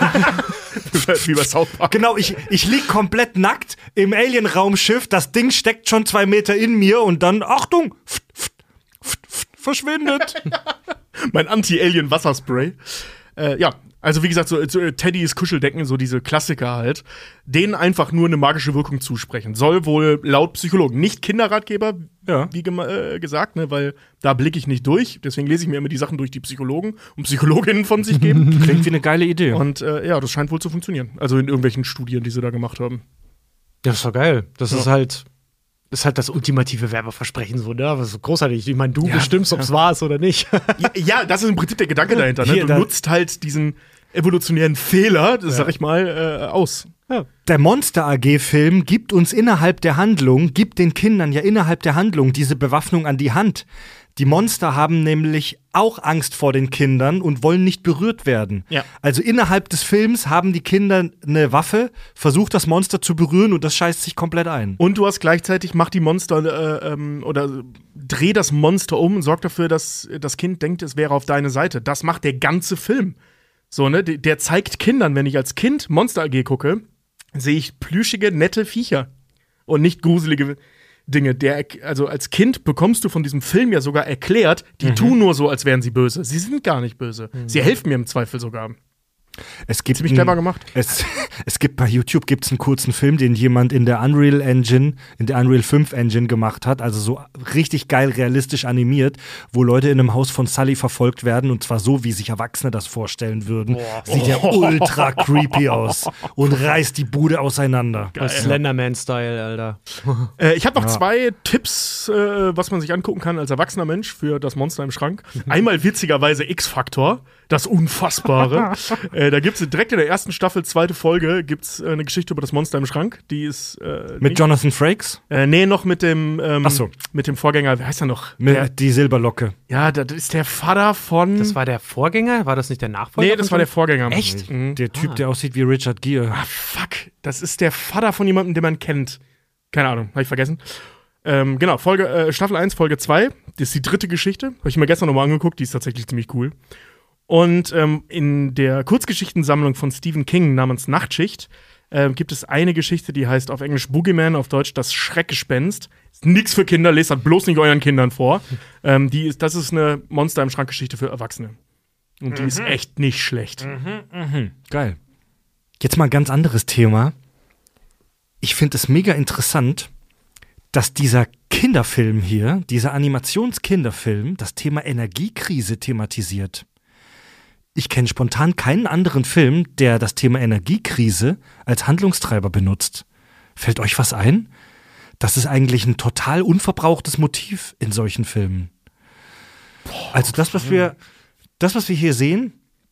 Wie bei South Park. Genau, ich, ich lieg komplett nackt im Alien-Raumschiff, das Ding steckt schon zwei Meter in mir und dann, Achtung, pft, pft, pft, pft, verschwindet. Mein Anti-Alien-Wasserspray. Äh, ja, also wie gesagt, so, so Teddys Kuscheldecken, so diese Klassiker halt, denen einfach nur eine magische Wirkung zusprechen. Soll wohl laut Psychologen, nicht Kinderratgeber, Ja. wie gem- äh, gesagt, ne, weil da blicke ich nicht durch. Deswegen lese ich mir immer die Sachen durch, die Psychologen und Psychologinnen von sich geben. Klingt wie eine geile Idee. Und äh, ja, das scheint wohl zu funktionieren. Also in irgendwelchen Studien, die sie da gemacht haben. Ja, das ist doch geil. Das Ja. ist halt das ist halt das ultimative Werbeversprechen so, ne? Das ist so großartig. Ich meine, du bestimmst, ob es wahr ist oder nicht. Ja, ja, das ist im Prinzip der Gedanke dahinter. Ne? Hier, Du da- nutzt halt diesen evolutionären Fehler, das sag ich mal, äh, aus. Der Monster-A G-Film gibt uns innerhalb der Handlung, gibt den Kindern ja innerhalb der Handlung diese Bewaffnung an die Hand. Die Monster haben nämlich auch Angst vor den Kindern und wollen nicht berührt werden. Ja. Also innerhalb des Films haben die Kinder eine Waffe, versucht das Monster zu berühren und das scheißt sich komplett ein. Und du hast gleichzeitig, mach die Monster äh, ähm, oder dreh das Monster um und sorg dafür, dass das Kind denkt, es wäre auf deine Seite. Das macht der ganze Film. So, ne? Der, der zeigt Kindern, wenn ich als Kind Monster A G gucke, sehe ich plüschige, nette Viecher. Und nicht gruselige Dinge. Der, also als Kind bekommst du von diesem Film ja sogar erklärt, die mhm. tun nur so, als wären sie böse. Sie sind gar nicht böse. Mhm. Sie helfen mir im Zweifel sogar. Es gibt Ziemlich clever gemacht. Es, es gibt bei YouTube gibt's einen kurzen Film, den jemand in der Unreal Engine, in der Unreal fünf Engine gemacht hat, also so richtig geil realistisch animiert, wo Leute in einem Haus von Sully verfolgt werden und zwar so, wie sich Erwachsene das vorstellen würden. Boah. Sieht ja ultra creepy aus und reißt die Bude auseinander. Geil. Slenderman-Style, Alter. Äh, ich habe noch Ja. zwei Tipps, äh, was man sich angucken kann als erwachsener Mensch für das Monster im Schrank. Einmal witzigerweise X-Factor, das Unfassbare. äh, da gibt's direkt in der ersten Staffel, zweite Folge, gibt's äh, eine Geschichte über das Monster im Schrank. Die ist äh, Mit nicht- Jonathan Frakes? Äh, nee, noch mit dem ähm, Ach so. mit dem Vorgänger, wie heißt er noch? Mit Der, die Silberlocke. ja, das ist der Vater von. Das war der Vorgänger? War das nicht der Nachfolger? nee, das von war der John- Vorgänger. Echt? Mhm. Der Typ, Ah. der aussieht wie Richard Gere. Ah, fuck. Das ist der Vater von jemandem, den man kennt. Keine Ahnung, habe ich vergessen. Ähm, genau, Folge, äh, Staffel eins, Folge zwei. Das ist die dritte Geschichte. Habe ich mir gestern nochmal angeguckt. Die ist tatsächlich ziemlich cool. Und ähm, in der Kurzgeschichtensammlung von Stephen King namens Nachtschicht äh, gibt es eine Geschichte, die heißt auf Englisch Boogeyman, auf Deutsch das Schreckgespenst. Ist nix für Kinder, lest das bloß nicht euren Kindern vor. ähm, die ist, das ist eine Monster im Schrank-Geschichte für Erwachsene. Und die ist echt nicht schlecht. Geil. Jetzt mal ein ganz anderes Thema. Ich finde es mega interessant, dass dieser Kinderfilm hier, dieser Animationskinderfilm, das Thema Energiekrise thematisiert. Ich kenne spontan keinen anderen Film, der das Thema Energiekrise als Handlungstreiber benutzt. Fällt euch was ein? Das ist eigentlich ein total unverbrauchtes Motiv in solchen Filmen. Also das, was wir, das, was wir hier sehen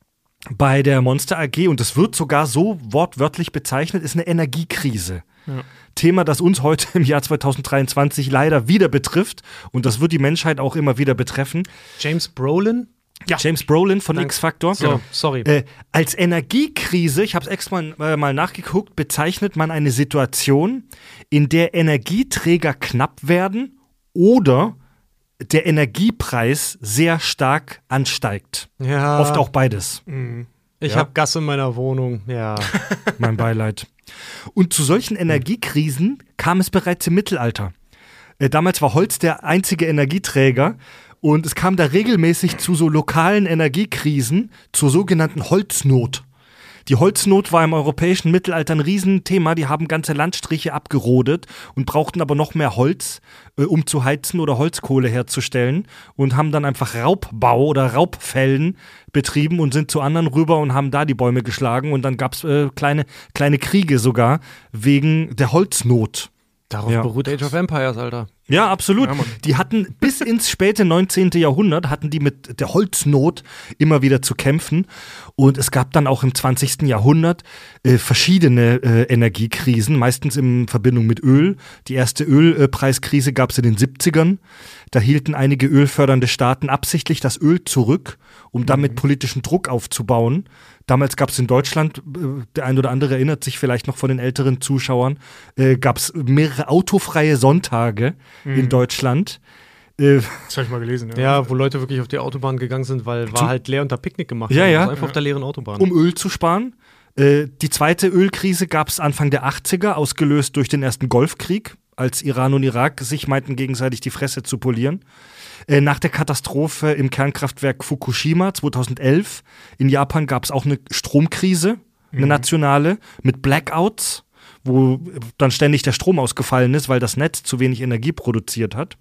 bei der Monster A G, und das wird sogar so wortwörtlich bezeichnet, ist eine Energiekrise. Ja. Thema, das uns heute im Jahr zweitausenddreiundzwanzig leider wieder betrifft, und das wird die Menschheit auch immer wieder betreffen. James Brolin? Ja. James Brolin von Danke. X-Factor. So, sorry. Äh, als Energiekrise, ich habe es extra mal, äh, mal nachgeguckt, bezeichnet man eine Situation, in der Energieträger knapp werden oder der Energiepreis sehr stark ansteigt. Ja. Oft auch beides. Ich Ja. habe Gas in meiner Wohnung. Ja. Mein Beileid. Und zu solchen Energiekrisen kam es bereits im Mittelalter. Äh, damals war Holz der einzige Energieträger und es kam da regelmäßig zu so lokalen Energiekrisen, zur sogenannten Holznot. Die Holznot war im europäischen Mittelalter ein Riesenthema. Die haben ganze Landstriche abgerodet und brauchten aber noch mehr Holz, äh, um zu heizen oder Holzkohle herzustellen, und haben dann einfach Raubbau oder Raubfällen betrieben und sind zu anderen rüber und haben da die Bäume geschlagen. Und dann gab es äh, kleine, kleine Kriege sogar wegen der Holznot. Darauf Ja. beruht Age of Empires, Alter. Ja, absolut. Ja, Mann. Die hatten bis ins späte neunzehnte. Jahrhundert hatten die mit der Holznot immer wieder zu kämpfen. Und es gab dann auch im zwanzigsten. Jahrhundert äh, verschiedene äh, Energiekrisen, meistens in Verbindung mit Öl. Die erste Ölpreiskrise gab es in den siebzigern. Da hielten einige ölfördernde Staaten absichtlich das Öl zurück, um damit politischen Druck aufzubauen. Damals gab es in Deutschland, äh, der ein oder andere erinnert sich vielleicht noch von den älteren Zuschauern, äh, gab es mehrere autofreie Sonntage in Deutschland. Äh, Das habe ich mal gelesen, ja. Ja, wo Leute wirklich auf die Autobahn gegangen sind, weil war halt leer und da Picknick gemacht. Ja, haben. ja. Also einfach auf der leeren Autobahn. um Öl zu sparen. Äh, die zweite Ölkrise gab es Anfang der achtziger, ausgelöst durch den ersten Golfkrieg, als Iran und Irak sich meinten, gegenseitig die Fresse zu polieren. Äh, nach der Katastrophe im Kernkraftwerk Fukushima zweitausendelf in Japan gab es auch eine Stromkrise, eine nationale, mit Blackouts, wo dann ständig der Strom ausgefallen ist, weil das Netz zu wenig Energie produziert hat.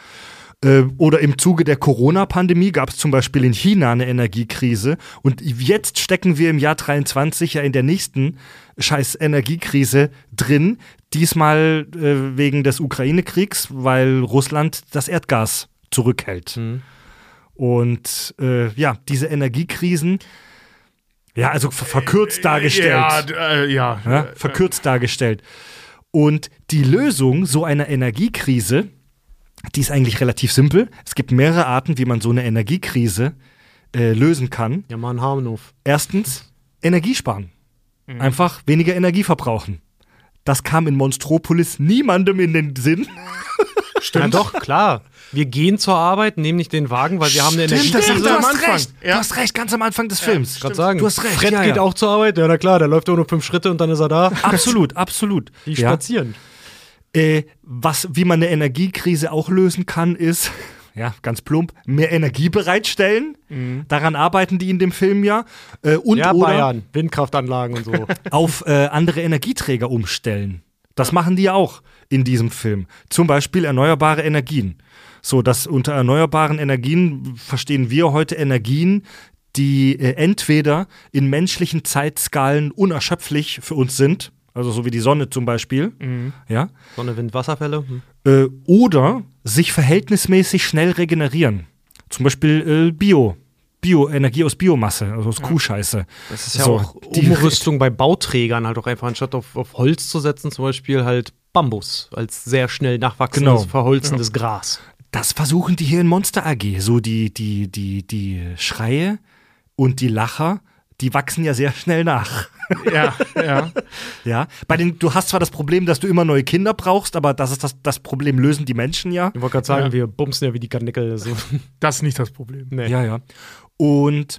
Äh, Oder im Zuge der Corona-Pandemie gab es zum Beispiel in China eine Energiekrise. Und jetzt stecken wir im Jahr dreiundzwanzig ja in der nächsten scheiß Energiekrise drin. Diesmal äh, wegen des Ukraine-Kriegs, weil Russland das Erdgas zurückhält. Und äh, ja, diese Energiekrisen, ja, also ver- verkürzt dargestellt. Ja, d- äh, ja. Ja, verkürzt dargestellt. Und die Lösung so einer Energiekrise, die ist eigentlich relativ simpel. Es gibt mehrere Arten, wie man so eine Energiekrise äh, lösen kann. Ja, Mann, Harmhof. Erstens, Energie sparen. Einfach weniger Energie verbrauchen. Das kam in Monstropolis niemandem in den Sinn. Ja, doch, klar. Wir gehen zur Arbeit, nehmen nicht den Wagen, weil wir haben eine Stimmt, das Energiekrise. du am hast Anfang. recht. Ja. Du hast recht, ganz am Anfang des Films. Gerade sagen. Du hast recht. Fred ja, geht ja. auch zur Arbeit. Ja, na klar, der läuft auch nur fünf Schritte und dann ist er da. Absolut, absolut. Die Ja. spazieren. Äh, was, wie man eine Energiekrise auch lösen kann, ist, ja, ganz plump, mehr Energie bereitstellen. Mhm. Daran arbeiten die in dem Film ja. Äh, und ja, oder Bayern, Windkraftanlagen und so. auf äh, andere Energieträger umstellen. Das ja. machen die ja auch in diesem Film. Zum Beispiel erneuerbare Energien. So, dass unter erneuerbaren Energien verstehen wir heute Energien, die äh, entweder in menschlichen Zeitskalen unerschöpflich für uns sind, also so wie die Sonne zum Beispiel, mhm. ja, Sonne, Wind, Wasserfälle. Hm. Äh, oder sich verhältnismäßig schnell regenerieren. Zum Beispiel äh, Bio. Bioenergie aus Biomasse, also aus ja. Kuhscheiße. Das ist ja so, auch Umrüstung bei Bauträgern halt auch einfach, anstatt auf, auf Holz zu setzen, zum Beispiel halt Bambus als sehr schnell nachwachsendes, genau. verholzendes ja. Gras. Das versuchen die hier in Monster A G. So die, die, die, die Schreie und die Lacher, die wachsen ja sehr schnell nach. Ja, ja. ja. Bei den, du hast zwar das Problem, dass du immer neue Kinder brauchst, aber das ist das, das Problem lösen die Menschen ja. Ich wollte gerade sagen, ja. wir bumsen ja wie die Karnickel. So. Das ist nicht das Problem. Nee. Ja, ja. Und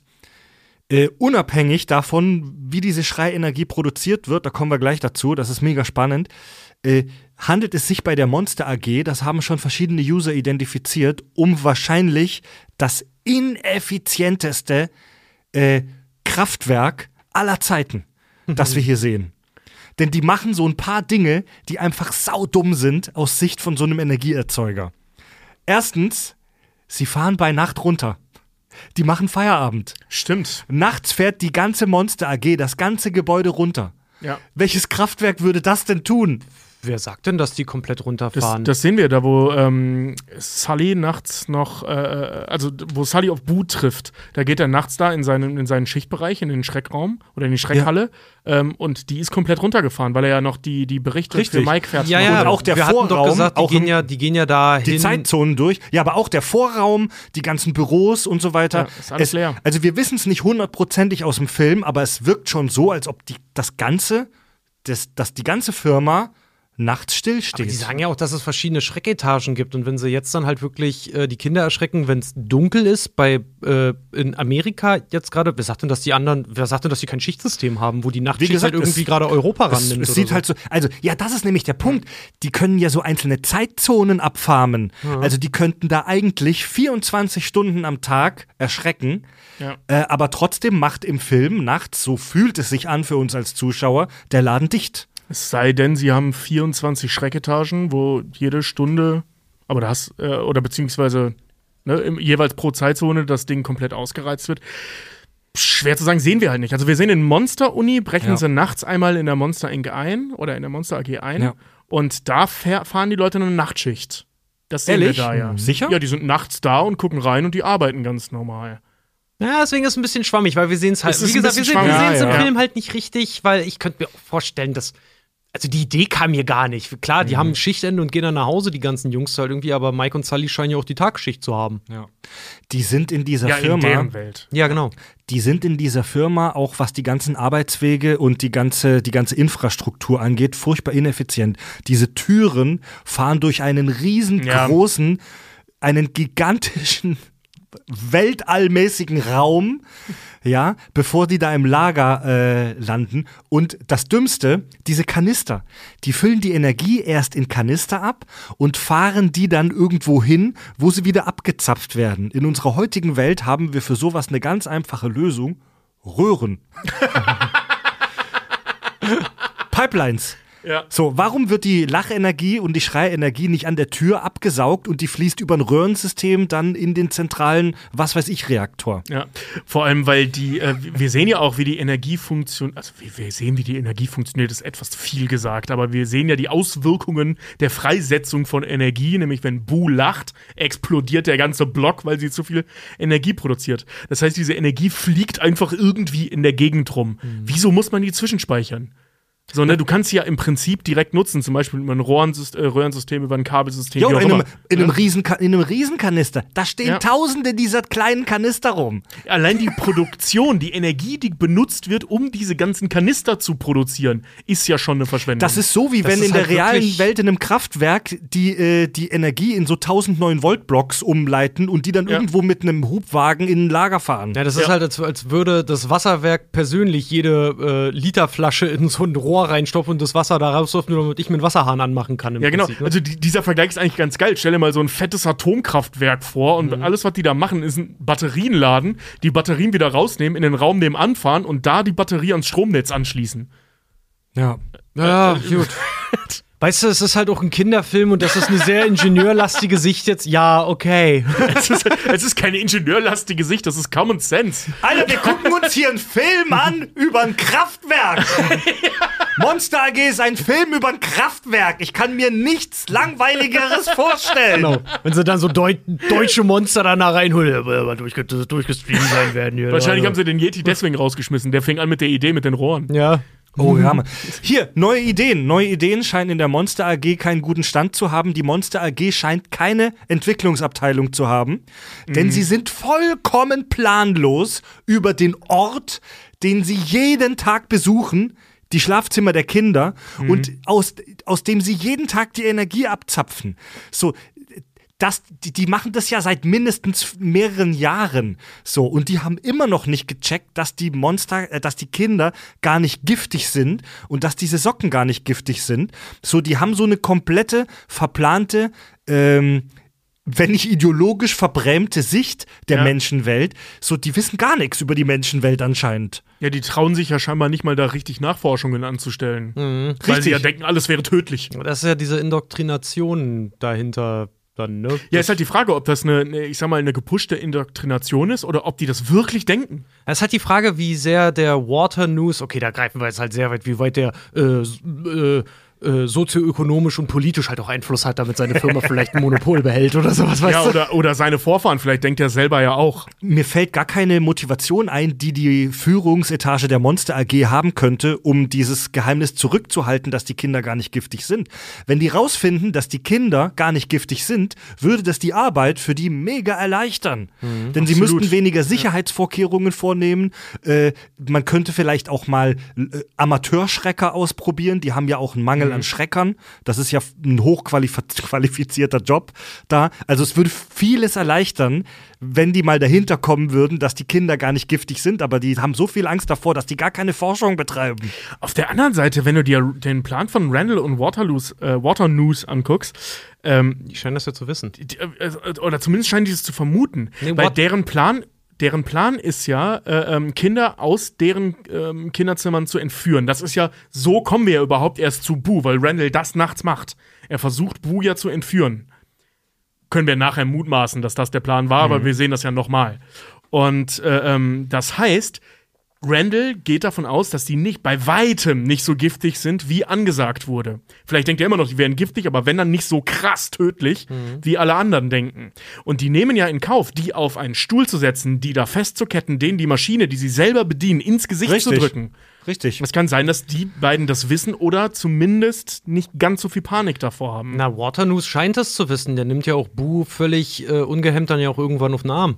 äh, unabhängig davon, wie diese Schreienergie produziert wird, da kommen wir gleich dazu, das ist mega spannend, äh, handelt es sich bei der Monster A G, das haben schon verschiedene User identifiziert, um wahrscheinlich das ineffizienteste äh, Kraftwerk aller Zeiten, das wir hier sehen. Denn die machen so ein paar Dinge, die einfach saudumm sind aus Sicht von so einem Energieerzeuger. Erstens, sie fahren bei Nacht runter. Die machen Feierabend. Stimmt. Nachts fährt die ganze Monster A G, das ganze Gebäude runter. Ja. Welches Kraftwerk würde das denn tun? Wer sagt denn, dass die komplett runterfahren? Das, das sehen wir da, wo ähm, Sully nachts noch, äh, also wo Sully auf Boo trifft. Da geht er nachts da in seinen, in seinen Schichtbereich, in den Schreckraum oder in die Schreckhalle. Ja. Ähm, und die ist komplett runtergefahren, weil er ja noch die, die Berichte Richtig. für Mike fertig ja, ja, und auch der wir Vorraum. hatten doch gesagt, die, auch gehen ja, die gehen ja da die hin. Zeitzonen durch. Ja, aber auch der Vorraum, die ganzen Büros und so weiter. Ja, ist alles es, leer. Also wir wissen es nicht hundertprozentig aus dem Film, aber es wirkt schon so, als ob die, das Ganze, das, dass die ganze Firma nachts stillsteht. Aber die sagen ja auch, dass es verschiedene Schrecketagen gibt. Und wenn sie jetzt dann halt wirklich äh, die Kinder erschrecken, wenn es dunkel ist, bei äh, in Amerika jetzt gerade, wer sagt denn, dass die anderen, wer sagt denn, dass die kein Schichtsystem haben, wo die Nachtschicht gesagt, halt irgendwie gerade Europa es, rannimmt? Es oder sieht so. halt so, also ja, das ist nämlich der Punkt. Die können ja so einzelne Zeitzonen abfarmen. Ja. Also die könnten da eigentlich vierundzwanzig Stunden am Tag erschrecken. Ja. Äh, aber trotzdem macht im Film nachts, so fühlt es sich an für uns als Zuschauer, der Laden dicht. Es sei denn, sie haben vierundzwanzig Schrecketagen, wo jede Stunde, aber das, äh, oder beziehungsweise ne, im, jeweils pro Zeitzone das Ding komplett ausgereizt wird. Schwer zu sagen, sehen wir halt nicht. Also wir sehen in Monster-Uni, brechen ja. sie nachts einmal in der Monster Incorporated ein oder in der Monster A G ein Ja. und da fähr, fahren die Leute eine Nachtschicht. Das sehen Ehrlich? wir da ja. Sicher? Ja, die sind nachts da und gucken rein und die arbeiten ganz normal. Ja, deswegen ist es ein bisschen schwammig, weil wir sehen es halt, Es ist wie ein gesagt, wir bisschen sehen wir schwammig. sehen's Ja, im ja. Film halt nicht richtig, weil ich könnte mir auch vorstellen, dass also die Idee kam mir gar nicht. Klar, die mhm. haben ein Schichtende und gehen dann nach Hause, die ganzen Jungs halt irgendwie, aber Mike und Sully scheinen ja auch die Tagsschicht zu haben. Ja. Die sind in dieser Ja, in Firma, deren Welt. Ja, genau. die sind in dieser Firma, auch was die ganzen Arbeitswege und die ganze, die ganze Infrastruktur angeht, furchtbar ineffizient. Diese Türen fahren durch einen riesengroßen, ja. einen gigantischen, weltallmäßigen Raum, ja, bevor die da im Lager äh, landen. Und das Dümmste, diese Kanister, die füllen die Energie erst in Kanister ab und fahren die dann irgendwo hin, wo sie wieder abgezapft werden. In unserer heutigen Welt haben wir für sowas eine ganz einfache Lösung. Röhren. Pipelines. Ja. So, warum wird die Lachenergie und die Schreienergie nicht an der Tür abgesaugt und die fließt über ein Röhrensystem dann in den zentralen, was weiß ich, Reaktor? Ja, vor allem, weil die, äh, wir sehen ja auch, wie die Energie funktioniert, also wir, wir sehen, wie die Energie funktioniert, ist etwas viel gesagt, aber wir sehen ja die Auswirkungen der Freisetzung von Energie, nämlich wenn Boo lacht, explodiert der ganze Block, weil sie zu viel Energie produziert. Das heißt, diese Energie fliegt einfach irgendwie in der Gegend rum. Mhm. Wieso muss man die zwischenspeichern? So, ne, du kannst sie ja im Prinzip direkt nutzen, zum Beispiel über ein Röhrensystem, äh, Röhrensystem, über ein Kabelsystem. Jo, wie auch in, einem, immer. in, einem Ja. Riesen, in einem Riesenkanister. Da stehen Ja. tausende dieser kleinen Kanister rum. Allein die Produktion, die Energie, die benutzt wird, um diese ganzen Kanister zu produzieren, ist ja schon eine Verschwendung. Das ist so, wie Das wenn ist in der halt realen wirklich- Welt in einem Kraftwerk die, äh, die Energie in so tausend neun Volt Blocks umleiten und die dann Ja. irgendwo mit einem Hubwagen in ein Lager fahren. Ja, das ist Ja. halt, als, als würde das Wasserwerk persönlich jede äh, Literflasche in so ein Rohr Rohr reinstopfe und das Wasser da rausläuft, nur damit ich mir einen Wasserhahn anmachen kann. Im Ja, genau. Prinzip, ne? Also die, dieser Vergleich ist eigentlich ganz geil. Stell dir mal so ein fettes Atomkraftwerk vor und Mhm. alles, was die da machen, ist ein Batterienladen, die Batterien wieder rausnehmen, in den Raum nebenan fahren und da die Batterie ans Stromnetz anschließen. Ja. Ja, gut. Weißt du, es ist halt auch ein Kinderfilm und das ist eine sehr ingenieurlastige Sicht jetzt. Ja, okay. Es ist, es ist keine ingenieurlastige Sicht, das ist Common Sense. Alter, wir gucken uns hier einen Film an über ein Kraftwerk. Monster A G ist ein Film über ein Kraftwerk. Ich kann mir nichts Langweiligeres vorstellen. Genau. Wenn sie dann so Deu deutsche Monster da reinholen, aber durchge durchgestreamt sein werden. Hier. Wahrscheinlich also. haben sie den Yeti deswegen rausgeschmissen. Der fing an mit der Idee mit den Rohren. Ja. Oh ja, Mann. Hier, neue Ideen. Neue Ideen scheinen in der Monster A G keinen guten Stand zu haben. Die Monster A G scheint keine Entwicklungsabteilung zu haben. Denn sie sind vollkommen planlos über den Ort, den sie jeden Tag besuchen, die Schlafzimmer der Kinder, und aus, aus dem sie jeden Tag die Energie abzapfen. So, Das, die, die machen das ja seit mindestens mehreren Jahren so, und die haben immer noch nicht gecheckt, dass die Monster, äh, dass die Kinder gar nicht giftig sind und dass diese Socken gar nicht giftig sind. So, die haben so eine komplette, verplante, ähm, wenn nicht ideologisch verbrämte Sicht der Ja. Menschenwelt. So, die wissen gar nichts über die Menschenwelt anscheinend. Ja, die trauen sich ja scheinbar nicht mal da richtig Nachforschungen anzustellen. Weil Richtig. sie ja denken, alles wäre tödlich. Das ist ja diese Indoktrination dahinter dann, ne? Ja, ist halt die Frage, ob das eine, eine, ich sag mal, eine gepushte Indoktrination ist oder ob die das wirklich denken. Es ist halt die Frage, wie sehr der Water News, okay, da greifen wir jetzt halt sehr weit, wie weit der äh, äh, äh, sozioökonomisch und politisch halt auch Einfluss hat, damit seine Firma vielleicht ein Monopol behält oder sowas, weißt Ja, du? oder, oder seine Vorfahren, vielleicht denkt er selber ja auch. Mir fällt gar keine Motivation ein, die die Führungsetage der Monster A G haben könnte, um dieses Geheimnis zurückzuhalten, dass die Kinder gar nicht giftig sind. Wenn die rausfinden, dass die Kinder gar nicht giftig sind, würde das die Arbeit für die mega erleichtern. Denn sie absolut. müssten weniger Sicherheitsvorkehrungen vornehmen. Äh, man könnte vielleicht auch mal äh, Amateurschrecker ausprobieren. Die haben ja auch einen Mangel an Schreckern. Das ist ja ein hochqualifizierter Job da. Also es würde vieles erleichtern, wenn die mal dahinter kommen würden, dass die Kinder gar nicht giftig sind, aber die haben so viel Angst davor, dass die gar keine Forschung betreiben. Auf der anderen Seite, wenn du dir den Plan von Randall und Waterloos, äh, Water News anguckst, ähm, Die scheinen das ja zu wissen. die, äh, oder zumindest scheinen die es zu vermuten, Nee, weil what- deren Plan Deren Plan ist ja, äh, ähm, Kinder aus deren ähm, Kinderzimmern zu entführen. Das ist ja, so kommen wir ja überhaupt erst zu Boo, weil Randall das nachts macht. Er versucht, Boo ja zu entführen. Können wir nachher mutmaßen, dass das der Plan war, aber wir sehen das ja nochmal. Und äh, ähm, das heißt, Randall geht davon aus, dass die nicht bei weitem nicht so giftig sind, wie angesagt wurde. Vielleicht denkt er immer noch, die wären giftig, aber wenn dann nicht so krass tödlich, wie alle anderen denken. Und die nehmen ja in Kauf, die auf einen Stuhl zu setzen, die da festzuketten, denen die Maschine, die sie selber bedienen, ins Gesicht zu drücken. Richtig. Es kann sein, dass die beiden das wissen oder zumindest nicht ganz so viel Panik davor haben. Na, Water News scheint das zu wissen. Der nimmt ja auch Boo völlig äh, ungehemmt dann ja auch irgendwann auf den Arm.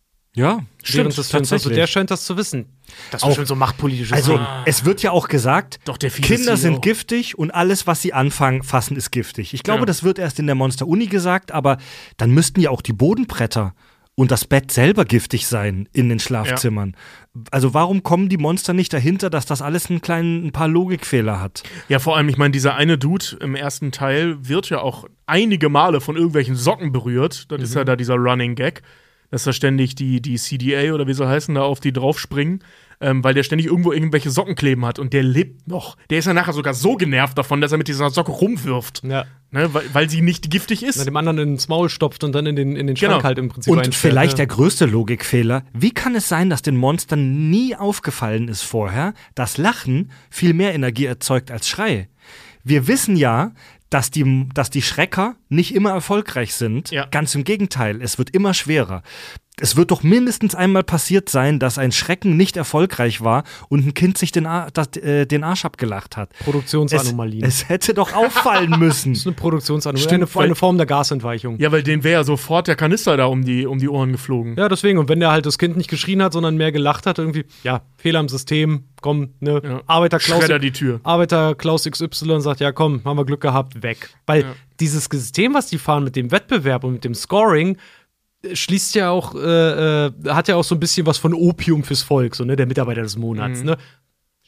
Ja, Während des Films. Also tatsächlich. der scheint das zu wissen. Das ist Auch- schon so machtpolitisches Also, Ding. es wird ja auch gesagt, Doch, der fiese Kinder C E O. sind giftig und alles, was sie anfangen, fassen, ist giftig. Ich glaube, Ja. das wird erst in der Monster-Uni gesagt, aber dann müssten ja auch die Bodenbretter und das Bett selber giftig sein in den Schlafzimmern. Also, warum kommen die Monster nicht dahinter, dass das alles einen kleinen, ein paar Logikfehler hat? Ja, vor allem, ich meine, dieser eine Dude im ersten Teil wird ja auch einige Male von irgendwelchen Socken berührt. Das ist ja da dieser Running Gag, dass da ständig die, die C D A oder wie sie heißen, da auf die draufspringen, ähm, weil der ständig irgendwo irgendwelche Socken kleben hat und der lebt noch. Der ist ja nachher sogar so genervt davon, dass er mit dieser Socke rumwirft, Ja. ne, weil, weil sie nicht giftig Na, ist. dem anderen ins Maul stopft und dann in den, in den Schrank Genau. halt im Prinzip Und reinstellt, vielleicht ja. der größte Logikfehler, wie kann es sein, dass den Monstern nie aufgefallen ist vorher, dass Lachen viel mehr Energie erzeugt als Schrei? Wir wissen ja, dass die, dass die Schrecker nicht immer erfolgreich sind. Ja. Ganz im Gegenteil, es wird immer schwerer. Es wird doch mindestens einmal passiert sein, dass ein Schrecken nicht erfolgreich war und ein Kind sich den, Ar das, äh, den Arsch abgelacht hat. Es, Produktionsanomalien. es hätte doch auffallen müssen. Das ist eine Produktionsanomalie. Stimmt, eine, weil- eine Form der Gasentweichung. Ja. Ja, weil denen wäre ja sofort der Kanister da um die, um die Ohren geflogen. deswegen. Und wenn der halt das Kind nicht geschrien hat, sondern mehr gelacht hat, irgendwie, ja, Fehler im System, komm, ne, Ja. Arbeiter Klaus. Schredder die Tür. Arbeiter Klaus X Y sagt, ja komm, haben wir Glück gehabt, weg. Weil Ja. dieses System, was die fahren mit dem Wettbewerb und mit dem Scoring, äh, schließt ja auch, äh, äh, hat ja auch so ein bisschen was von Opium fürs Volk, so, ne, der Mitarbeiter des Monats, Mhm. ne.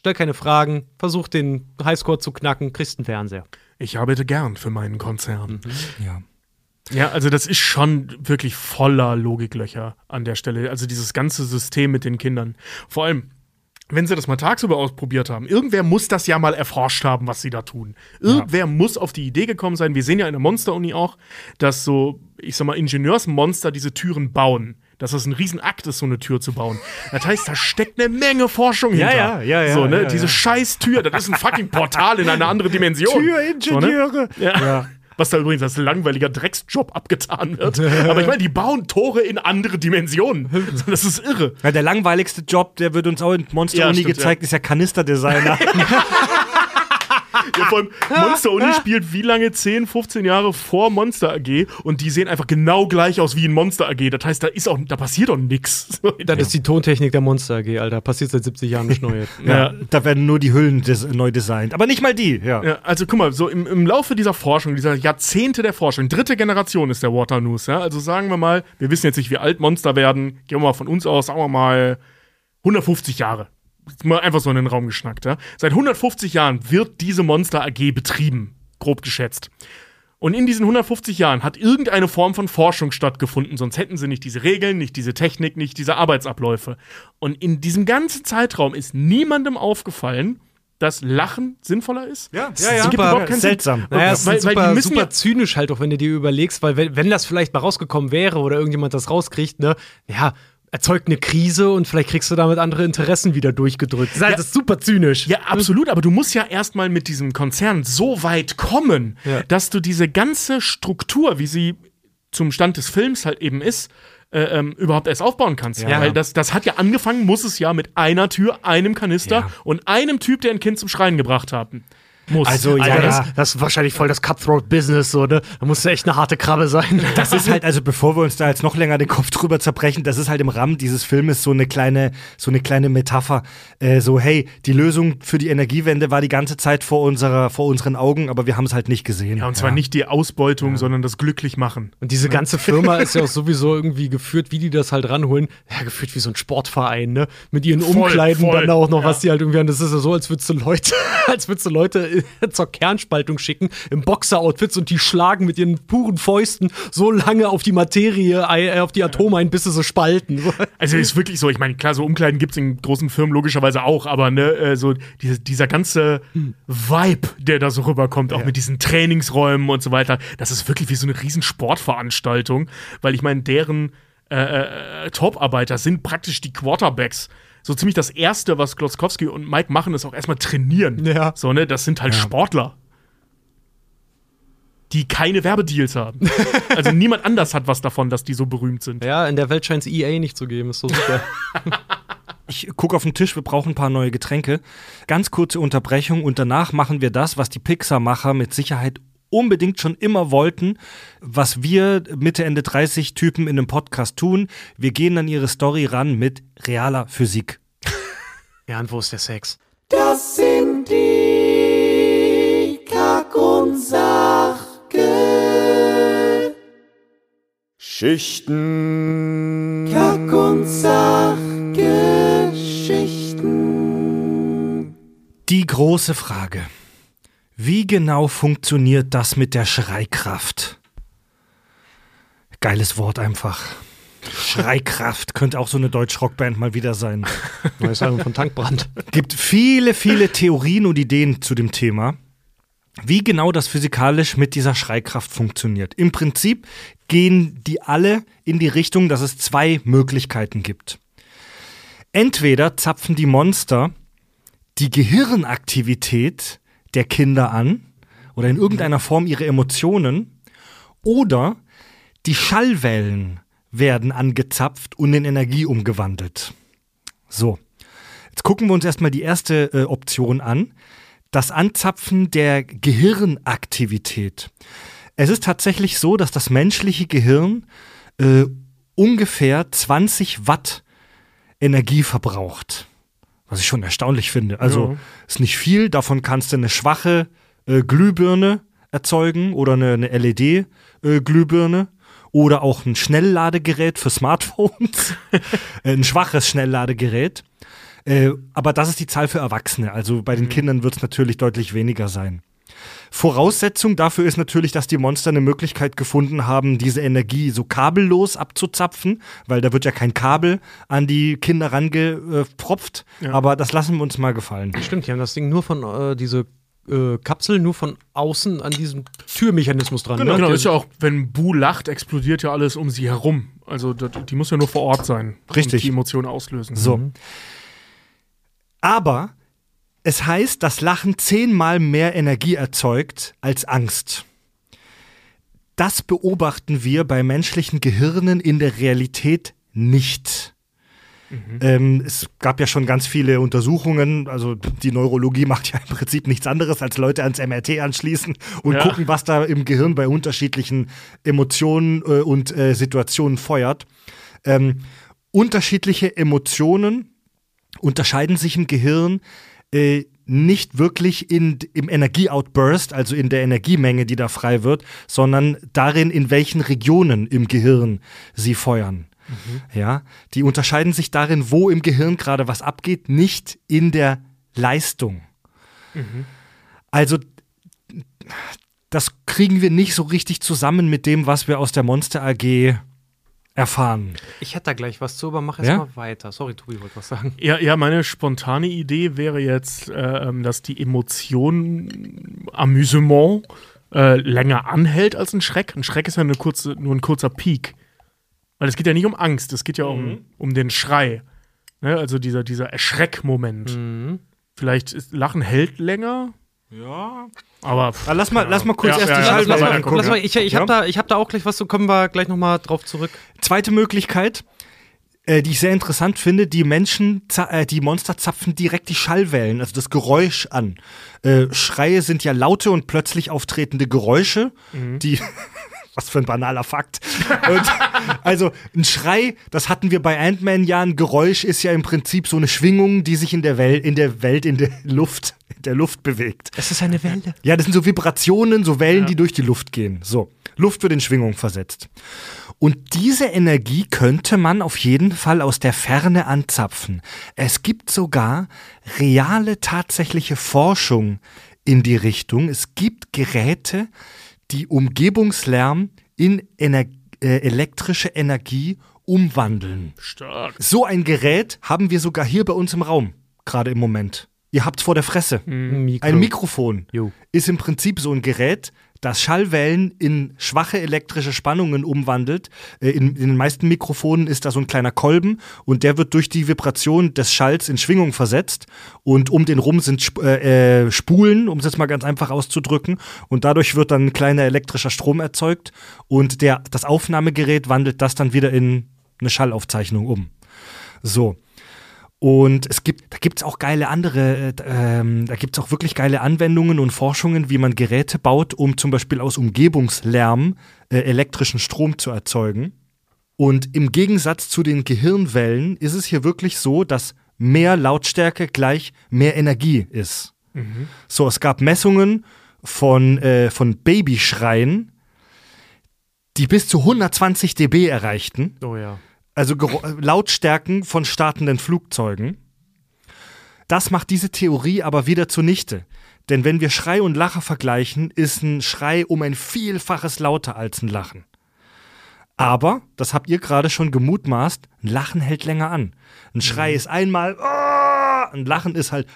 stell keine Fragen, versuch den Highscore zu knacken, kriegst einen Fernseher. Ich arbeite gern für meinen Konzern. Mhm. Ja. Ja, also das ist schon wirklich voller Logiklöcher an der Stelle. Also dieses ganze System mit den Kindern. Vor allem, wenn sie das mal tagsüber ausprobiert haben, irgendwer muss das ja mal erforscht haben, was sie da tun. Irgendwer ja. muss auf die Idee gekommen sein. Wir sehen ja in der Monster-Uni auch, dass so, ich sag mal, Ingenieursmonster diese Türen bauen. Dass das ein Riesenakt ist, so eine Tür zu bauen. Das heißt, da steckt eine Menge Forschung ja, hinter. Ja, ja, ja. So, ne? ja, Diese ja. scheiß Tür, das ist ein fucking Portal in eine andere Dimension. Türingenieure. So, ne? Ja. ja. Was da übrigens als langweiliger Drecksjob abgetan wird. Aber ich meine, die bauen Tore in andere Dimensionen. Das ist irre. Ja, der langweiligste Job, der wird uns auch in Monster-Uni ja, gezeigt, ja. ist ja Kanisterdesigner. Ja, vor allem Monster-Uni spielt wie lange? zehn, fünfzehn Jahre vor Monster A G und die sehen einfach genau gleich aus wie in Monster A G. Das heißt, da ist auch, da passiert doch nix. Das ist die Tontechnik der Monster A G, Alter. Passiert seit siebzig Jahren nicht neu. ja, ja, da werden nur die Hüllen des, neu designt. Aber nicht mal die, ja. ja also guck mal, so im, im Laufe dieser Forschung, dieser Jahrzehnte der Forschung, dritte Generation ist der Waternoose, ja. Also sagen wir mal, wir wissen jetzt nicht, wie alt Monster werden. Gehen wir mal von uns aus, sagen wir mal hundertfünfzig Jahre. Mal einfach so in den Raum geschnackt, ja. Seit hundertfünfzig Jahren wird diese Monster A G betrieben, grob geschätzt. Und in diesen hundertfünfzig Jahren hat irgendeine Form von Forschung stattgefunden, sonst hätten sie nicht diese Regeln, nicht diese Technik, nicht diese Arbeitsabläufe. Und in diesem ganzen Zeitraum ist niemandem aufgefallen, dass Lachen sinnvoller ist. Ja, es ja, ja. gibt Super überhaupt keinen seltsam. Sinn. Naja, es ist weil, super, weil die müssen super ja zynisch halt auch, wenn du dir überlegst, weil wenn, wenn das vielleicht mal rausgekommen wäre oder irgendjemand das rauskriegt, ne, ja, erzeugt eine Krise und vielleicht kriegst du damit andere Interessen wieder durchgedrückt. Das ist, halt, das ist super zynisch. Ja, absolut, aber du musst ja erstmal mit diesem Konzern so weit kommen, Ja. dass du diese ganze Struktur, wie sie zum Stand des Films halt eben ist, äh, ähm, überhaupt erst aufbauen kannst. Ja. Weil das, das hat ja angefangen, muss es ja mit einer Tür, einem Kanister Ja. und einem Typ, der ein Kind zum Schreien gebracht haben. Muss. Also, ja, Alter, ja. das, das ist wahrscheinlich voll das Cutthroat-Business, so, ne? Da musst du echt eine harte Krabbe sein. Das ist halt, also bevor wir uns da jetzt noch länger den Kopf drüber zerbrechen, das ist halt im Rahmen dieses Filmes so eine kleine, so eine kleine Metapher. Äh, so, hey, die Lösung für die Energiewende war die ganze Zeit vor unserer, vor unseren Augen, aber wir haben es halt nicht gesehen. Ja, und zwar nicht die Ausbeutung, sondern das Glücklichmachen. Und diese ganze Firma ist ja auch sowieso irgendwie geführt, wie die das halt ranholen. Ja, geführt wie so ein Sportverein, ne? Mit ihren Voll, Umkleiden voll, dann auch noch, ja. was die halt irgendwie haben. Das ist ja so, als würdest du Leute, als würdest du Leute zur Kernspaltung schicken, im Boxer-Outfits und die schlagen mit ihren puren Fäusten so lange auf die Materie, äh, auf die Atome ein, bis sie sie spalten. Also ist wirklich so, ich meine, klar, so Umkleiden gibt es in großen Firmen logischerweise auch, aber ne, äh, so diese, dieser ganze Vibe, der da so rüberkommt, auch Ja. mit diesen Trainingsräumen und so weiter, das ist wirklich wie so eine riesen Sportveranstaltung, weil ich meine, deren äh, äh, Top-Arbeiter sind praktisch die Quarterbacks. So ziemlich das Erste, was Klotzkowski und Mike machen, ist auch erstmal trainieren. Ja. So, ne, das sind halt Sportler, die keine Werbedeals haben. Also niemand anders hat was davon, dass die so berühmt sind. Ja, in der Welt scheint es E A nicht zu geben, ist so super. Ich gucke auf den Tisch, wir brauchen ein paar neue Getränke. Ganz kurze Unterbrechung und danach machen wir das, was die Pixar-Macher mit Sicherheit unbedingt schon immer wollten, was wir Mitte, Ende dreißig Typen in einem Podcast tun. Wir gehen an ihre Story ran mit realer Physik. Ja, und wo ist der Sex? Das sind die Kack- und Sachgeschichten. Kack- und Sachgeschichten. Die große Frage. Wie genau funktioniert das mit der Schreikraft? Geiles Wort einfach. Schreikraft könnte auch so eine Deutsch-Rockband mal wieder sein. Neues Album von Tankbrand. Gibt viele, viele Theorien und Ideen zu dem Thema, wie genau das physikalisch mit dieser Schreikraft funktioniert. Im Prinzip gehen die alle in die Richtung, dass es zwei Möglichkeiten gibt. Entweder zapfen die Monster die Gehirnaktivität der Kinder an oder in irgendeiner Form ihre Emotionen, oder die Schallwellen werden angezapft und in Energie umgewandelt. So, jetzt gucken wir uns erstmal die erste äh, Option an. Das Anzapfen der Gehirnaktivität. Es ist tatsächlich so, dass das menschliche Gehirn äh, ungefähr zwanzig Watt Energie verbraucht. Was ich schon erstaunlich finde. Also Ja. ist nicht viel, davon kannst du eine schwache äh, Glühbirne erzeugen oder eine, eine L E D-Glühbirne. oder auch ein Schnellladegerät für Smartphones, ein schwaches Schnellladegerät. Äh, aber das ist die Zahl für Erwachsene. Also bei den Kindern wird es natürlich deutlich weniger sein. Voraussetzung dafür ist natürlich, dass die Monster eine Möglichkeit gefunden haben, diese Energie so kabellos abzuzapfen, weil da wird ja kein Kabel an die Kinder rangepropft. Ja. Aber das lassen wir uns mal gefallen. Stimmt, die haben das Ding nur von, äh, diese äh, Kapsel nur von außen an diesem Türmechanismus dran. Genau, ne? genau, Der- ist ja auch, wenn Bu lacht, explodiert ja alles um sie herum. Also das, die muss ja nur vor Ort sein. Richtig. Und die Emotionen auslösen. So. Aber es heißt, dass Lachen zehnmal mehr Energie erzeugt als Angst. Das beobachten wir bei menschlichen Gehirnen in der Realität nicht. Ähm, es gab ja schon ganz viele Untersuchungen, also die Neurologie macht ja im Prinzip nichts anderes, als Leute ans M R T anschließen und Ja. gucken, was da im Gehirn bei unterschiedlichen Emotionen äh, und äh, Situationen feuert. Ähm, unterschiedliche Emotionen unterscheiden sich im Gehirn äh, nicht wirklich in, im Energieoutburst, also in der Energiemenge, die da frei wird, sondern darin, in welchen Regionen im Gehirn sie feuern. Ja, die unterscheiden sich darin, wo im Gehirn gerade was abgeht, nicht in der Leistung. Also das kriegen wir nicht so richtig zusammen mit dem, was wir aus der Monster A G erfahren. Ich hätte da gleich was zu, aber mach Ja? erst mal weiter. Sorry, Tobi, wollte was sagen. Ja, ja, meine spontane Idee wäre jetzt, äh, dass die Emotion Amüsement äh, länger anhält als ein Schreck. Ein Schreck ist ja eine kurze, nur ein kurzer Peak. Weil es geht ja nicht um Angst, es geht ja um, um den Schrei. Ne? Also dieser, dieser Erschreckmoment. Vielleicht ist Lachen hält länger. Ja. Aber pff, Ah, lass mal, lass mal kurz Ja, erst ja, die ja, Schallwellen lass mal- angucken. Lass mal, ich ich Ja? habe da, ich hab da auch gleich was zu, kommen wir gleich nochmal drauf zurück. Zweite Möglichkeit, äh, die ich sehr interessant finde, die Menschen, za- äh, die Monster zapfen direkt die Schallwellen, also das Geräusch an. Äh, Schreie sind ja laute und plötzlich auftretende Geräusche, die was für ein banaler Fakt. Und, also ein Schrei, das hatten wir bei Ant-Man ja, ein Geräusch ist ja im Prinzip so eine Schwingung, die sich in der Welt, in der Welt, in der Luft, in der Luft bewegt. Es ist eine Welle. Ja, das sind so Vibrationen, so Wellen, die durch die Luft gehen. So, Luft wird in Schwingung versetzt. Und diese Energie könnte man auf jeden Fall aus der Ferne anzapfen. Es gibt sogar reale, tatsächliche Forschung in die Richtung. Es gibt Geräte, die Umgebungslärm in Ener- äh, elektrische Energie umwandeln. stark. So ein Gerät haben wir sogar hier bei uns im Raum, gerade im Moment. Ihr habt's vor der Fresse. Mikro. Ein Mikrofon Jo. ist im Prinzip so ein Gerät, das Schallwellen in schwache elektrische Spannungen umwandelt. Äh, in, in den meisten Mikrofonen ist da so ein kleiner Kolben und der wird durch die Vibration des Schalls in Schwingung versetzt und um den rum sind Sp äh, äh, Spulen, um es jetzt mal ganz einfach auszudrücken, und dadurch wird dann ein kleiner elektrischer Strom erzeugt und der, das Aufnahmegerät wandelt das dann wieder in eine Schallaufzeichnung um. So. Und es gibt, da gibt es auch geile andere, äh, ähm, da gibt es auch wirklich geile Anwendungen und Forschungen, wie man Geräte baut, um zum Beispiel aus Umgebungslärm äh, elektrischen Strom zu erzeugen. Und im Gegensatz zu den Gehirnwellen ist es hier wirklich so, dass mehr Lautstärke gleich mehr Energie ist. So, es gab Messungen von, äh, von Babyschreien, die bis zu hundertzwanzig Dezibel erreichten. Oh ja. Also Gero- Lautstärken von startenden Flugzeugen. Das macht diese Theorie aber wieder zunichte. Denn wenn wir Schrei und Lacher vergleichen, ist ein Schrei um ein Vielfaches lauter als ein Lachen. Aber, das habt ihr gerade schon gemutmaßt, ein Lachen hält länger an. Ein Schrei ist einmal, "Ah!", ein Lachen ist halt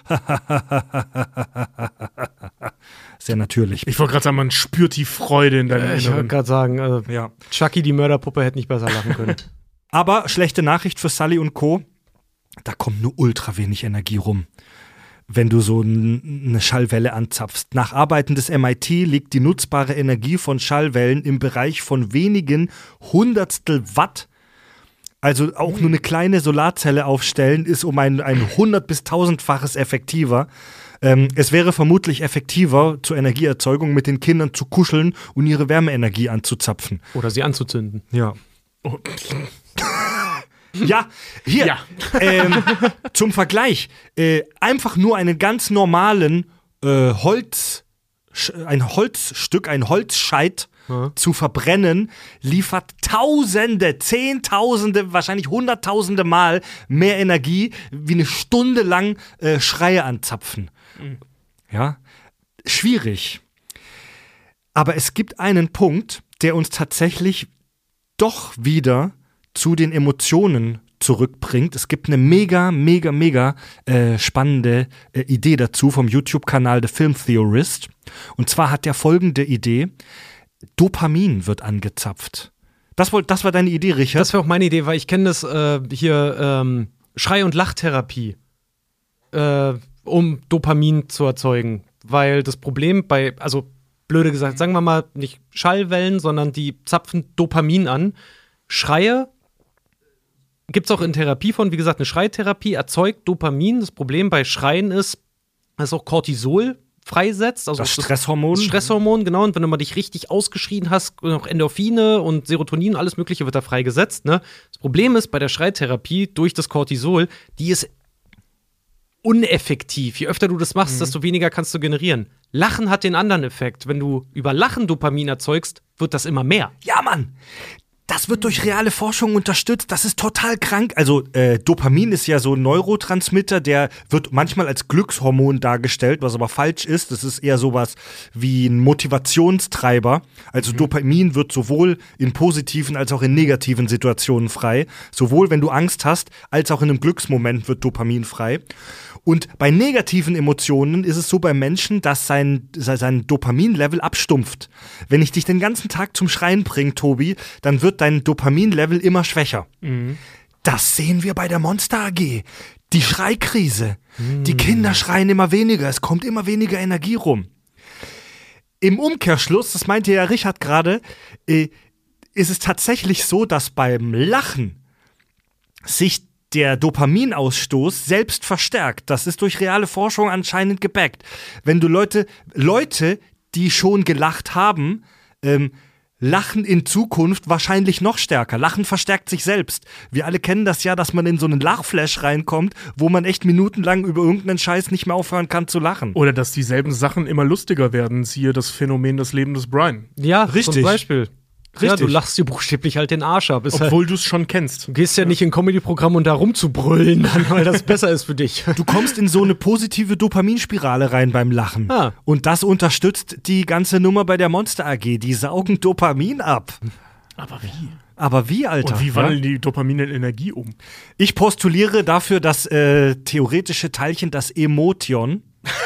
sehr natürlich. Ich wollte gerade sagen, man spürt die Freude in deinem Ich wollte Inneren. gerade sagen, äh, Ja. Chucky, die Mörderpuppe, hätte nicht besser lachen können. Aber schlechte Nachricht für Sully und Co. Da kommt nur ultra wenig Energie rum, wenn du so n- eine Schallwelle anzapfst. Nach Arbeiten des M I T liegt die nutzbare Energie von Schallwellen im Bereich von wenigen Hundertstel Watt. Also auch nur eine kleine Solarzelle aufstellen ist um ein, ein hundert- bis tausendfaches effektiver. Ähm, es wäre vermutlich effektiver, zur Energieerzeugung mit den Kindern zu kuscheln und ihre Wärmeenergie anzuzapfen. Oder sie anzuzünden. Ja. Oh. Ja, hier, Ja. Ähm, zum Vergleich, äh, einfach nur einen ganz normalen äh, Holz, sch- ein Holzstück, ein Holzscheit Ja. zu verbrennen, liefert Tausende, Zehntausende, wahrscheinlich Hunderttausende Mal mehr Energie, wie eine Stunde lang äh, Schreie anzapfen. Mhm. Ja, schwierig. Aber es gibt einen Punkt, der uns tatsächlich doch wieder zu den Emotionen zurückbringt. Es gibt eine mega, mega, mega äh, spannende äh, Idee dazu vom YouTube-Kanal The Film Theorist. Und zwar hat der folgende Idee: Dopamin wird angezapft. Das, wollt, das war deine Idee, Richard? Das wäre auch meine Idee, weil ich kenne das äh, hier ähm, Schrei- und Lachtherapie, äh, um Dopamin zu erzeugen. Weil das Problem bei, also blöde gesagt, sagen wir mal nicht Schallwellen, sondern die zapfen Dopamin an. Schreie gibt es auch in Therapie von, wie gesagt, eine Schreitherapie erzeugt Dopamin. Das Problem bei Schreien ist, dass auch Cortisol freisetzt. Also das Stresshormon. Das Stresshormon, genau. Und wenn du mal dich richtig ausgeschrien hast, auch Endorphine und Serotonin, alles Mögliche wird da freigesetzt. Ne? Das Problem ist bei der Schreitherapie durch das Cortisol, die ist uneffektiv. Je öfter du das machst, mhm. desto weniger kannst du generieren. Lachen hat den anderen Effekt. Wenn du über Lachen Dopamin erzeugst, wird das immer mehr. Ja, Mann! Das wird durch reale Forschung unterstützt. Das ist total krank. Also äh, Dopamin ist ja so ein Neurotransmitter, der wird manchmal als Glückshormon dargestellt, was aber falsch ist. Das ist eher sowas wie ein Motivationstreiber. Also mhm. Dopamin wird sowohl in positiven als auch in negativen Situationen frei. Sowohl wenn du Angst hast, als auch in einem Glücksmoment wird Dopamin frei. Und bei negativen Emotionen ist es so bei Menschen, dass sein, sein Dopaminlevel abstumpft. Wenn ich dich den ganzen Tag zum Schreien bringe, Tobi, dann wird dein Dopaminlevel immer schwächer. Mhm. Das sehen wir bei der Monster A G. Die Schreikrise. Mhm. Die Kinder schreien immer weniger. Es kommt immer weniger Energie rum. Im Umkehrschluss, das meinte ja Richard gerade, äh, ist es tatsächlich so, dass beim Lachen sich der Dopaminausstoß selbst verstärkt. Das ist durch reale Forschung anscheinend gebackt. Wenn du Leute, Leute, die schon gelacht haben, ähm, lachen in Zukunft wahrscheinlich noch stärker. Lachen verstärkt sich selbst. Wir alle kennen das ja, dass man in so einen Lachflash reinkommt, wo man echt minutenlang über irgendeinen Scheiß nicht mehr aufhören kann zu lachen. Oder dass dieselben Sachen immer lustiger werden. Siehe das Phänomen des Lebens des Brian. Ja, richtig. Zum Beispiel. Richtig. Ja, du lachst dir buchstäblich halt den Arsch ab. Ist Obwohl halt, du es schon kennst. Du gehst ja, ja nicht in ein Comedy-Programm, um da rumzubrüllen, weil das besser ist für dich. Du kommst in so eine positive Dopaminspirale rein beim Lachen. Ah. Und das unterstützt die ganze Nummer bei der Monster A G. Die saugen Dopamin ab. Aber wie? Aber wie, Alter? Und wie wandeln ja? die Dopamin in Energie um? Ich postuliere dafür das äh, theoretische Teilchen, das Emotion.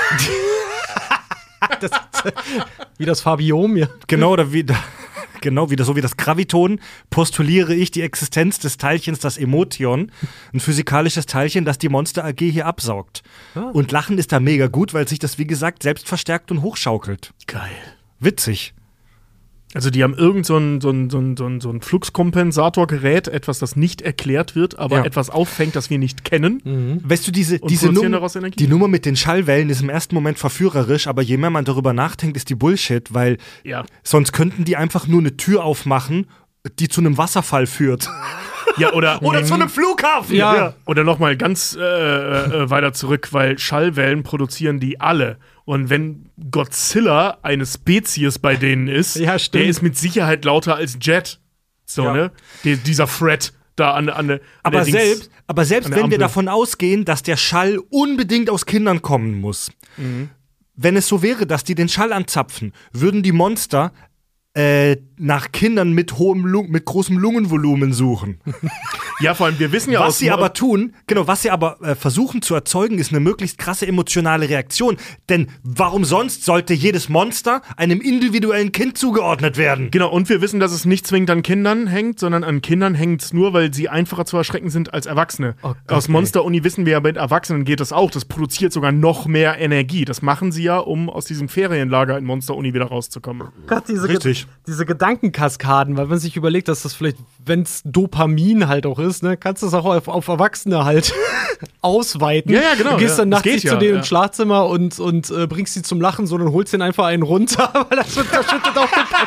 das, wie das Fabiom, ja. Genau, oder wie... Genau, wie das, so wie das Graviton postuliere ich die Existenz des Teilchens, das Emotion, ein physikalisches Teilchen, das die Monster A G hier absaugt. Ah. Und Lachen ist da mega gut, weil sich das, wie gesagt, selbst verstärkt und hochschaukelt. Geil. Witzig. Also die haben irgend so ein, so ein, so ein, so ein, so ein Fluxkompensatorgerät, etwas, das nicht erklärt wird, aber ja. etwas auffängt, das wir nicht kennen. Mhm. Weißt du, diese, und diese Nummer, daraus Energie. die Nummer mit den Schallwellen ist im ersten Moment verführerisch, aber je mehr man darüber nachdenkt, ist die Bullshit, weil ja. sonst könnten die einfach nur eine Tür aufmachen, die zu einem Wasserfall führt. Ja, oder, oder zu einem Flughafen. Ja. ja. Oder noch mal ganz äh, äh, weiter zurück, weil Schallwellen produzieren die alle. Und wenn Godzilla eine Spezies bei denen ist, ja, der ist mit Sicherheit lauter als Jet. So, ja. ne? Die, dieser Fred da an, an, an aber der selbst, Dings, aber selbst wenn wir davon ausgehen, dass der Schall unbedingt aus Kindern kommen muss, mhm. wenn es so wäre, dass die den Schall anzapfen, würden die Monster Äh, nach Kindern mit hohem Lung- mit großem Lungenvolumen suchen. Ja, vor allem, wir wissen ja was aus sie aber tun, genau, was sie aber äh, versuchen zu erzeugen, ist eine möglichst krasse emotionale Reaktion. Denn warum sonst sollte jedes Monster einem individuellen Kind zugeordnet werden? Genau, und wir wissen, dass es nicht zwingend an Kindern hängt, sondern an Kindern hängt es nur, weil sie einfacher zu erschrecken sind als Erwachsene. Oh Gott, aus Monster-Uni wissen wir ja, mit Erwachsenen geht das auch. Das produziert sogar noch mehr Energie. Das machen sie ja, um aus diesem Ferienlager in Monster-Uni wieder rauszukommen. Gott, diese Richtig. Diese Gedankenkaskaden, weil man sich überlegt, dass das vielleicht, wenn es Dopamin halt auch ist, ne, kannst du das auch auf, auf Erwachsene halt ausweiten. Ja, ja, genau. Du gehst ja, dann nachts geht, zu ja, denen ja. ins Schlafzimmer und, und äh, bringst sie zum Lachen, so und holst den einfach einen runter, weil das, wird, das schüttet auch Dopamin.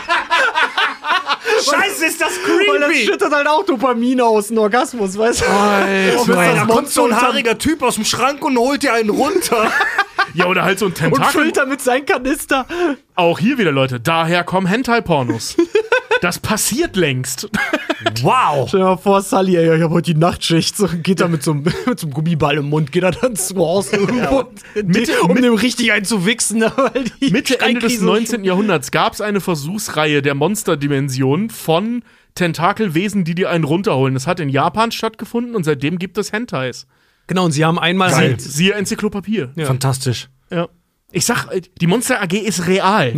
Scheiße, ist das creepy! Weil das schüttet halt auch Dopamin aus, ein Orgasmus, weißt du? Alter, da kommt so ein haariger Typ aus dem Schrank und holt dir einen runter. Ja, oder halt so ein Und Tentakel. füllt damit sein Kanister. Auch hier wieder, Leute. Daher kommen Hentai-Pornos. Das passiert längst. Wow. Stell dir mal vor, Sully, ey, ich hab heute die Nachtschicht. So, geht da mit so, einem, mit so einem Gummiball im Mund, geht er dann zu Hause irgendwo, Mitte- um mit- dem richtig einzuwichsen. ne, Weil die Mitte, Ende des Streikkrise- neunzehnten. Jahrhunderts gab es eine Versuchsreihe der Monsterdimension von Tentakelwesen, die dir einen runterholen. Das hat in Japan stattgefunden und seitdem gibt es Hentais. Genau, und sie haben einmal Geil. halt. Siehe Enzyklopädie. Ja. Fantastisch. Ja. Ich sag, äh, die Monster A G ist real.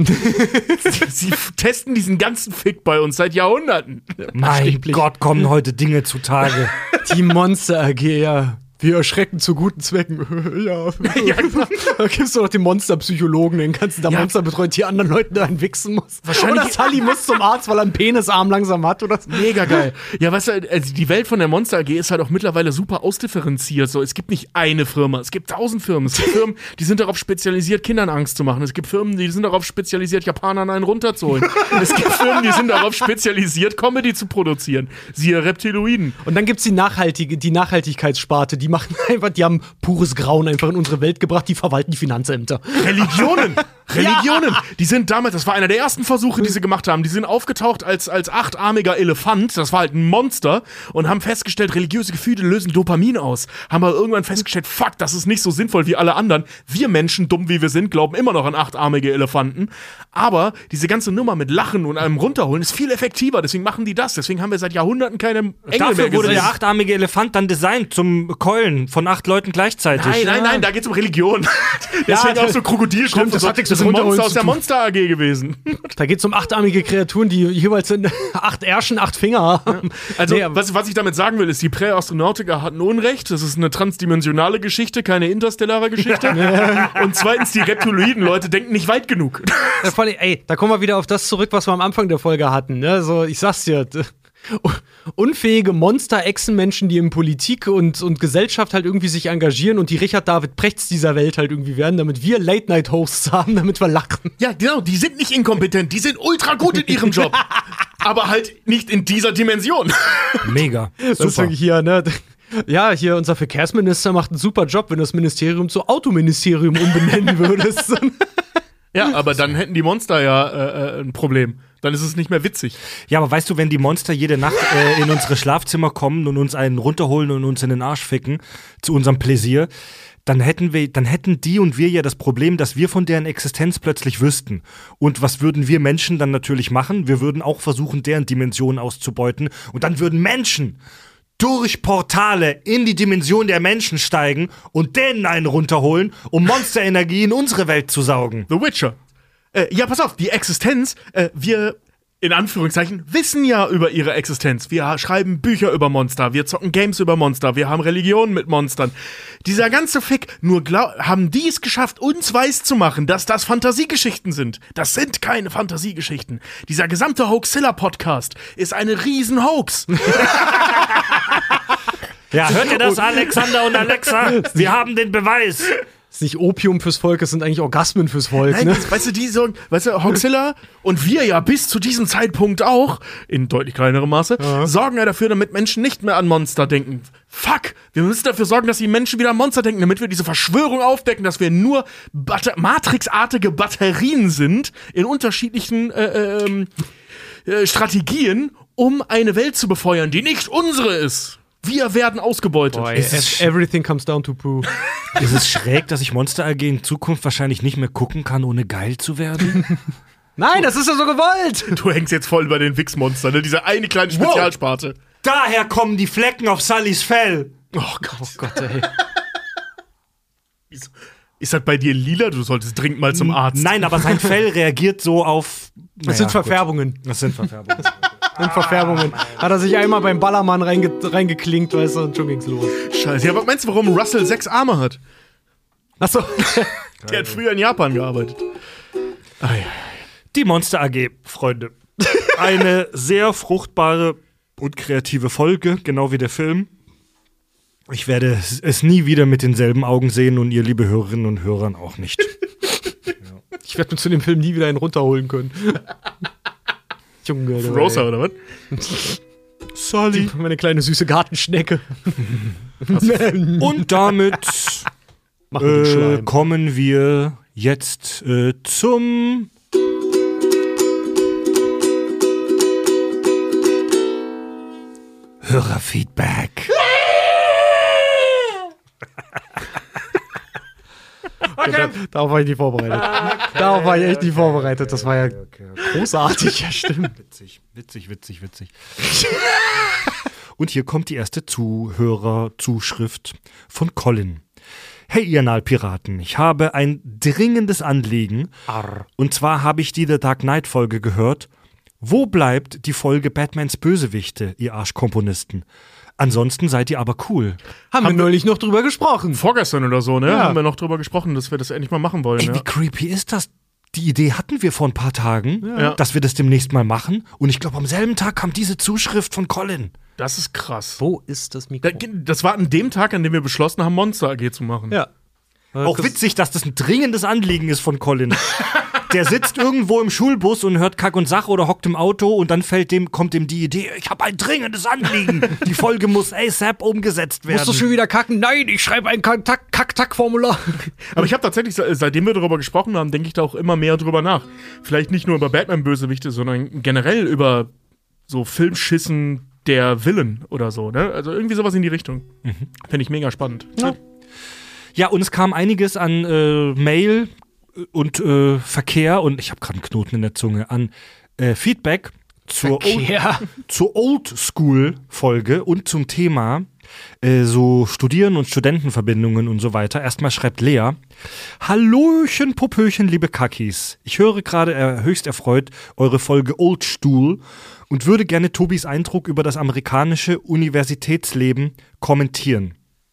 Sie f- testen diesen ganzen Fick bei uns seit Jahrhunderten. Mein Buchstäblich. Gott, kommen heute Dinge zutage. Die Monster A G, ja. Wir erschrecken zu guten Zwecken. ja. Ja, genau. Da gibt's doch noch den Monsterpsychologen, den ganzen der Ja. Monster betreut, die anderen Leuten da einen wichsen muss. Wahrscheinlich- Oder Sully muss zum Arzt, weil er einen Penisarm langsam hat oder so. Mega geil. Ja, weißt du, also die Welt von der Monster A G ist halt auch mittlerweile super ausdifferenziert. So, es gibt nicht eine Firma, es gibt tausend Firmen. Es gibt Firmen, die sind darauf spezialisiert, Kindern Angst zu machen. Es gibt Firmen, die sind darauf spezialisiert, Japanern einen runterzuholen. Es gibt Firmen, die sind darauf spezialisiert, Comedy zu produzieren. Siehe Reptiloiden. Und dann gibt's die nachhaltige, die Nachhaltigkeitssparte, die machen einfach, die haben pures Grauen einfach in unsere Welt gebracht, die verwalten die Finanzämter. Religionen. Religionen. Die sind damals, das war einer der ersten Versuche, die sie gemacht haben. Die sind aufgetaucht als, als achtarmiger Elefant. Das war halt ein Monster. Und haben festgestellt, religiöse Gefühle lösen Dopamin aus. Haben aber irgendwann festgestellt, fuck, das ist nicht so sinnvoll wie alle anderen. Wir Menschen, dumm wie wir sind, glauben immer noch an achtarmige Elefanten. Aber diese ganze Nummer mit Lachen und einem runterholen ist viel effektiver. Deswegen machen die das. Deswegen haben wir seit Jahrhunderten keine Engel mehr Dafür wurde gesehen. der achtarmige Elefant dann designt zum Keulen von acht Leuten gleichzeitig. Nein, nein, nein, da geht's um Religion. Deswegen Ja, auch so Krokodilschrift. Stimmt, das und so. hat nichts Das mit sind Runterholen Monster zu aus der tun. Monster A G gewesen. Da geht's um achtarmige Kreaturen, die jeweils in acht Ärschen, acht Finger haben. Also, Nee, aber- was, was ich damit sagen will, ist, die Präastronautiker hatten Unrecht. Das ist eine transdimensionale Geschichte, keine interstellare Geschichte. Und zweitens, die Reptiloiden-Leute denken nicht weit genug. Ja, vor allem, ey, da kommen wir wieder auf das zurück, was wir am Anfang der Folge hatten. Ne? So, ich sag's dir, d- unfähige Monster-Echsenmenschen, die in Politik und, und Gesellschaft halt irgendwie sich engagieren und die Richard David Prechts dieser Welt halt irgendwie werden, damit wir Late-Night-Hosts haben, damit wir lachen. Ja, genau, die sind nicht inkompetent, die sind ultra gut in ihrem Job. Aber halt nicht in dieser Dimension. Mega. Das ist Super. wirklich hier, ne? Ja, hier, unser Verkehrsminister macht einen super Job, wenn du das Ministerium zu Autoministerium umbenennen würdest. Ja, aber dann hätten die Monster ja äh, äh, ein Problem. Dann ist es nicht mehr witzig. Ja, aber weißt du, wenn die Monster jede Nacht äh, in unsere Schlafzimmer kommen und uns einen runterholen und uns in den Arsch ficken, zu unserem Pläsier, dann hätten wir, dann hätten die und wir ja das Problem, dass wir von deren Existenz plötzlich wüssten. Und was würden wir Menschen dann natürlich machen? Wir würden auch versuchen, deren Dimension auszubeuten. Und dann würden Menschen durch Portale in die Dimension der Menschen steigen und denen einen runterholen, um Monsterenergie in unsere Welt zu saugen. The Witcher. Äh, ja, pass auf, die Existenz, äh, wir, in Anführungszeichen, wissen ja über ihre Existenz. Wir schreiben Bücher über Monster, wir zocken Games über Monster, wir haben Religionen mit Monstern. Dieser ganze Fick, nur glaub, haben die es geschafft, uns weiß zu machen, dass das Fantasiegeschichten sind. Das sind keine Fantasiegeschichten. Dieser gesamte Hoaxilla-Podcast ist eine riesen Hoax. Ja, hört ihr das, Alexander und Alexa? Wir haben den Beweis. Das ist nicht Opium fürs Volk, das sind eigentlich Orgasmen fürs Volk, Nein, ne? das, weißt du, die sagen, weißt du, Hoaxilla und wir ja bis zu diesem Zeitpunkt auch, in deutlich kleinerem Maße, sorgen ja dafür, damit Menschen nicht mehr an Monster denken. Fuck, wir müssen dafür sorgen, dass die Menschen wieder an Monster denken, damit wir diese Verschwörung aufdecken, dass wir nur Batter- Matrixartige Batterien sind in unterschiedlichen äh, ähm, äh, Strategien, um eine Welt zu befeuern, die nicht unsere ist. Wir werden ausgebeutet. Boy, Es ist- everything comes down to poo. Ist es schräg, dass ich Monster A G in Zukunft wahrscheinlich nicht mehr gucken kann, ohne geil zu werden? Nein, das ist ja so gewollt! Du hängst jetzt voll bei den Wix-Monstern, ne? Diese eine kleine Spezialsparte. Daher kommen die Flecken auf Sullys Fell. Oh Gott. Oh Gott, ey. Ist, ist das bei dir lila? Du solltest dringend mal zum Arzt. Nein, aber sein Fell reagiert so auf. Das sind Verfärbungen. Gut. Das sind Verfärbungen. Und Verfärbungen. Hat er sich einmal beim Ballermann reinge reingeklinkt, weißt du, und schon ging's los. Scheiße. Ja, aber meinst du, warum Russell sechs Arme hat? Achso. Der hat früher in Japan gearbeitet. Ah, ja. Die Monster A G, Freunde. Eine sehr fruchtbare und kreative Folge, genau wie der Film. Ich werde es- es nie wieder mit denselben Augen sehen und ihr, liebe Hörerinnen und Hörern, auch nicht. Ich werde mir zu dem Film nie wieder einen runterholen können. Junge, Rosa, oder was? Sully. meine kleine süße Gartenschnecke. Und damit Machen wir den äh, Schleim. kommen wir jetzt äh, zum Hörerfeedback. Ja, darauf war ich nicht vorbereitet. Darauf war ich echt nicht vorbereitet. Das war ja großartig. Ja, stimmt. Witzig, witzig, witzig, witzig. Und hier kommt die erste Zuhörerzuschrift von Colin. Hey, ihr Analpiraten, ich habe ein dringendes Anliegen. Arr. Und zwar habe ich die The Dark Knight-Folge gehört. Wo bleibt die Folge Batmans Bösewichte, ihr Arschkomponisten? Ansonsten seid ihr aber cool. Haben, wir neulich noch drüber gesprochen. Vorgestern oder so, ne? Ja. Haben wir noch drüber gesprochen, dass wir das endlich mal machen wollen. Ey, Ja. wie creepy ist das? Die Idee hatten wir vor ein paar Tagen, Ja. dass wir das demnächst mal machen. Und ich glaube, am selben Tag kam diese Zuschrift von Colin. Das ist krass. Wo ist das Mikro? Da- Das war an dem Tag, an dem wir beschlossen haben, Monster A G zu machen. Ja. Auch witzig, dass das ein dringendes Anliegen ist von Colin. Der sitzt irgendwo im Schulbus und hört Kack und Sach oder hockt im Auto und dann fällt dem, kommt ihm die Idee, ich habe ein dringendes Anliegen. Die Folge muss ASAP umgesetzt werden. Musst du schon wieder kacken? Nein, ich schreibe ein Kack-Tack-Formular. Aber ich habe tatsächlich, se- seitdem wir darüber gesprochen haben, denke ich da auch immer mehr drüber nach. Vielleicht nicht nur über Batman-Bösewichte, sondern generell über so Filmschissen der Villain oder so, ne? Also irgendwie sowas in die Richtung. Finde ich mega spannend. Ja. Ja, und es kam einiges an äh, Mail und äh, Verkehr und ich habe gerade einen Knoten in der Zunge an äh, Feedback zur Old, Ja. zur Oldschool-Folge und zum Thema äh, so Studieren- und Studentenverbindungen und so weiter. Erstmal schreibt Lea: Hallöchen, Popöchen, liebe Kackis. Ich höre gerade äh, höchst erfreut eure Folge Oldstuhl und würde gerne Tobis Eindruck über das amerikanische Universitätsleben kommentieren.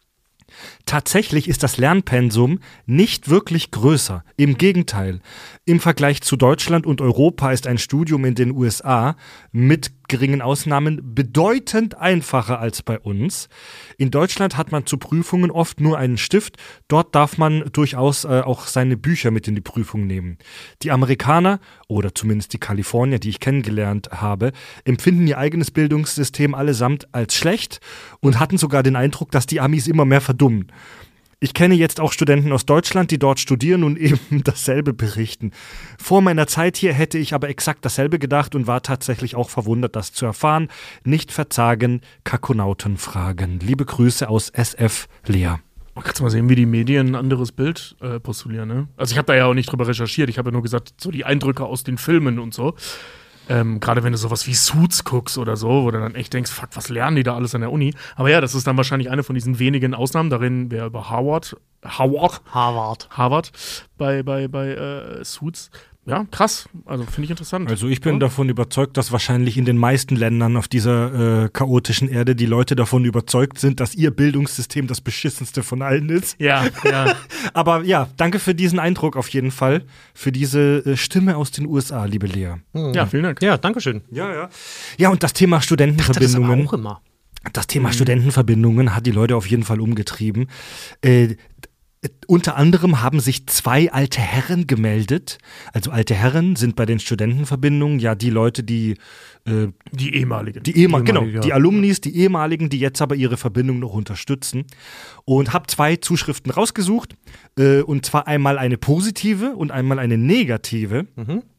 Tatsächlich ist das Lernpensum nicht wirklich größer. Im Gegenteil. Im Vergleich zu Deutschland und Europa ist ein Studium in den U S A mit geringen Ausnahmen bedeutend einfacher als bei uns. In Deutschland hat man zu Prüfungen oft nur einen Stift. Dort darf man durchaus äh, auch seine Bücher mit in die Prüfung nehmen. Die Amerikaner, oder zumindest die Kalifornier, die ich kennengelernt habe, empfinden ihr eigenes Bildungssystem allesamt als schlecht und hatten sogar den Eindruck, dass die Amis immer mehr verdummen. Ich kenne jetzt auch Studenten aus Deutschland, die dort studieren und eben dasselbe berichten. Vor meiner Zeit hier hätte ich aber exakt dasselbe gedacht und war tatsächlich auch verwundert, das zu erfahren. Nicht verzagen, Kakonauten fragen. Liebe Grüße aus S F Lea. Man kann mal sehen, wie die Medien ein anderes Bild äh, postulieren, ne? Also ich habe da ja auch nicht drüber recherchiert, ich habe ja nur gesagt, so die Eindrücke aus den Filmen und so. Ähm, Gerade wenn du sowas wie Suits guckst oder so, wo du dann echt denkst, fuck, was lernen die da alles an der Uni? Aber ja, das ist dann wahrscheinlich eine von diesen wenigen Ausnahmen. Darin wäre über Harvard, Howard, Harvard. Harvard bei, bei, bei äh, Suits. Ja, krass. Also finde ich interessant. Also ich bin ja. davon überzeugt, dass wahrscheinlich in den meisten Ländern auf dieser äh, chaotischen Erde die Leute davon überzeugt sind, dass ihr Bildungssystem das beschissenste von allen ist. Ja, ja. Aber ja, danke für diesen Eindruck auf jeden Fall, für diese äh, Stimme aus den U S A, liebe Lea. ja, vielen Dank. Ja, danke schön. Ja, ja. Ja, und das Thema Das Studentenverbindungen. aber auch immer. Das Thema Studentenverbindungen hat die Leute auf jeden Fall umgetrieben. Äh, unter anderem haben sich zwei alte Herren gemeldet. Also alte Herren sind bei den Studentenverbindungen ja die Leute, die äh, Die ehemaligen. die ehemal genau, Ehemalige, ja. die Alumnis, die ehemaligen, die jetzt aber ihre Verbindung noch unterstützen. Und habe zwei Zuschriften rausgesucht. Äh, und zwar einmal eine positive und einmal eine negative.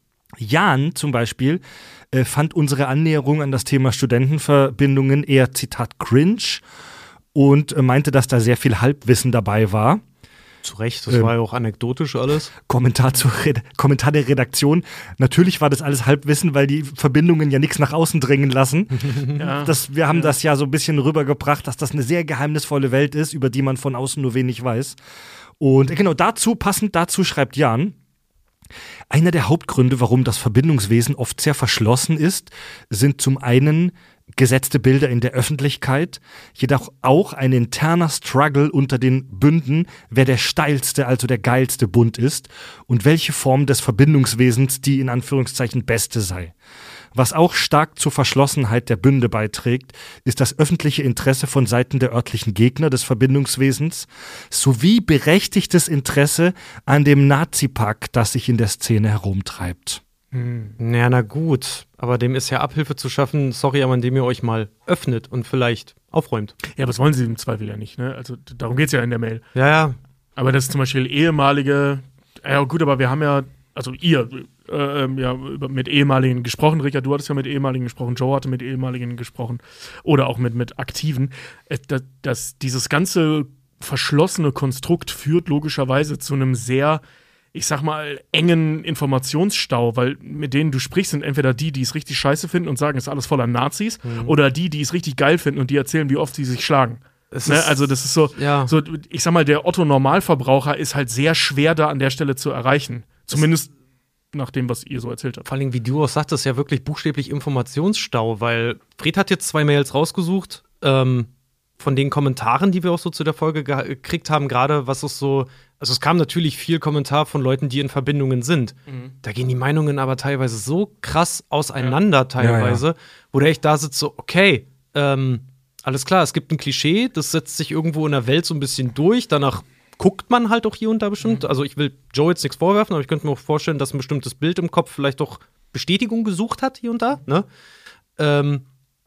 Jan zum Beispiel äh, fand unsere Annäherung an das Thema Studentenverbindungen eher, Zitat, cringe und äh, meinte, dass da sehr viel Halbwissen dabei war. Zu Recht, das Ähm. war ja auch anekdotisch alles. Kommentar, zur Red- Kommentar der Redaktion. Natürlich war das alles Halbwissen, weil die Verbindungen ja nichts nach außen dringen lassen. Ja. Das, wir haben das ja so ein bisschen rübergebracht, dass das eine sehr geheimnisvolle Welt ist, über die man von außen nur wenig weiß. Und genau dazu, passend dazu schreibt Jan: Einer der Hauptgründe, warum das Verbindungswesen oft sehr verschlossen ist, sind zum einen gesetzte Bilder in der Öffentlichkeit, jedoch auch ein interner Struggle unter den Bünden, wer der steilste, also der geilste Bund ist und welche Form des Verbindungswesens die in Anführungszeichen beste sei. Was auch stark zur Verschlossenheit der Bünde beiträgt, ist das öffentliche Interesse von Seiten der örtlichen Gegner des Verbindungswesens sowie berechtigtes Interesse an dem Nazi-Pakt, das sich in der Szene herumtreibt. Naja, na gut. Aber dem ist ja Abhilfe zu schaffen, sorry, aber indem ihr euch mal öffnet und vielleicht aufräumt. Ja, aber das wollen sie im Zweifel ja nicht, ne? Also d- darum geht's ja in der Mail. Ja, ja. Aber das ist zum Beispiel ehemalige, ja gut, aber wir haben ja, also ihr, äh, ja, über, mit ehemaligen gesprochen, Richard, du hattest ja mit ehemaligen gesprochen, Joe hatte mit ehemaligen gesprochen oder auch mit, mit aktiven, äh, dass, dass dieses ganze verschlossene Konstrukt führt logischerweise zu einem sehr, ich sag mal, engen Informationsstau, weil mit denen du sprichst, sind entweder die, die es richtig scheiße finden und sagen, es ist alles voller Nazis, mhm. oder die, die es richtig geil finden und die erzählen, wie oft sie sich schlagen. Ne? Ist, also das ist so, ja. so, ich sag mal, der Otto-Normalverbraucher ist halt sehr schwer da an der Stelle zu erreichen. Zumindest nach dem, was ihr so erzählt habt. Vor allem, wie du auch sagtest, ja wirklich buchstäblich Informationsstau, weil Fred hat jetzt zwei Mails rausgesucht, ähm, von den Kommentaren, die wir auch so zu der Folge gekriegt haben, gerade was es so, also es kam natürlich viel Kommentar von Leuten, die in Verbindungen sind. Mhm. Da gehen die Meinungen aber teilweise so krass auseinander, ja. teilweise, ja, ja. wo der echt da sitzt, so, okay, ähm, alles klar, es gibt ein Klischee, das setzt sich irgendwo in der Welt so ein bisschen durch, danach guckt man halt auch hier und da bestimmt. Mhm. Also ich will Joe jetzt nichts vorwerfen, aber ich könnte mir auch vorstellen, dass ein bestimmtes Bild im Kopf vielleicht doch Bestätigung gesucht hat hier und da, ne? Ähm,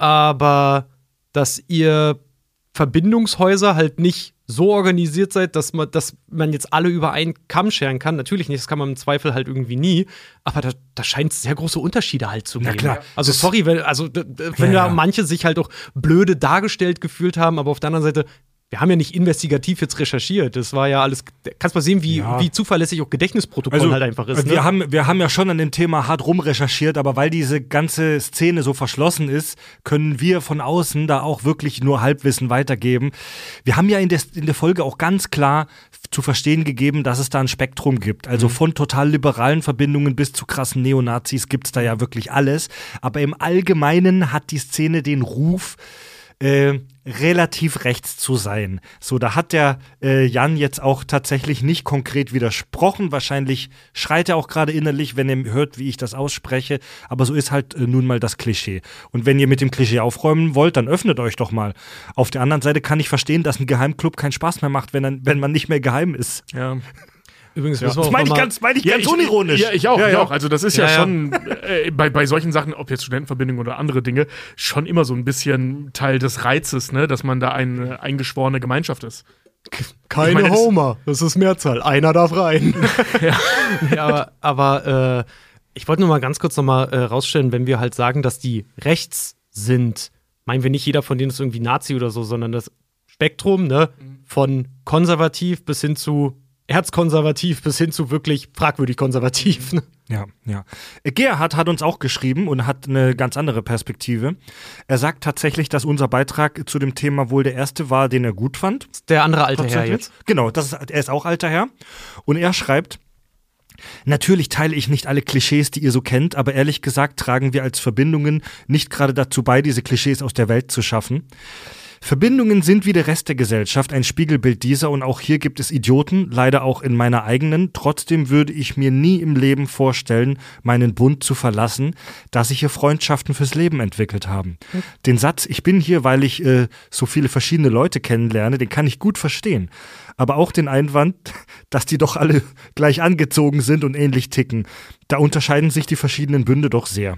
aber dass ihr Verbindungshäuser halt nicht so organisiert seid, dass man, dass man jetzt alle über einen Kamm scheren kann. Natürlich nicht, das kann man im Zweifel halt irgendwie nie. Aber da, da scheint es sehr große Unterschiede halt zu geben. Na klar. Also sorry, wenn, also, wenn ja, da manche sich halt auch blöde dargestellt gefühlt haben, aber auf der anderen Seite, wir haben ja nicht investigativ jetzt recherchiert. Das war ja alles, kannst mal sehen, wie, ja. wie zuverlässig auch Gedächtnisprotokoll also, halt einfach ist. Wir, ne? haben, wir haben ja schon an dem Thema hart rumrecherchiert, aber weil diese ganze Szene so verschlossen ist, können wir von außen da auch wirklich nur Halbwissen weitergeben. Wir haben ja in der, in der Folge auch ganz klar zu verstehen gegeben, dass es da ein Spektrum gibt. Also mhm. von total liberalen Verbindungen bis zu krassen Neonazis gibt's da ja wirklich alles. Aber im Allgemeinen hat die Szene den Ruf, Äh, relativ rechts zu sein. So, da hat der äh, Jan jetzt auch tatsächlich nicht konkret widersprochen. Wahrscheinlich schreit er auch gerade innerlich, wenn er hört, wie ich das ausspreche. Aber so ist halt äh, nun mal das Klischee. Und wenn ihr mit dem Klischee aufräumen wollt, dann öffnet euch doch mal. Auf der anderen Seite kann ich verstehen, dass ein Geheimclub keinen Spaß mehr macht, wenn, dann, wenn man nicht mehr geheim ist. Ja. Übrigens, ja. müssen wir Das auch meine ich mal ganz, mein ich ja, ganz ich, unironisch. Ja, ich auch, ja, ich ja. auch. Also das ist ja, ja, ja. schon äh, bei, bei solchen Sachen, ob jetzt Studentenverbindungen oder andere Dinge, schon immer so ein bisschen Teil des Reizes, ne, dass man da eine eingeschworene Gemeinschaft ist. Keine ich mein, das Homer, das ist Mehrzahl. Einer darf rein. ja. nee, aber aber äh, ich wollte nur mal ganz kurz noch mal äh, rausstellen, wenn wir halt sagen, dass die rechts sind, meinen wir nicht, jeder von denen ist irgendwie Nazi oder so, sondern das Spektrum, ne, von konservativ bis hin zu erzkonservativ bis hin zu wirklich fragwürdig konservativ. Ne? Ja, ja. Gerhard hat uns auch geschrieben und hat eine ganz andere Perspektive. Er sagt tatsächlich, dass unser Beitrag zu dem Thema wohl der erste war, den er gut fand. Der andere alte Herr jetzt. Genau, das ist, er ist auch alter Herr. Und er schreibt: Natürlich teile ich nicht alle Klischees, die ihr so kennt, aber ehrlich gesagt tragen wir als Verbindungen nicht gerade dazu bei, diese Klischees aus der Welt zu schaffen. Verbindungen sind wie der Rest der Gesellschaft ein Spiegelbild dieser und auch hier gibt es Idioten, leider auch in meiner eigenen. Trotzdem würde ich mir nie im Leben vorstellen, meinen Bund zu verlassen, da sich hier Freundschaften fürs Leben entwickelt haben. Mhm. Den Satz, ich bin hier, weil ich äh, so viele verschiedene Leute kennenlerne, den kann ich gut verstehen. Aber auch den Einwand, dass die doch alle gleich angezogen sind und ähnlich ticken. Da unterscheiden sich die verschiedenen Bünde doch sehr.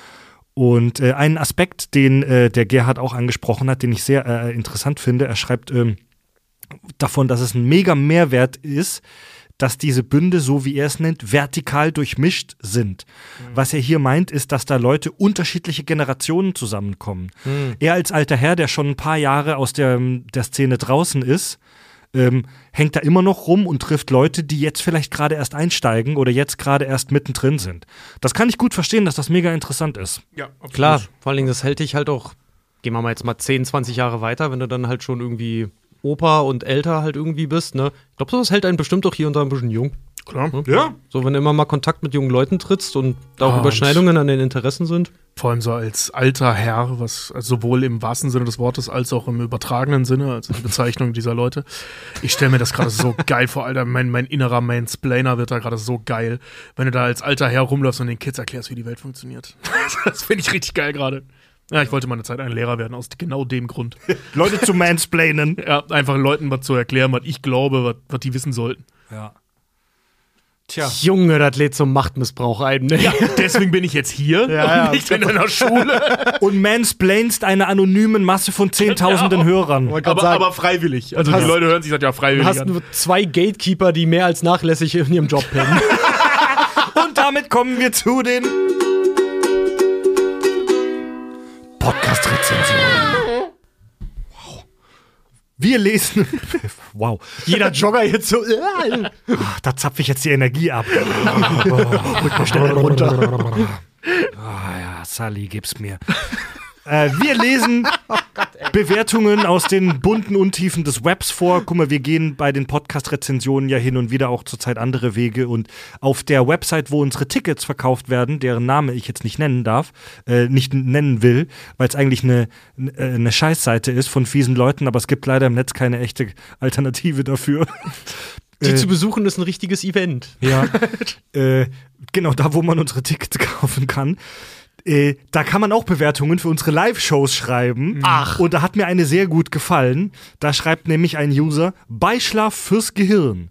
Und äh, einen Aspekt, den äh, der Gerhard auch angesprochen hat, den ich sehr äh, interessant finde, er schreibt ähm, davon, dass es ein mega Mehrwert ist, dass diese Bünde, so wie er es nennt, vertikal durchmischt sind. Mhm. Was er hier meint, ist, dass da Leute unterschiedliche Generationen zusammenkommen. Mhm. Er als alter Herr, der schon ein paar Jahre aus der, der Szene draußen ist, Ähm, hängt da immer noch rum und trifft Leute, die jetzt vielleicht gerade erst einsteigen oder jetzt gerade erst mittendrin sind. Das kann ich gut verstehen, dass das mega interessant ist. Ja, absolut. Klar, vor allen Dingen, das hält dich halt auch, gehen wir mal jetzt mal zehn, zwanzig Jahre weiter, wenn du dann halt schon irgendwie Opa und älter halt irgendwie bist, ne? Ich glaube, sowas hält einen bestimmt auch hier und da ein bisschen jung. Klar. Ne? Ja. So, wenn du immer mal Kontakt mit jungen Leuten trittst und da auch Ah, Überschneidungen an den Interessen sind. Vor allem so als alter Herr, was also sowohl im wahrsten Sinne des Wortes als auch im übertragenen Sinne, also die Bezeichnung dieser Leute. Ich stelle mir das gerade so geil vor, Alter. Mein, mein innerer Mansplainer wird da gerade so geil, wenn du da als alter Herr rumläufst und den Kids erklärst, wie die Welt funktioniert. Das finde ich richtig geil gerade. Ja, ich wollte mal eine Zeit ein Lehrer werden, aus genau dem Grund. Leute zu mansplainen. Ja, einfach Leuten was zu erklären, was ich glaube, was, was die wissen sollten. Ja. Tja. Junge, das lädt zum Machtmissbrauch ein. Ne? Ja, deswegen bin ich jetzt hier Ja, und nicht in einer Schule. Und mansplainst einer anonymen Masse von zehntausenden Genau. Hörern. Wollte grad Aber, sagen, aber freiwillig. Also hast- die Leute hören sich das ja du freiwillig hast an. nur zwei Gatekeeper, die mehr als nachlässig in ihrem Job pennen. Und damit kommen wir zu den Podcast-Rezensionen. Wow. Wir lesen. Wow. Jeder Jogger jetzt so. Ach, da zapfe ich jetzt die Energie ab. Rück mal schnell runter. Ah ja, Sally, gib's mir. Äh, wir lesen Bewertungen aus den bunten Untiefen des Webs vor. Guck mal, wir gehen bei den Podcast-Rezensionen ja hin und wieder auch zurzeit andere Wege. Und auf der Website, wo unsere Tickets verkauft werden, deren Name ich jetzt nicht nennen darf, äh, nicht nennen will, weil es eigentlich eine, eine Scheißseite ist von fiesen Leuten, aber es gibt leider im Netz keine echte Alternative dafür. Die Äh, zu besuchen ist ein richtiges Event. Ja, äh, genau, da, wo man unsere Tickets kaufen kann. Äh, da kann man auch Bewertungen für unsere Live-Shows schreiben. Ach. Und da hat mir eine sehr gut gefallen. Da schreibt nämlich ein User, Beischlaf fürs Gehirn.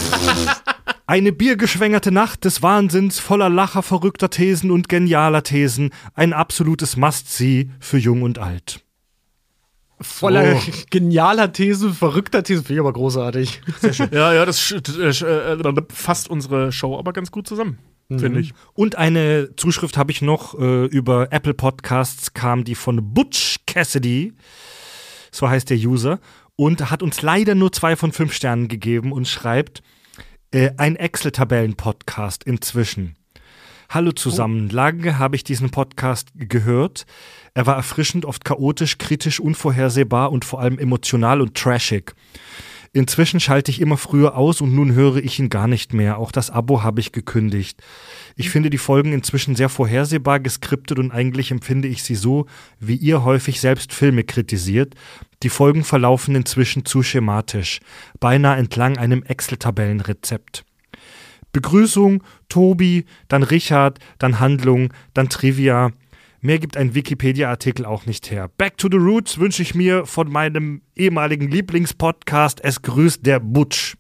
Eine biergeschwängerte Nacht des Wahnsinns voller Lacher, verrückter Thesen und genialer Thesen. Ein absolutes Must-See für Jung und Alt. Voller Oh. genialer Thesen, verrückter Thesen. Finde ich aber großartig. Ja, ja, das sch- äh, äh, fasst unsere Show aber ganz gut zusammen, finde ich. Und eine Zuschrift habe ich noch äh, über Apple Podcasts, kam die von Butch Cassidy, so heißt der User, und hat uns leider nur zwei von fünf Sternen gegeben und schreibt, äh, ein Excel-Tabellen-Podcast inzwischen. Hallo zusammen, lange habe ich diesen Podcast gehört. Er war erfrischend, oft chaotisch, kritisch, unvorhersehbar und vor allem emotional und trashig. Inzwischen schalte ich immer früher aus und nun höre ich ihn gar nicht mehr. Auch das Abo habe ich gekündigt. Ich finde die Folgen inzwischen sehr vorhersehbar, geskriptet und eigentlich empfinde ich sie so, wie ihr häufig selbst Filme kritisiert. Die Folgen verlaufen inzwischen zu schematisch, beinahe entlang einem Excel-Tabellenrezept. Begrüßung, Tobi, dann Richard, dann Handlung, dann Trivia. Mehr gibt ein Wikipedia-Artikel auch nicht her. Back to the Roots wünsche ich mir von meinem ehemaligen Lieblingspodcast. Es grüßt der Butch.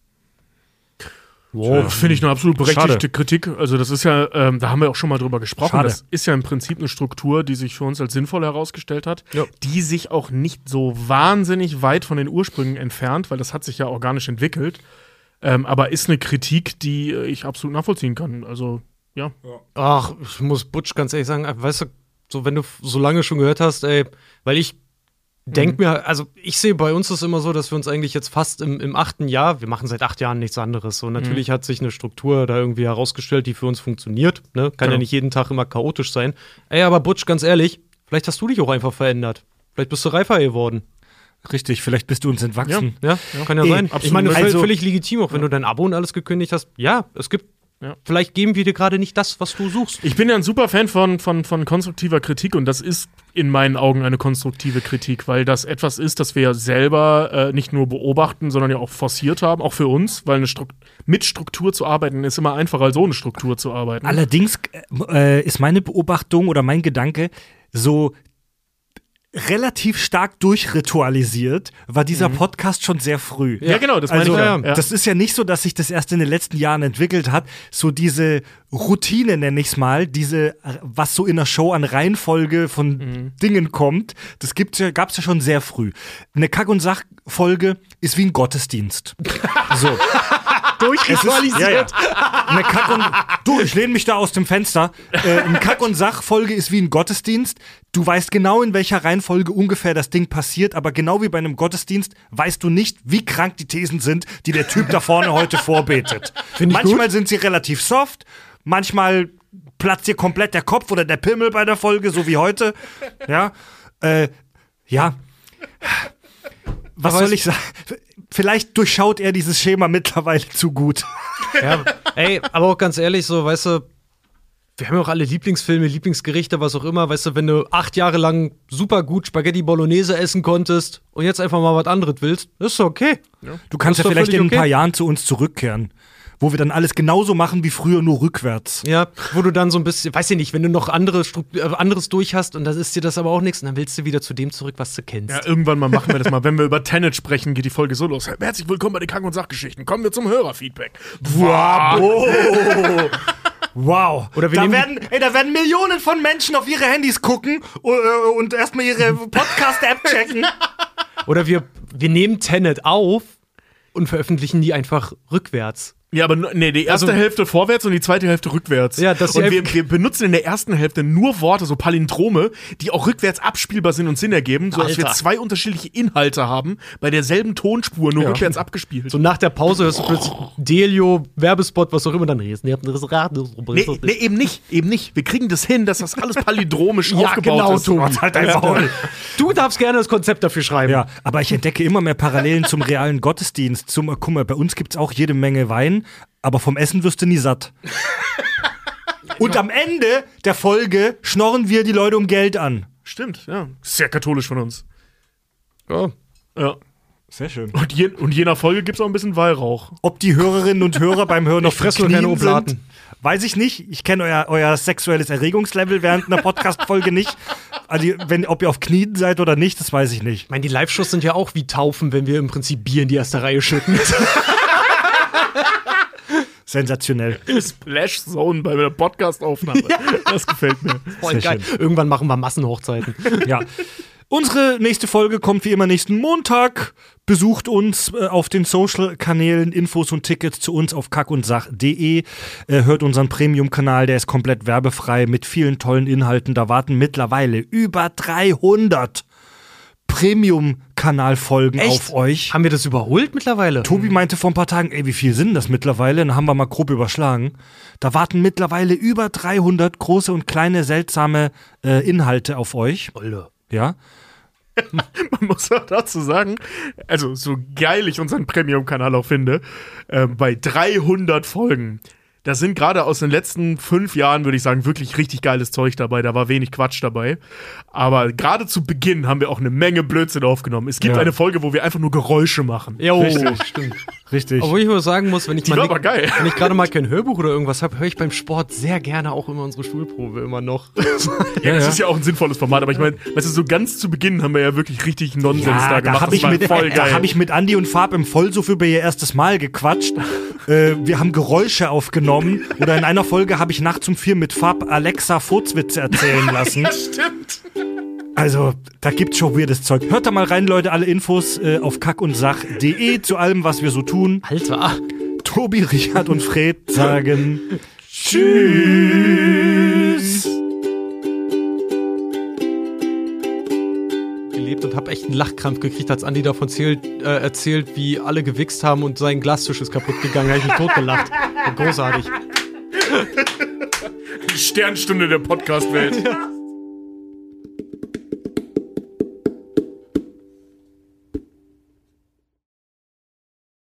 Wow, finde ich eine absolut berechtigte Schade. Kritik. Also das ist ja, ähm, da haben wir auch schon mal drüber gesprochen. Schade. Das ist ja im Prinzip eine Struktur, die sich für uns als sinnvoll herausgestellt hat, Ja. die sich auch nicht so wahnsinnig weit von den Ursprüngen entfernt, weil das hat sich ja organisch entwickelt. Ähm, aber ist eine Kritik, die äh, ich absolut nachvollziehen kann. Also, ja. Ach, ich muss Butch ganz ehrlich sagen, weißt du, so wenn du f- so lange schon gehört hast, ey, weil ich denk mir, also ich sehe bei uns ist immer so, dass wir uns eigentlich jetzt fast im, im achten Jahr, wir machen seit acht Jahren nichts anderes. So natürlich hat sich eine Struktur da irgendwie herausgestellt, die für uns funktioniert. Ne? Kann Genau. ja nicht jeden Tag immer chaotisch sein. Ey, aber Butch, ganz ehrlich, vielleicht hast du dich auch einfach verändert. Vielleicht bist du reifer geworden. Richtig, vielleicht bist du uns entwachsen. Ja, kann ja Ey, sein. absolut. Ich meine, völ- Also- völlig legitim, auch wenn du dein Abo und alles gekündigt hast. Ja, es gibt, Ja. vielleicht geben wir dir gerade nicht das, was du suchst. Ich bin ja ein super Fan von, von, von konstruktiver Kritik und das ist in meinen Augen eine konstruktive Kritik, weil das etwas ist, das wir ja selber äh, nicht nur beobachten, sondern ja auch forciert haben, auch für uns, weil eine Strukt- mit Struktur zu arbeiten ist immer einfacher als ohne Struktur zu arbeiten. Allerdings äh, ist meine Beobachtung oder mein Gedanke so relativ stark durchritualisiert, war dieser Podcast schon sehr früh. Ja, genau, das meine Also, ich ja. ja. das ist ja nicht so, dass sich das erst in den letzten Jahren entwickelt hat. So diese Routine, nenne ich es mal, diese, was so in der Show an Reihenfolge von Mhm. Dingen kommt, das gibt's ja, gab's ja schon sehr früh. Eine Kack- und Sach-Folge ist wie ein Gottesdienst. So. Durchritualisiert. Ja, ja. Eine Kack- und du, ich lehne mich da aus dem Fenster. Äh, eine Kack- und Sach-Folge ist wie ein Gottesdienst. Du weißt genau, in welcher Reihenfolge ungefähr das Ding passiert, aber genau wie bei einem Gottesdienst weißt du nicht, wie krank die Thesen sind, die der Typ da vorne heute vorbetet. Find ich Manchmal gut. sind sie relativ soft, manchmal platzt dir komplett der Kopf oder der Pimmel bei der Folge, so wie heute. Ja, äh, ja. Was Aber soll es- ich sagen? Vielleicht durchschaut er dieses Schema mittlerweile zu gut. Ja, ey, aber auch ganz ehrlich, so, weißt du, wir haben ja auch alle Lieblingsfilme, Lieblingsgerichte, was auch immer, weißt du, wenn du acht Jahre lang super gut Spaghetti Bolognese essen konntest und jetzt einfach mal was anderes willst, ist okay. Du kannst Das ja ist doch vielleicht in völlig ein paar okay. Jahren zu uns zurückkehren. wo wir dann alles genauso machen wie früher, nur rückwärts. Ja, wo du dann so ein bisschen, weiß ich nicht, wenn du noch andere Struktur, äh, anderes durch hast und dann ist dir das aber auch nichts und dann willst du wieder zu dem zurück, was du kennst. Ja, irgendwann mal machen wir das mal. Wenn wir über Tenet sprechen, geht die Folge so los. Herzlich willkommen bei den Kack- und Sachgeschichten. Kommen wir zum Hörerfeedback. Wow. Oh. Wow. Oder wir da nehmen werden, ey, da werden Millionen von Menschen auf ihre Handys gucken uh, und erstmal ihre Podcast-App checken. Oder wir, wir nehmen Tenet auf und veröffentlichen die einfach rückwärts. Ja, aber n- nee, die erste Also- Hälfte vorwärts und die zweite Hälfte rückwärts. Ja, dass und sie wir, einfach- wir benutzen in der ersten Hälfte nur Worte, so Palindrome, die auch rückwärts abspielbar sind und Sinn ergeben, sodass wir Alter. zwei unterschiedliche Inhalte haben, bei derselben Tonspur, nur rückwärts abgespielt. So nach der Pause hörst du plötzlich Delio, Werbespot, was auch immer dann reden. Nee, nee, eben nicht, eben nicht. Wir kriegen das hin, dass das alles palindromisch Ja, aufgebaut genau, ist. Tobi. Halt dein Maul. Du darfst gerne das Konzept dafür schreiben. Ja, aber ich entdecke immer mehr Parallelen zum realen Gottesdienst. Zum, guck mal, bei uns gibt's auch jede Menge Wein, aber vom Essen wirst du nie satt. Und am Ende der Folge schnorren wir die Leute um Geld an. Stimmt, ja. Sehr katholisch von uns. Ja. Ja. Sehr schön. Und je, und je nach Folge gibt's auch ein bisschen Weihrauch. Ob die Hörerinnen und Hörer beim Hören auf Ich fress den nur keine Knien Oblaten. sind, weiß ich nicht. Ich kenne euer, euer sexuelles Erregungslevel während einer Podcast-Folge nicht. Also, wenn, ob ihr auf Knien seid oder nicht, das weiß ich nicht. Ich meine, die Live-Shows sind ja auch wie Taufen, wenn wir im Prinzip Bier in die erste Reihe schütten. Sensationell. Splash Zone bei der Podcast-Aufnahme. Das gefällt mir. Voll Sehr geil. Irgendwann machen wir Massenhochzeiten. Ja. Unsere nächste Folge kommt wie immer nächsten Montag. Besucht uns äh, auf den Social-Kanälen. Infos und Tickets zu uns auf kackundsach punkt de. Äh, hört unseren Premium-Kanal, der ist komplett werbefrei mit vielen tollen Inhalten. Da warten mittlerweile über dreihundert Premium-Kanal-Folgen auf euch. Haben wir das überholt mittlerweile? Tobi meinte vor ein paar Tagen, ey, wie viel sind das mittlerweile? Dann haben wir mal grob überschlagen. Da warten mittlerweile über dreihundert große und kleine seltsame äh, Inhalte auf euch. Alter. Ja. Man muss auch dazu sagen, also so geil ich unseren Premium-Kanal auch finde, äh, bei dreihundert Folgen, da sind gerade aus den letzten fünf Jahren, würde ich sagen, wirklich richtig geiles Zeug dabei. Da war wenig Quatsch dabei. Aber gerade zu Beginn haben wir auch eine Menge Blödsinn aufgenommen. Es gibt Ja. eine Folge, wo wir einfach nur Geräusche machen. Jo, Richtig. stimmt. Richtig. Obwohl ich nur sagen muss, wenn ich Die mal war nicht- aber geil. wenn ich gerade mal kein Hörbuch oder irgendwas habe, höre ich beim Sport sehr gerne auch immer unsere Stuhlprobe immer noch. Ja, das ja. ist ja auch ein sinnvolles Format. Aber ich meine, weißt du, so ganz zu Beginn haben wir ja wirklich richtig Nonsens Ja, da da gemacht. habe Das ich, war mit, voll da geil. hab ich mit Andi und Fab im Vollsuff über ihr erstes Mal gequatscht. äh, wir haben Geräusche aufgenommen. Oder in einer Folge habe ich nachts um vier mit Fab Alexa Furzwitze erzählen lassen. Stimmt. Also, da gibt's schon weirdes Zeug. Hört da mal rein, Leute, alle Infos äh, auf kackundsach punkt de zu allem, was wir so tun. Alter. Tobi, Richard und Fred sagen Tschüss. Gelebt und habe echt einen Lachkrampf gekriegt, als Andi davon zählt, äh, erzählt, wie alle gewichst haben und sein Glastisch ist kaputt gegangen. Da habe ich mich totgelacht. Großartig. Die Sternstunde der Podcast-Welt.